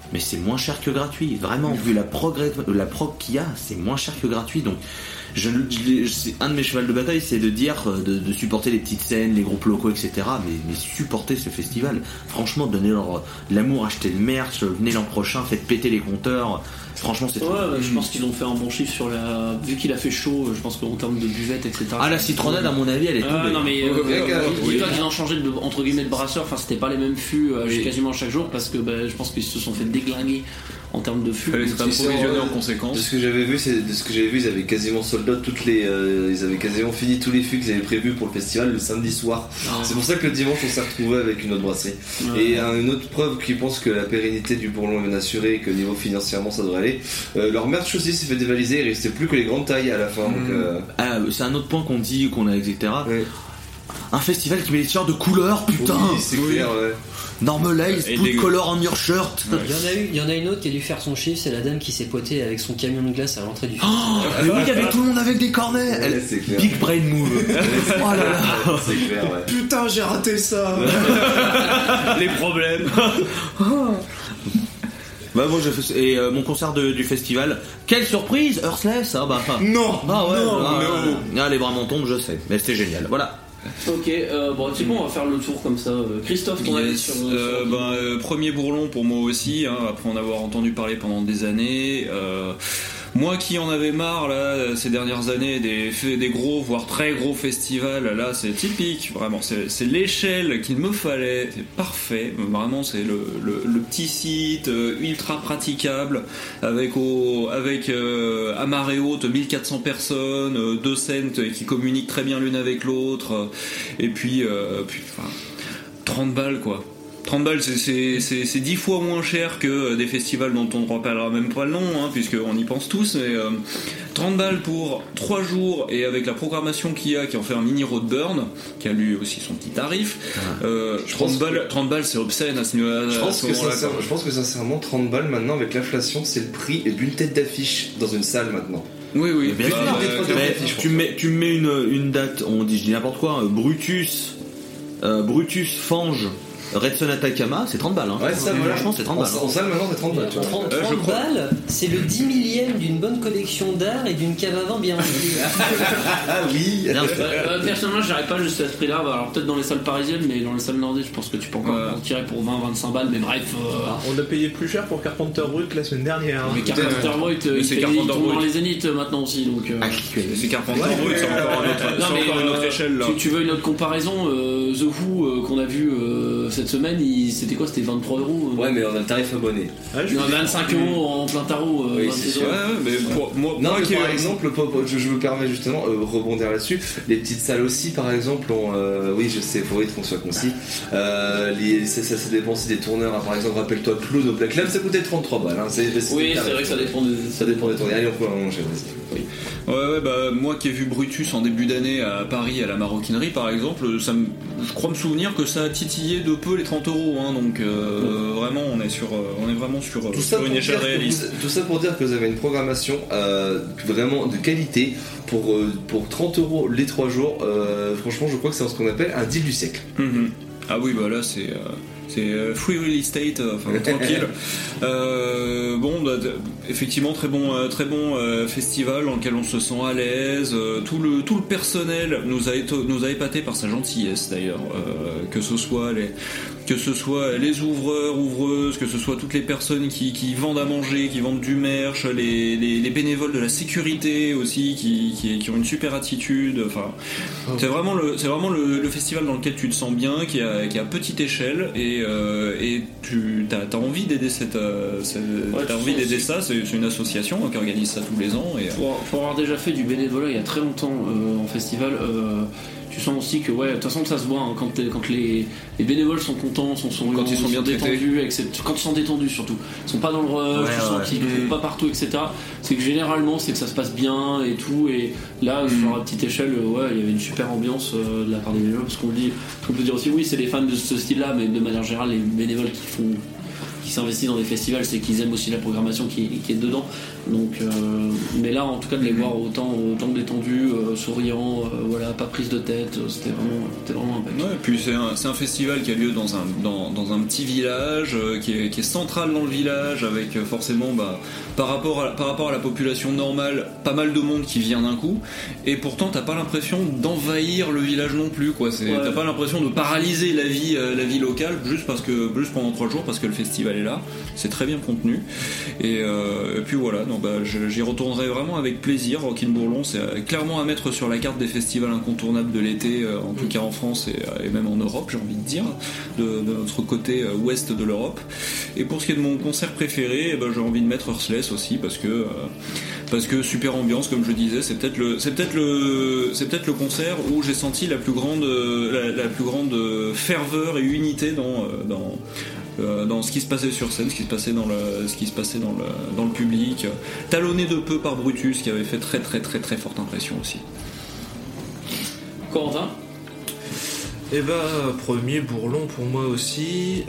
mais c'est moins cher que gratuit. Vraiment, vu la prog qu'il y a, c'est moins cher que gratuit. Donc, c'est un de mes chevals de bataille, c'est de dire de supporter les petites scènes, les groupes locaux, etc. Mais supporter ce festival. Franchement, donnez leur l'amour, achetez le merch, venez l'an prochain, faites péter les compteurs. Franchement, c'est trop. Je pense qu'ils ont fait un bon chiffre sur vu qu'il a fait chaud, je pense qu'en termes de buvette, etc. Ah, la citronnade, à mon avis, elle est tombée. Non, mais dis-toi qu'ils ont changé entre guillemets de brasseur, enfin c'était pas les mêmes fûts quasiment chaque jour parce que je pense qu'ils se sont fait déglinguer en termes de fûts. Fallait s'approvisionner en conséquence. De ce que j'avais vu, ils avaient quasiment sold out ils avaient quasiment fini tous les fûts qu'ils avaient prévus pour le festival le samedi soir. C'est pour ça que le dimanche on s'est retrouvé avec une autre brasserie. Et une autre preuve qui pense que la pérennité du Bourlon est bien assurée et que niveau financièrement ça devrait aller. Leur merch aussi s'est fait dévaliser, il restait plus que les grandes tailles à la fin. Donc, c'est un autre point qu'on dit, qu'on a, etc. Ouais. Un festival qui met des t-shirts de couleur, putain. Oui, c'est clair, ouais. Normalize, put color on your shirt. Ouais. Il y en a une autre qui a dû faire son chiffre, c'est la dame qui s'est pointée avec son camion de glace à l'entrée du festival. Mais oui, il y avait tout le monde avec des cornets. Big brain move. Oh là là. C'est clair, ouais. Putain, j'ai raté ça. Les problèmes. Bah bon, j'ai fait et mon concert du festival. Quelle surprise, Earthless. Non. Les bras m'en tombent, je sais, mais c'était génial. Voilà. Ok, c'est bon, on va faire le tour comme ça. Christophe, ton avis sur premier Bourlon pour moi aussi, après en avoir entendu parler pendant des années. Moi qui en avais marre là ces dernières années des gros voire très gros festivals, là c'est typique, vraiment c'est l'échelle qu'il me fallait, c'est parfait, vraiment c'est le petit site ultra praticable avec à marée haute 1400 personnes, 2 scènes qui communiquent très bien l'une avec l'autre, et puis 30 balles quoi. 30 balles, c'est 10 fois moins cher que des festivals dont on ne rappellera même pas le nom, puisqu'on y pense tous, mais 30 balles pour 3 jours, et avec la programmation qu'il y a, qui en fait un mini Roadburn, qui a lui aussi son petit tarif, 30 balles c'est obscène à ce niveau-là. Je pense que sincèrement 30 balles maintenant avec l'inflation c'est le prix d'une tête d'affiche dans une salle maintenant. Oui. Tu me mets une date, je dis n'importe quoi, Brutus, Fange, Red Son Atacama, c'est 30 balles. Ouais, ça, voilà. Franchement, c'est 30 balles. En salle, maintenant, c'est 30 balles. 30 balles, c'est le 10 millième d'une bonne collection d'art et d'une cave à vin bien remplie. Ah oui. Personnellement, je n'irais pas jusqu'à ce prix-là. Alors, peut-être dans les salles parisiennes, mais dans les salles nordiques, je pense que tu peux encore en tirer pour 20-25 balles. Mais bref. On a payé plus cher pour Carpenter Brut la semaine dernière. Mais Carpenter Brut, il tombe dans les Zéniths maintenant aussi. Donc, c'est Carpenter Brut, c'est encore une autre échelle. Là. Tu veux une autre comparaison The Who qu'on a vu cette semaine, c'était quoi? C'était 23€. Ouais, mais on a le tarif abonné. 25€ en plein tarot. Oui, c'est sûr. Mais pour moi, par exemple, je me permets justement rebondir là-dessus. Les petites salles aussi, par exemple, oui, je sais, faut qu'on soit concis. Ça dépend aussi des tourneurs. Par exemple, rappelle-toi, Claude au Black Lab, ça coûtait 33 balles. Oui, c'est vrai que ça dépend des tourneurs. Allez, on peut manger. Oui. Ouais, moi qui ai vu Brutus en début d'année à Paris à la Maroquinerie par exemple, je crois me souvenir que ça a titillé de peu les 30€, donc vraiment on est vraiment sur une échelle réaliste. Tout ça pour dire que vous avez une programmation vraiment de qualité pour 30€ les 3 jours. Franchement, je crois que c'est ce qu'on appelle un deal du siècle. Ah oui, bah là c'est free real estate, tranquille. Effectivement très bon festival dans lequel on se sent à l'aise. Tout le personnel nous a épaté par sa gentillesse d'ailleurs, que ce soit les ouvreurs, ouvreuses, que ce soit toutes les personnes qui vendent à manger, qui vendent du merch, les bénévoles de la sécurité aussi qui ont une super attitude. C'est vraiment le festival dans lequel tu te sens bien, qui est à petite échelle, et tu as envie d'aider ça. C'est une association qui organise ça tous les ans. Et pour avoir déjà fait du bénévolat il y a très longtemps en festival, tu sens aussi que de toute façon ça se voit quand les bénévoles sont contents, quand ils sont bien détendus, quand ils sont détendus surtout, ils sont pas dans le rush, tu sens qu'ils ne courent pas partout, etc. C'est que généralement c'est que ça se passe bien et tout, et là sur la petite échelle il y avait une super ambiance de la part des bénévoles, parce qu'on peut dire aussi oui c'est les fans de ce style là, mais de manière générale les bénévoles qui qui s'investit dans des festivals, c'est qu'ils aiment aussi la programmation qui est dedans. Donc, mais là, en tout cas, de les voir autant détendus, souriants, voilà, pas prise de tête, c'était vraiment impeccable. Ouais, et puis c'est un festival qui a lieu dans un petit village, qui est central dans le village, avec forcément, par rapport à la population normale, pas mal de monde qui vient d'un coup, et pourtant t'as pas l'impression d'envahir le village non plus, quoi. T'as pas l'impression de paralyser la vie locale juste pendant 3 jours parce que le festival est là. C'est très bien contenu, et puis voilà. Donc j'y retournerai vraiment avec plaisir. Rock in Bourlon, c'est clairement à mettre sur la carte des festivals incontournables de l'été, en tout cas en France et même en Europe, j'ai envie de dire, de notre côté ouest de l'Europe. Et pour ce qui est de mon concert préféré, j'ai envie de mettre Earthless aussi parce que super ambiance, comme je disais. C'est peut-être le concert où j'ai senti la plus grande ferveur et unité dans ce qui se passait sur scène, ce qui se passait dans le public, talonné de peu par Brutus, qui avait fait très très très très forte impression aussi. Corentin ? Premier Bourlon pour moi aussi.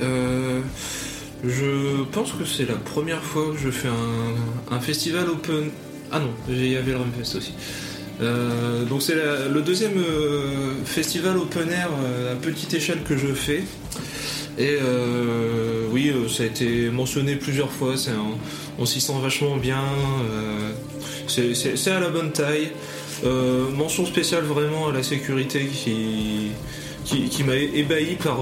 Je pense que c'est la première fois que je fais un festival open. Ah non, il y avait le Rumfest aussi. Donc c'est le deuxième festival open air à petite échelle que je fais. Et oui, ça a été mentionné plusieurs fois, on s'y sent vachement bien, c'est à la bonne taille. Mention spéciale vraiment à la sécurité qui m'a ébahi par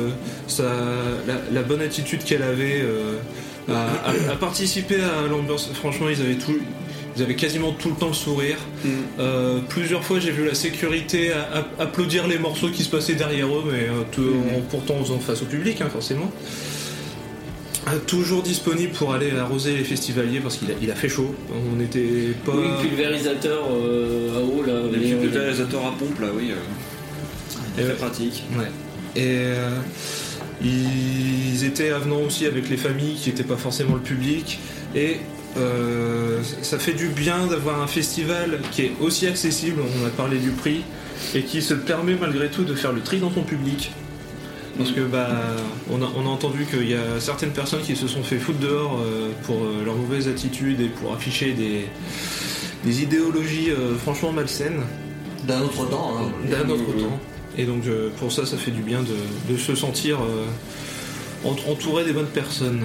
la bonne attitude qu'elle avait à participer à l'ambiance. Franchement, ils avaient quasiment tout le temps le sourire. Plusieurs fois j'ai vu la sécurité applaudir les morceaux qui se passaient derrière eux, mais pourtant en faisant face au public, forcément. Toujours disponible pour aller arroser les festivaliers parce qu'il a fait chaud. On n'était pas. Oui, pulvérisateur à eau là. Les pulvérisateurs à pompe là, oui. Très pratique. Ouais. Et ils étaient avenants aussi avec les familles qui n'étaient pas forcément le public. Et ça fait du bien d'avoir un festival qui est aussi accessible, on a parlé du prix, et qui se permet malgré tout de faire le tri dans son public. Parce que on a entendu qu'il y a certaines personnes qui se sont fait foutre dehors pour leur mauvaise attitude et pour afficher des idéologies franchement malsaines. D'un autre temps. D'un autre temps. Et donc pour ça fait du bien de se sentir entouré des bonnes personnes.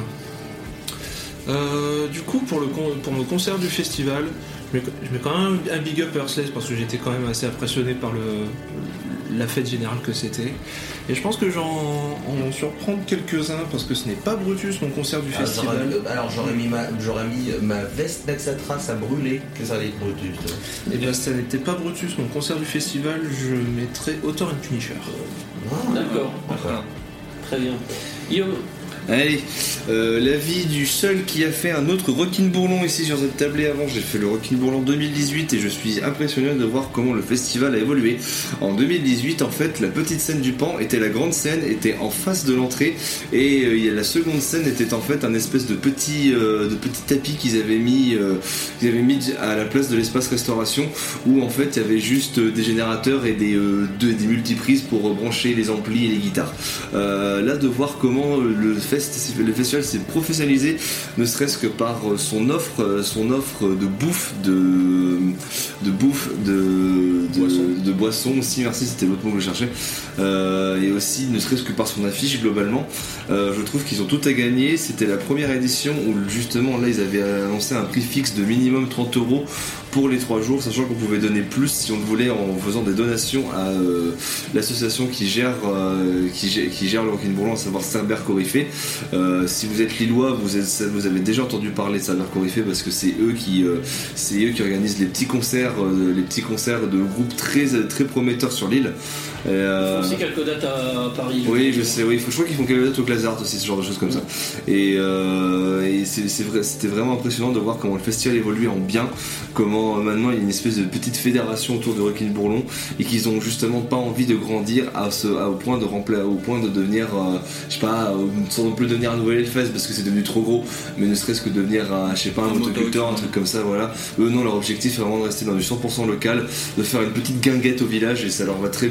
Du coup, pour le concert du festival, je mets quand même un big up Earthless parce que j'étais quand même assez impressionné par la fête générale que c'était. Et je pense que j'en surprendre quelques-uns parce que ce n'est pas Brutus mon concert du festival. Alors j'aurais mis ma veste Naxatras à brûler que ça allait être Brutus. Et bien ça n'était pas Brutus mon concert du festival, je mettrais Author and Punisher. D'accord. Très bien. Guillaume ? Allez, l'avis du seul qui a fait un autre Rock in Bourlon ici sur cette tablée avant. J'ai fait le Rock in Bourlon 2018 et je suis impressionné de voir comment le festival a évolué. En 2018, en fait, la petite scène du Pan était la grande scène, était en face de l'entrée, et la seconde scène était en fait un espèce de petit tapis qu'ils avaient mis à la place de l'espace restauration, où en fait il y avait juste des générateurs et des multiprises pour brancher les amplis et les guitares. Là, de voir comment le festival s'est professionnalisé, ne serait-ce que par son offre de bouffe, de boissons aussi, merci, c'était l'autre mot que je cherchais, et aussi ne serait-ce que par son affiche globalement. Je trouve qu'ils ont tout à gagner. C'était la première édition où justement là ils avaient annoncé un prix fixe de minimum 30€ pour les 3 jours, sachant qu'on pouvait donner plus si on le voulait en faisant des donations à l'association qui gère le Rock in Bourlon, à savoir Cerber Coryphée. Si vous êtes lillois, vous avez déjà entendu parler de Cerber Coryphée parce que c'est eux qui organisent les petits concerts de groupes très très prometteurs sur l'île. Ils font aussi quelques dates à Paris. Oui, je sais, oui. Je crois qu'ils font quelques dates au Glazart aussi, ce genre de choses comme ça. Et c'est vrai, c'était vraiment impressionnant de voir comment le festival évoluait en bien, comment maintenant il y a une espèce de petite fédération autour de Rock in Bourlon et qu'ils ont justement pas envie de grandir au point de devenir, je sais pas, sans non plus devenir un nouvel Hellfest parce que c'est devenu trop gros, mais ne serait-ce que devenir un motoculteur, un truc comme ça, voilà. Eux non, leur objectif est vraiment de rester dans du 100% local, de faire une petite guinguette au village et ça leur va très bien comme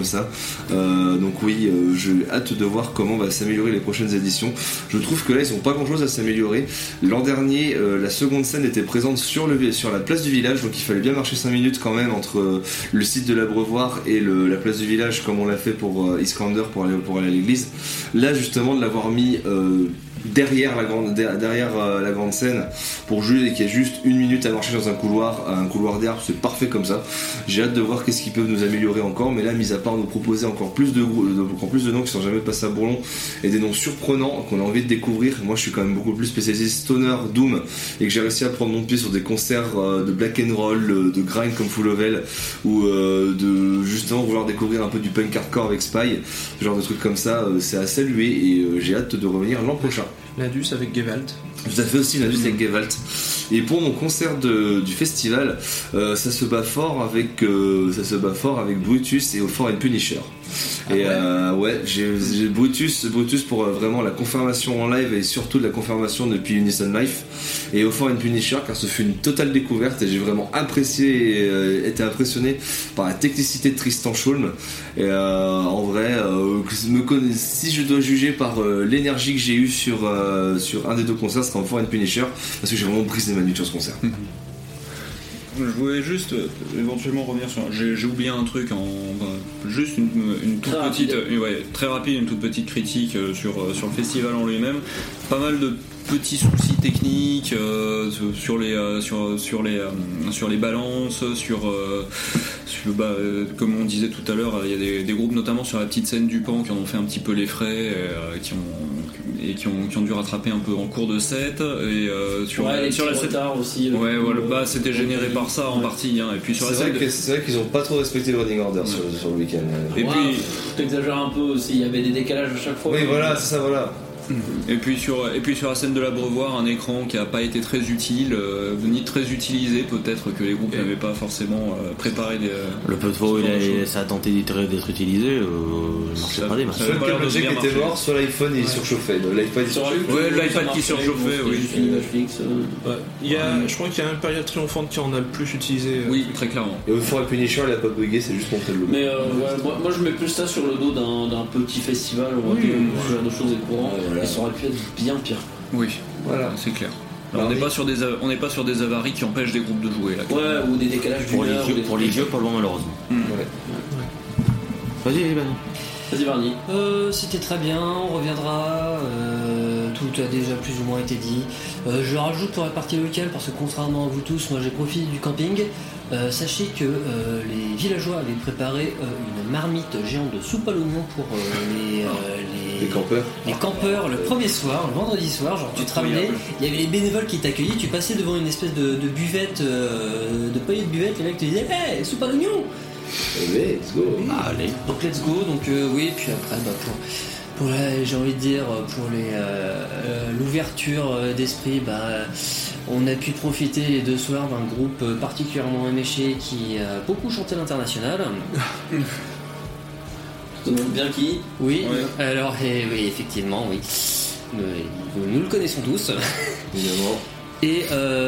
ça. Donc oui, j'ai hâte de voir comment va s'améliorer les prochaines éditions. Je trouve que là ils ont pas grand chose à s'améliorer. L'an dernier, la seconde scène était présente sur la place du village, donc il fallait bien marcher 5 minutes quand même entre le site de l'Abreuvoir et la place du village, comme on l'a fait pour Iskander pour aller à l'église. Là justement de l'avoir mis derrière la grande scène pour jouer et qu'il y a juste 1 minute à marcher dans un couloir d'herbe, c'est parfait comme ça. J'ai hâte de voir qu'est-ce qu'ils peuvent nous améliorer encore, mais là mis à part nous proposer encore plus de noms qui sont jamais passés à Bourlon et des noms surprenants qu'on a envie de découvrir. Moi je suis quand même beaucoup plus spécialiste stoner, doom, et que j'ai réussi à prendre mon pied sur des concerts de black and roll, de grind comme Full Level, ou de justement vouloir découvrir un peu du punk hardcore avec Spy, ce genre de trucs comme ça. C'est à saluer et j'ai hâte de revenir l'an prochain. L'Indus avec Gewalt. Tout à fait aussi l'Indus avec Gewalt. Et pour mon concert du festival, ça se bat fort avec Brutus et All For and Punisher. Et j'ai Brutus pour vraiment la confirmation en live et surtout de la confirmation depuis Unison Life, et All For and Punisher car ce fut une totale découverte et j'ai vraiment été impressionné par la technicité de Tristan Schulm. Et en vrai, si je dois juger par l'énergie que j'ai eue sur un des deux concerts, ce sera All For and Punisher, parce que j'ai vraiment brisé ma nuit sur ce concert. Je voulais juste éventuellement revenir sur. J'ai oublié un truc juste une toute petite, très rapide, une toute petite critique sur le festival en lui-même. Pas mal de petits soucis techniques sur les balances, comme on disait tout à l'heure, il y a des groupes notamment sur la petite scène du Pan qui en ont fait un petit peu les frais et qui ont dû rattraper un peu en cours de set, et sur la scène aussi. C'était généré par ça en partie, hein. Et puis sur la scène c'est vrai qu'ils ont pas trop respecté le running order sur le week-end. Et puis t'exagères un peu aussi, il y avait des décalages à chaque fois. Oui, voilà, c'est ça, voilà. Et puis sur la scène de l'Abreuvoir, un écran qui n'a pas été très utile, ni très utilisé, peut-être que les groupes n'avaient pas forcément préparé des. Le peu de fois où ça a tenté d'être utilisé, ne marchait pas des masses. Soit le câble jack était mort, soit l'iPhone il surchauffait. L'iPad qui surchauffait, oui. Je crois qu'il y a Imperial Triomphante qui en a le plus utilisé. Oui, très clairement. Et au fond, Punisher, il a pas bugué, c'est juste montré le logo. Mais moi je mets plus ça sur le dos d'un petit festival, on va dire, ce genre de choses est courant. Et ça aurait pu être bien pire. Oui, voilà, c'est clair. Alors, on n'est pas sur des avaries qui empêchent des groupes de jouer là. Ou des décalages pour les jeux, pas loin malheureusement. Vas-y Varny. C'était très bien, on reviendra. Tout a déjà plus ou moins été dit. Je rajoute pour la partie locale, parce que contrairement à vous tous, moi j'ai profité du camping. Sachez que les villageois avaient préparé une marmite géante de soupe à l'oignon pour les campeurs le premier soir, le vendredi soir. Genre tu te ramenais, il y avait les bénévoles qui t'accueillaient, tu passais devant une espèce de buvette, de palier de buvette, les mecs te disaient hey, soupe à l'oignon. Let's go. Allez. Donc let's go. Donc oui, puis après j'ai envie de dire pour l'ouverture d'esprit, on a pu profiter les 2 soirs d'un groupe particulièrement éméché qui a beaucoup chanté l'international. Tu te demandes bien qui? Oui. Ouais. Alors oui, effectivement, oui. Nous le connaissons tous. Évidemment. Et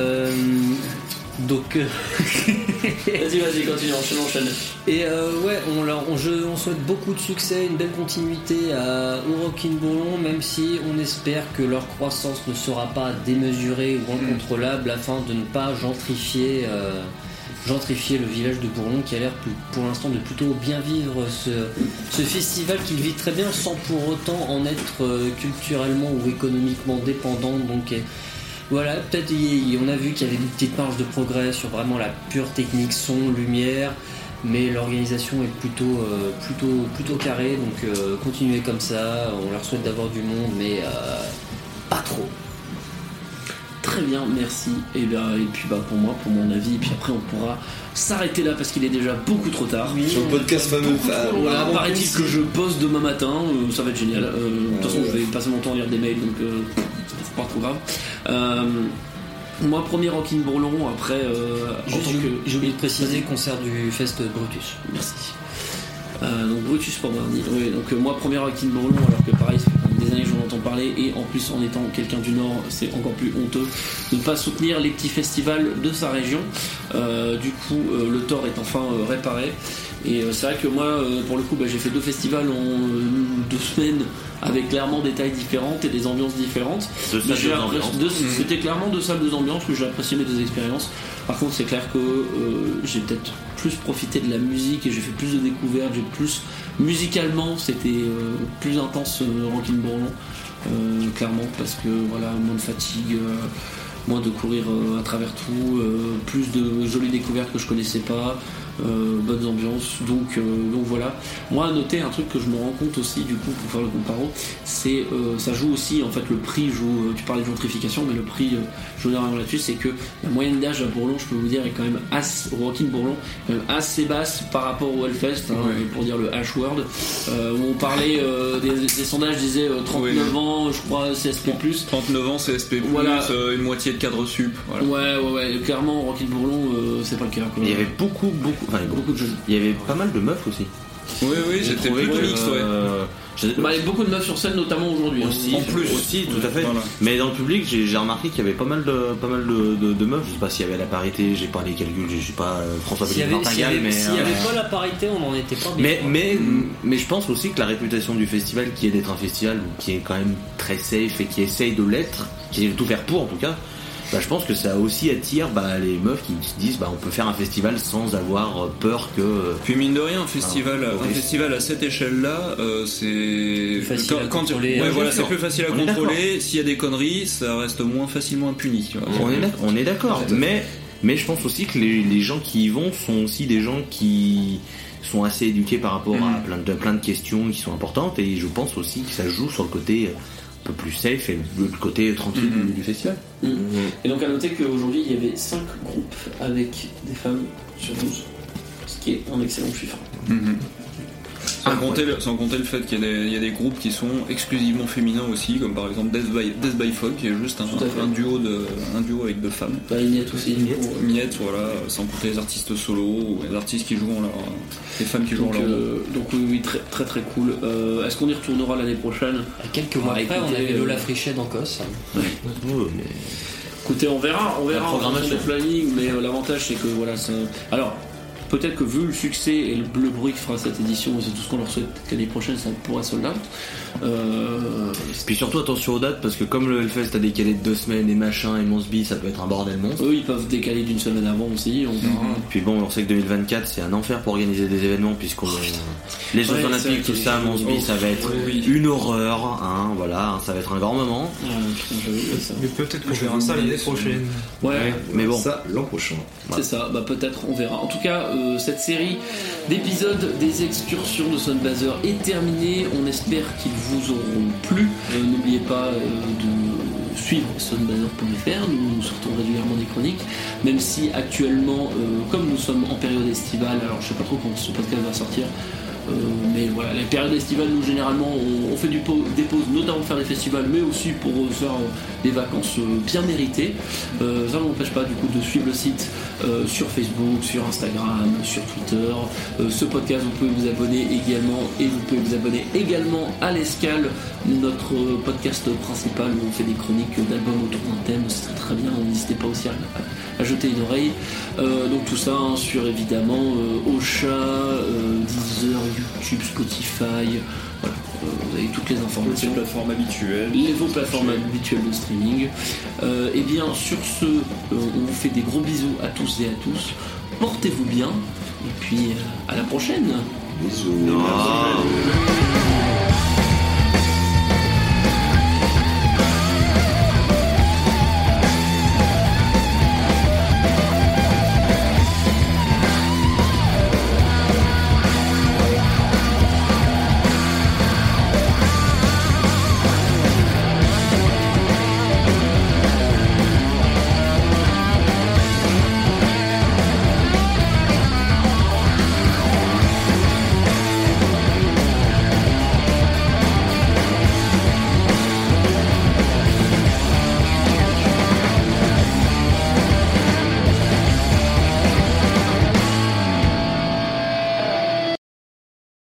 donc vas-y, continue, enchaîne. Et on souhaite beaucoup de succès, une belle continuité au Rockin' Bourlon, même si on espère que leur croissance ne sera pas démesurée ou incontrôlable, afin de ne pas gentrifier le village de Bourlon, qui a l'air pour l'instant de plutôt bien vivre ce festival qu'il vit très bien sans pour autant en être culturellement ou économiquement dépendant. Donc voilà, peut-être on a vu qu'il y avait une petite marge de progrès sur vraiment la pure technique, son, lumière, mais l'organisation est plutôt carrée, donc continuez comme ça, on leur souhaite d'avoir du monde, mais pas trop. Très bien, merci. Et puis pour moi, pour mon avis, et puis après on pourra s'arrêter là parce qu'il est déjà beaucoup trop tard. Sur le podcast fameux. Voilà, paraît-il que je poste demain matin, ça va être génial. De toute façon, je vais passer mon temps à lire des mails, donc c'est pas trop grave. Moi, premier Rockin' Bourlon, après. J'ai oublié de préciser, concert du Fest Brutus. Merci. Donc Brutus pour Varny. Oui, donc moi, premier Rockin' Bourlon, alors que pareil, ça fait des années que j'en entends parler, et en plus, en étant quelqu'un du Nord, c'est encore plus honteux de ne pas soutenir les petits festivals de sa région. Du coup, le tort est enfin réparé. Et c'est vrai que moi, pour le coup, j'ai fait 2 festivals en 2 semaines avec clairement des tailles différentes et des ambiances différentes. C'était clairement 2 salles, 2 ambiances que j'ai apprécié mes 2 expériences. Par contre, c'est clair que j'ai peut-être plus profité de la musique et j'ai fait plus de découvertes. Musicalement, c'était plus intense Rankin Bourlon, clairement, parce que voilà, moins de fatigue. Moins de courir à travers tout, plus de jolies découvertes que je connaissais pas, bonnes ambiances, donc voilà. Moi, à noter un truc que je me rends compte aussi, du coup, pour faire le comparo, c'est ça joue aussi, en fait, le prix joue, tu parlais de gentrification, mais le prix joue énormément là-dessus, c'est que la moyenne d'âge à Bourlon, je peux vous dire, est quand même au Rankin Bourlon, quand même assez basse par rapport au Hellfest, pour dire le H-word, où on parlait des sondages disaient 39 ans, je crois, CSP+. 39 ans, CSP+, voilà. Une moitié de cadre sup. Voilà. Ouais, clairement, Rankin Bourlon, c'est pas le cas. Quoi. Il y avait beaucoup de jeunes. Il y avait pas mal de meufs aussi. Oui, c'était plutôt mixte, il y avait beaucoup de meufs sur scène, notamment aujourd'hui. Aussi, en plus. Aussi, tout à fait. Voilà. Mais dans le public, j'ai remarqué qu'il y avait pas mal de meufs. Je sais pas s'il y avait la parité, j'ai pas les calculs, je sais pas François Bélier Martingale, mais s'il y avait pas la parité, on n'en était pas bien. Mais je pense aussi que la réputation du festival, qui est d'être un festival qui est quand même très safe et qui essaye de l'être, qui essaye de tout faire pour en tout cas. Je pense que ça aussi attire les meufs qui se disent on peut faire un festival sans avoir peur que. Puis mine de rien, un festival à cette échelle-là, c'est plus facile à contrôler. C'est plus facile à contrôler. S'il y a des conneries, ça reste moins facilement impuni. Tu vois. On est d'accord. Mais je pense aussi que les gens qui y vont sont aussi des gens qui sont assez éduqués par rapport à plein de questions qui sont importantes, et je pense aussi que ça joue sur le côté un peu plus safe et le côté tranquille du festival. Et donc à noter qu'aujourd'hui il y avait 5 groupes avec des femmes sur 12, ce qui est un excellent chiffre. Sans compter le fait qu'il y a des groupes qui sont exclusivement féminins aussi, comme par exemple Death by Fog, qui est juste un duo avec 2 femmes. Miette aussi. Miette, voilà, sans compter les artistes solos ou les artistes qui jouent les femmes qui jouent en leur donc oui, très très très cool. Est-ce qu'on y retournera l'année prochaine? Quelques mois après, on avait Lola Frichet en Cosse. Écoutez, on verra en fonction du planning, mais l'avantage c'est que voilà, alors peut-être que vu le succès et le bruit que fera cette édition, et c'est tout ce qu'on leur souhaite, l'année prochaine ça pourrait sold out. Puis surtout attention aux dates, parce que comme le Hellfest a décalé de 2 semaines et machin, et Monsby, ça peut être un bordel monstre. Eux ils peuvent décaler d'1 semaine avant aussi, on verra. Puis bon, on sait que 2024 c'est un enfer pour organiser des événements, puisqu'on les Jeux Olympiques, tout ça, Monsby, ça va être une horreur, ça va être un grand moment. Mais peut-être qu'on verra ça l'année prochaine. Mais bon, ça l'an prochain. C'est ça, peut-être, on verra. En tout cas, cette série d'épisodes des excursions de Sunbazer est terminée. On espère qu'ils vous auront plu. N'oubliez pas de suivre sunbazer.fr. Nous sortons régulièrement des chroniques, même si actuellement, comme nous sommes en période estivale, alors je sais pas trop quand ce podcast va sortir, mais voilà, les périodes estivales, nous généralement on fait des pauses, notamment pour faire des festivals, mais aussi pour faire des vacances bien méritées. Ça ne m'empêche pas du coup de suivre le site sur Facebook, sur Instagram, sur Twitter. Ce podcast, vous pouvez vous abonner également, et vous pouvez vous abonner également à l'Escale, notre podcast principal où on fait des chroniques d'albums autour d'un thème. C'est très bien, n'hésitez pas aussi à jeter une oreille. Donc tout ça sur évidemment Ocha, Deezer, YouTube, Spotify, voilà, vous avez toutes les informations. Les plateformes habituelles. Vos plateformes habituelles de streaming. Et bien sur ce, on vous fait des gros bisous à tous et à tous. Portez-vous bien et puis à la prochaine. Bisous. Non.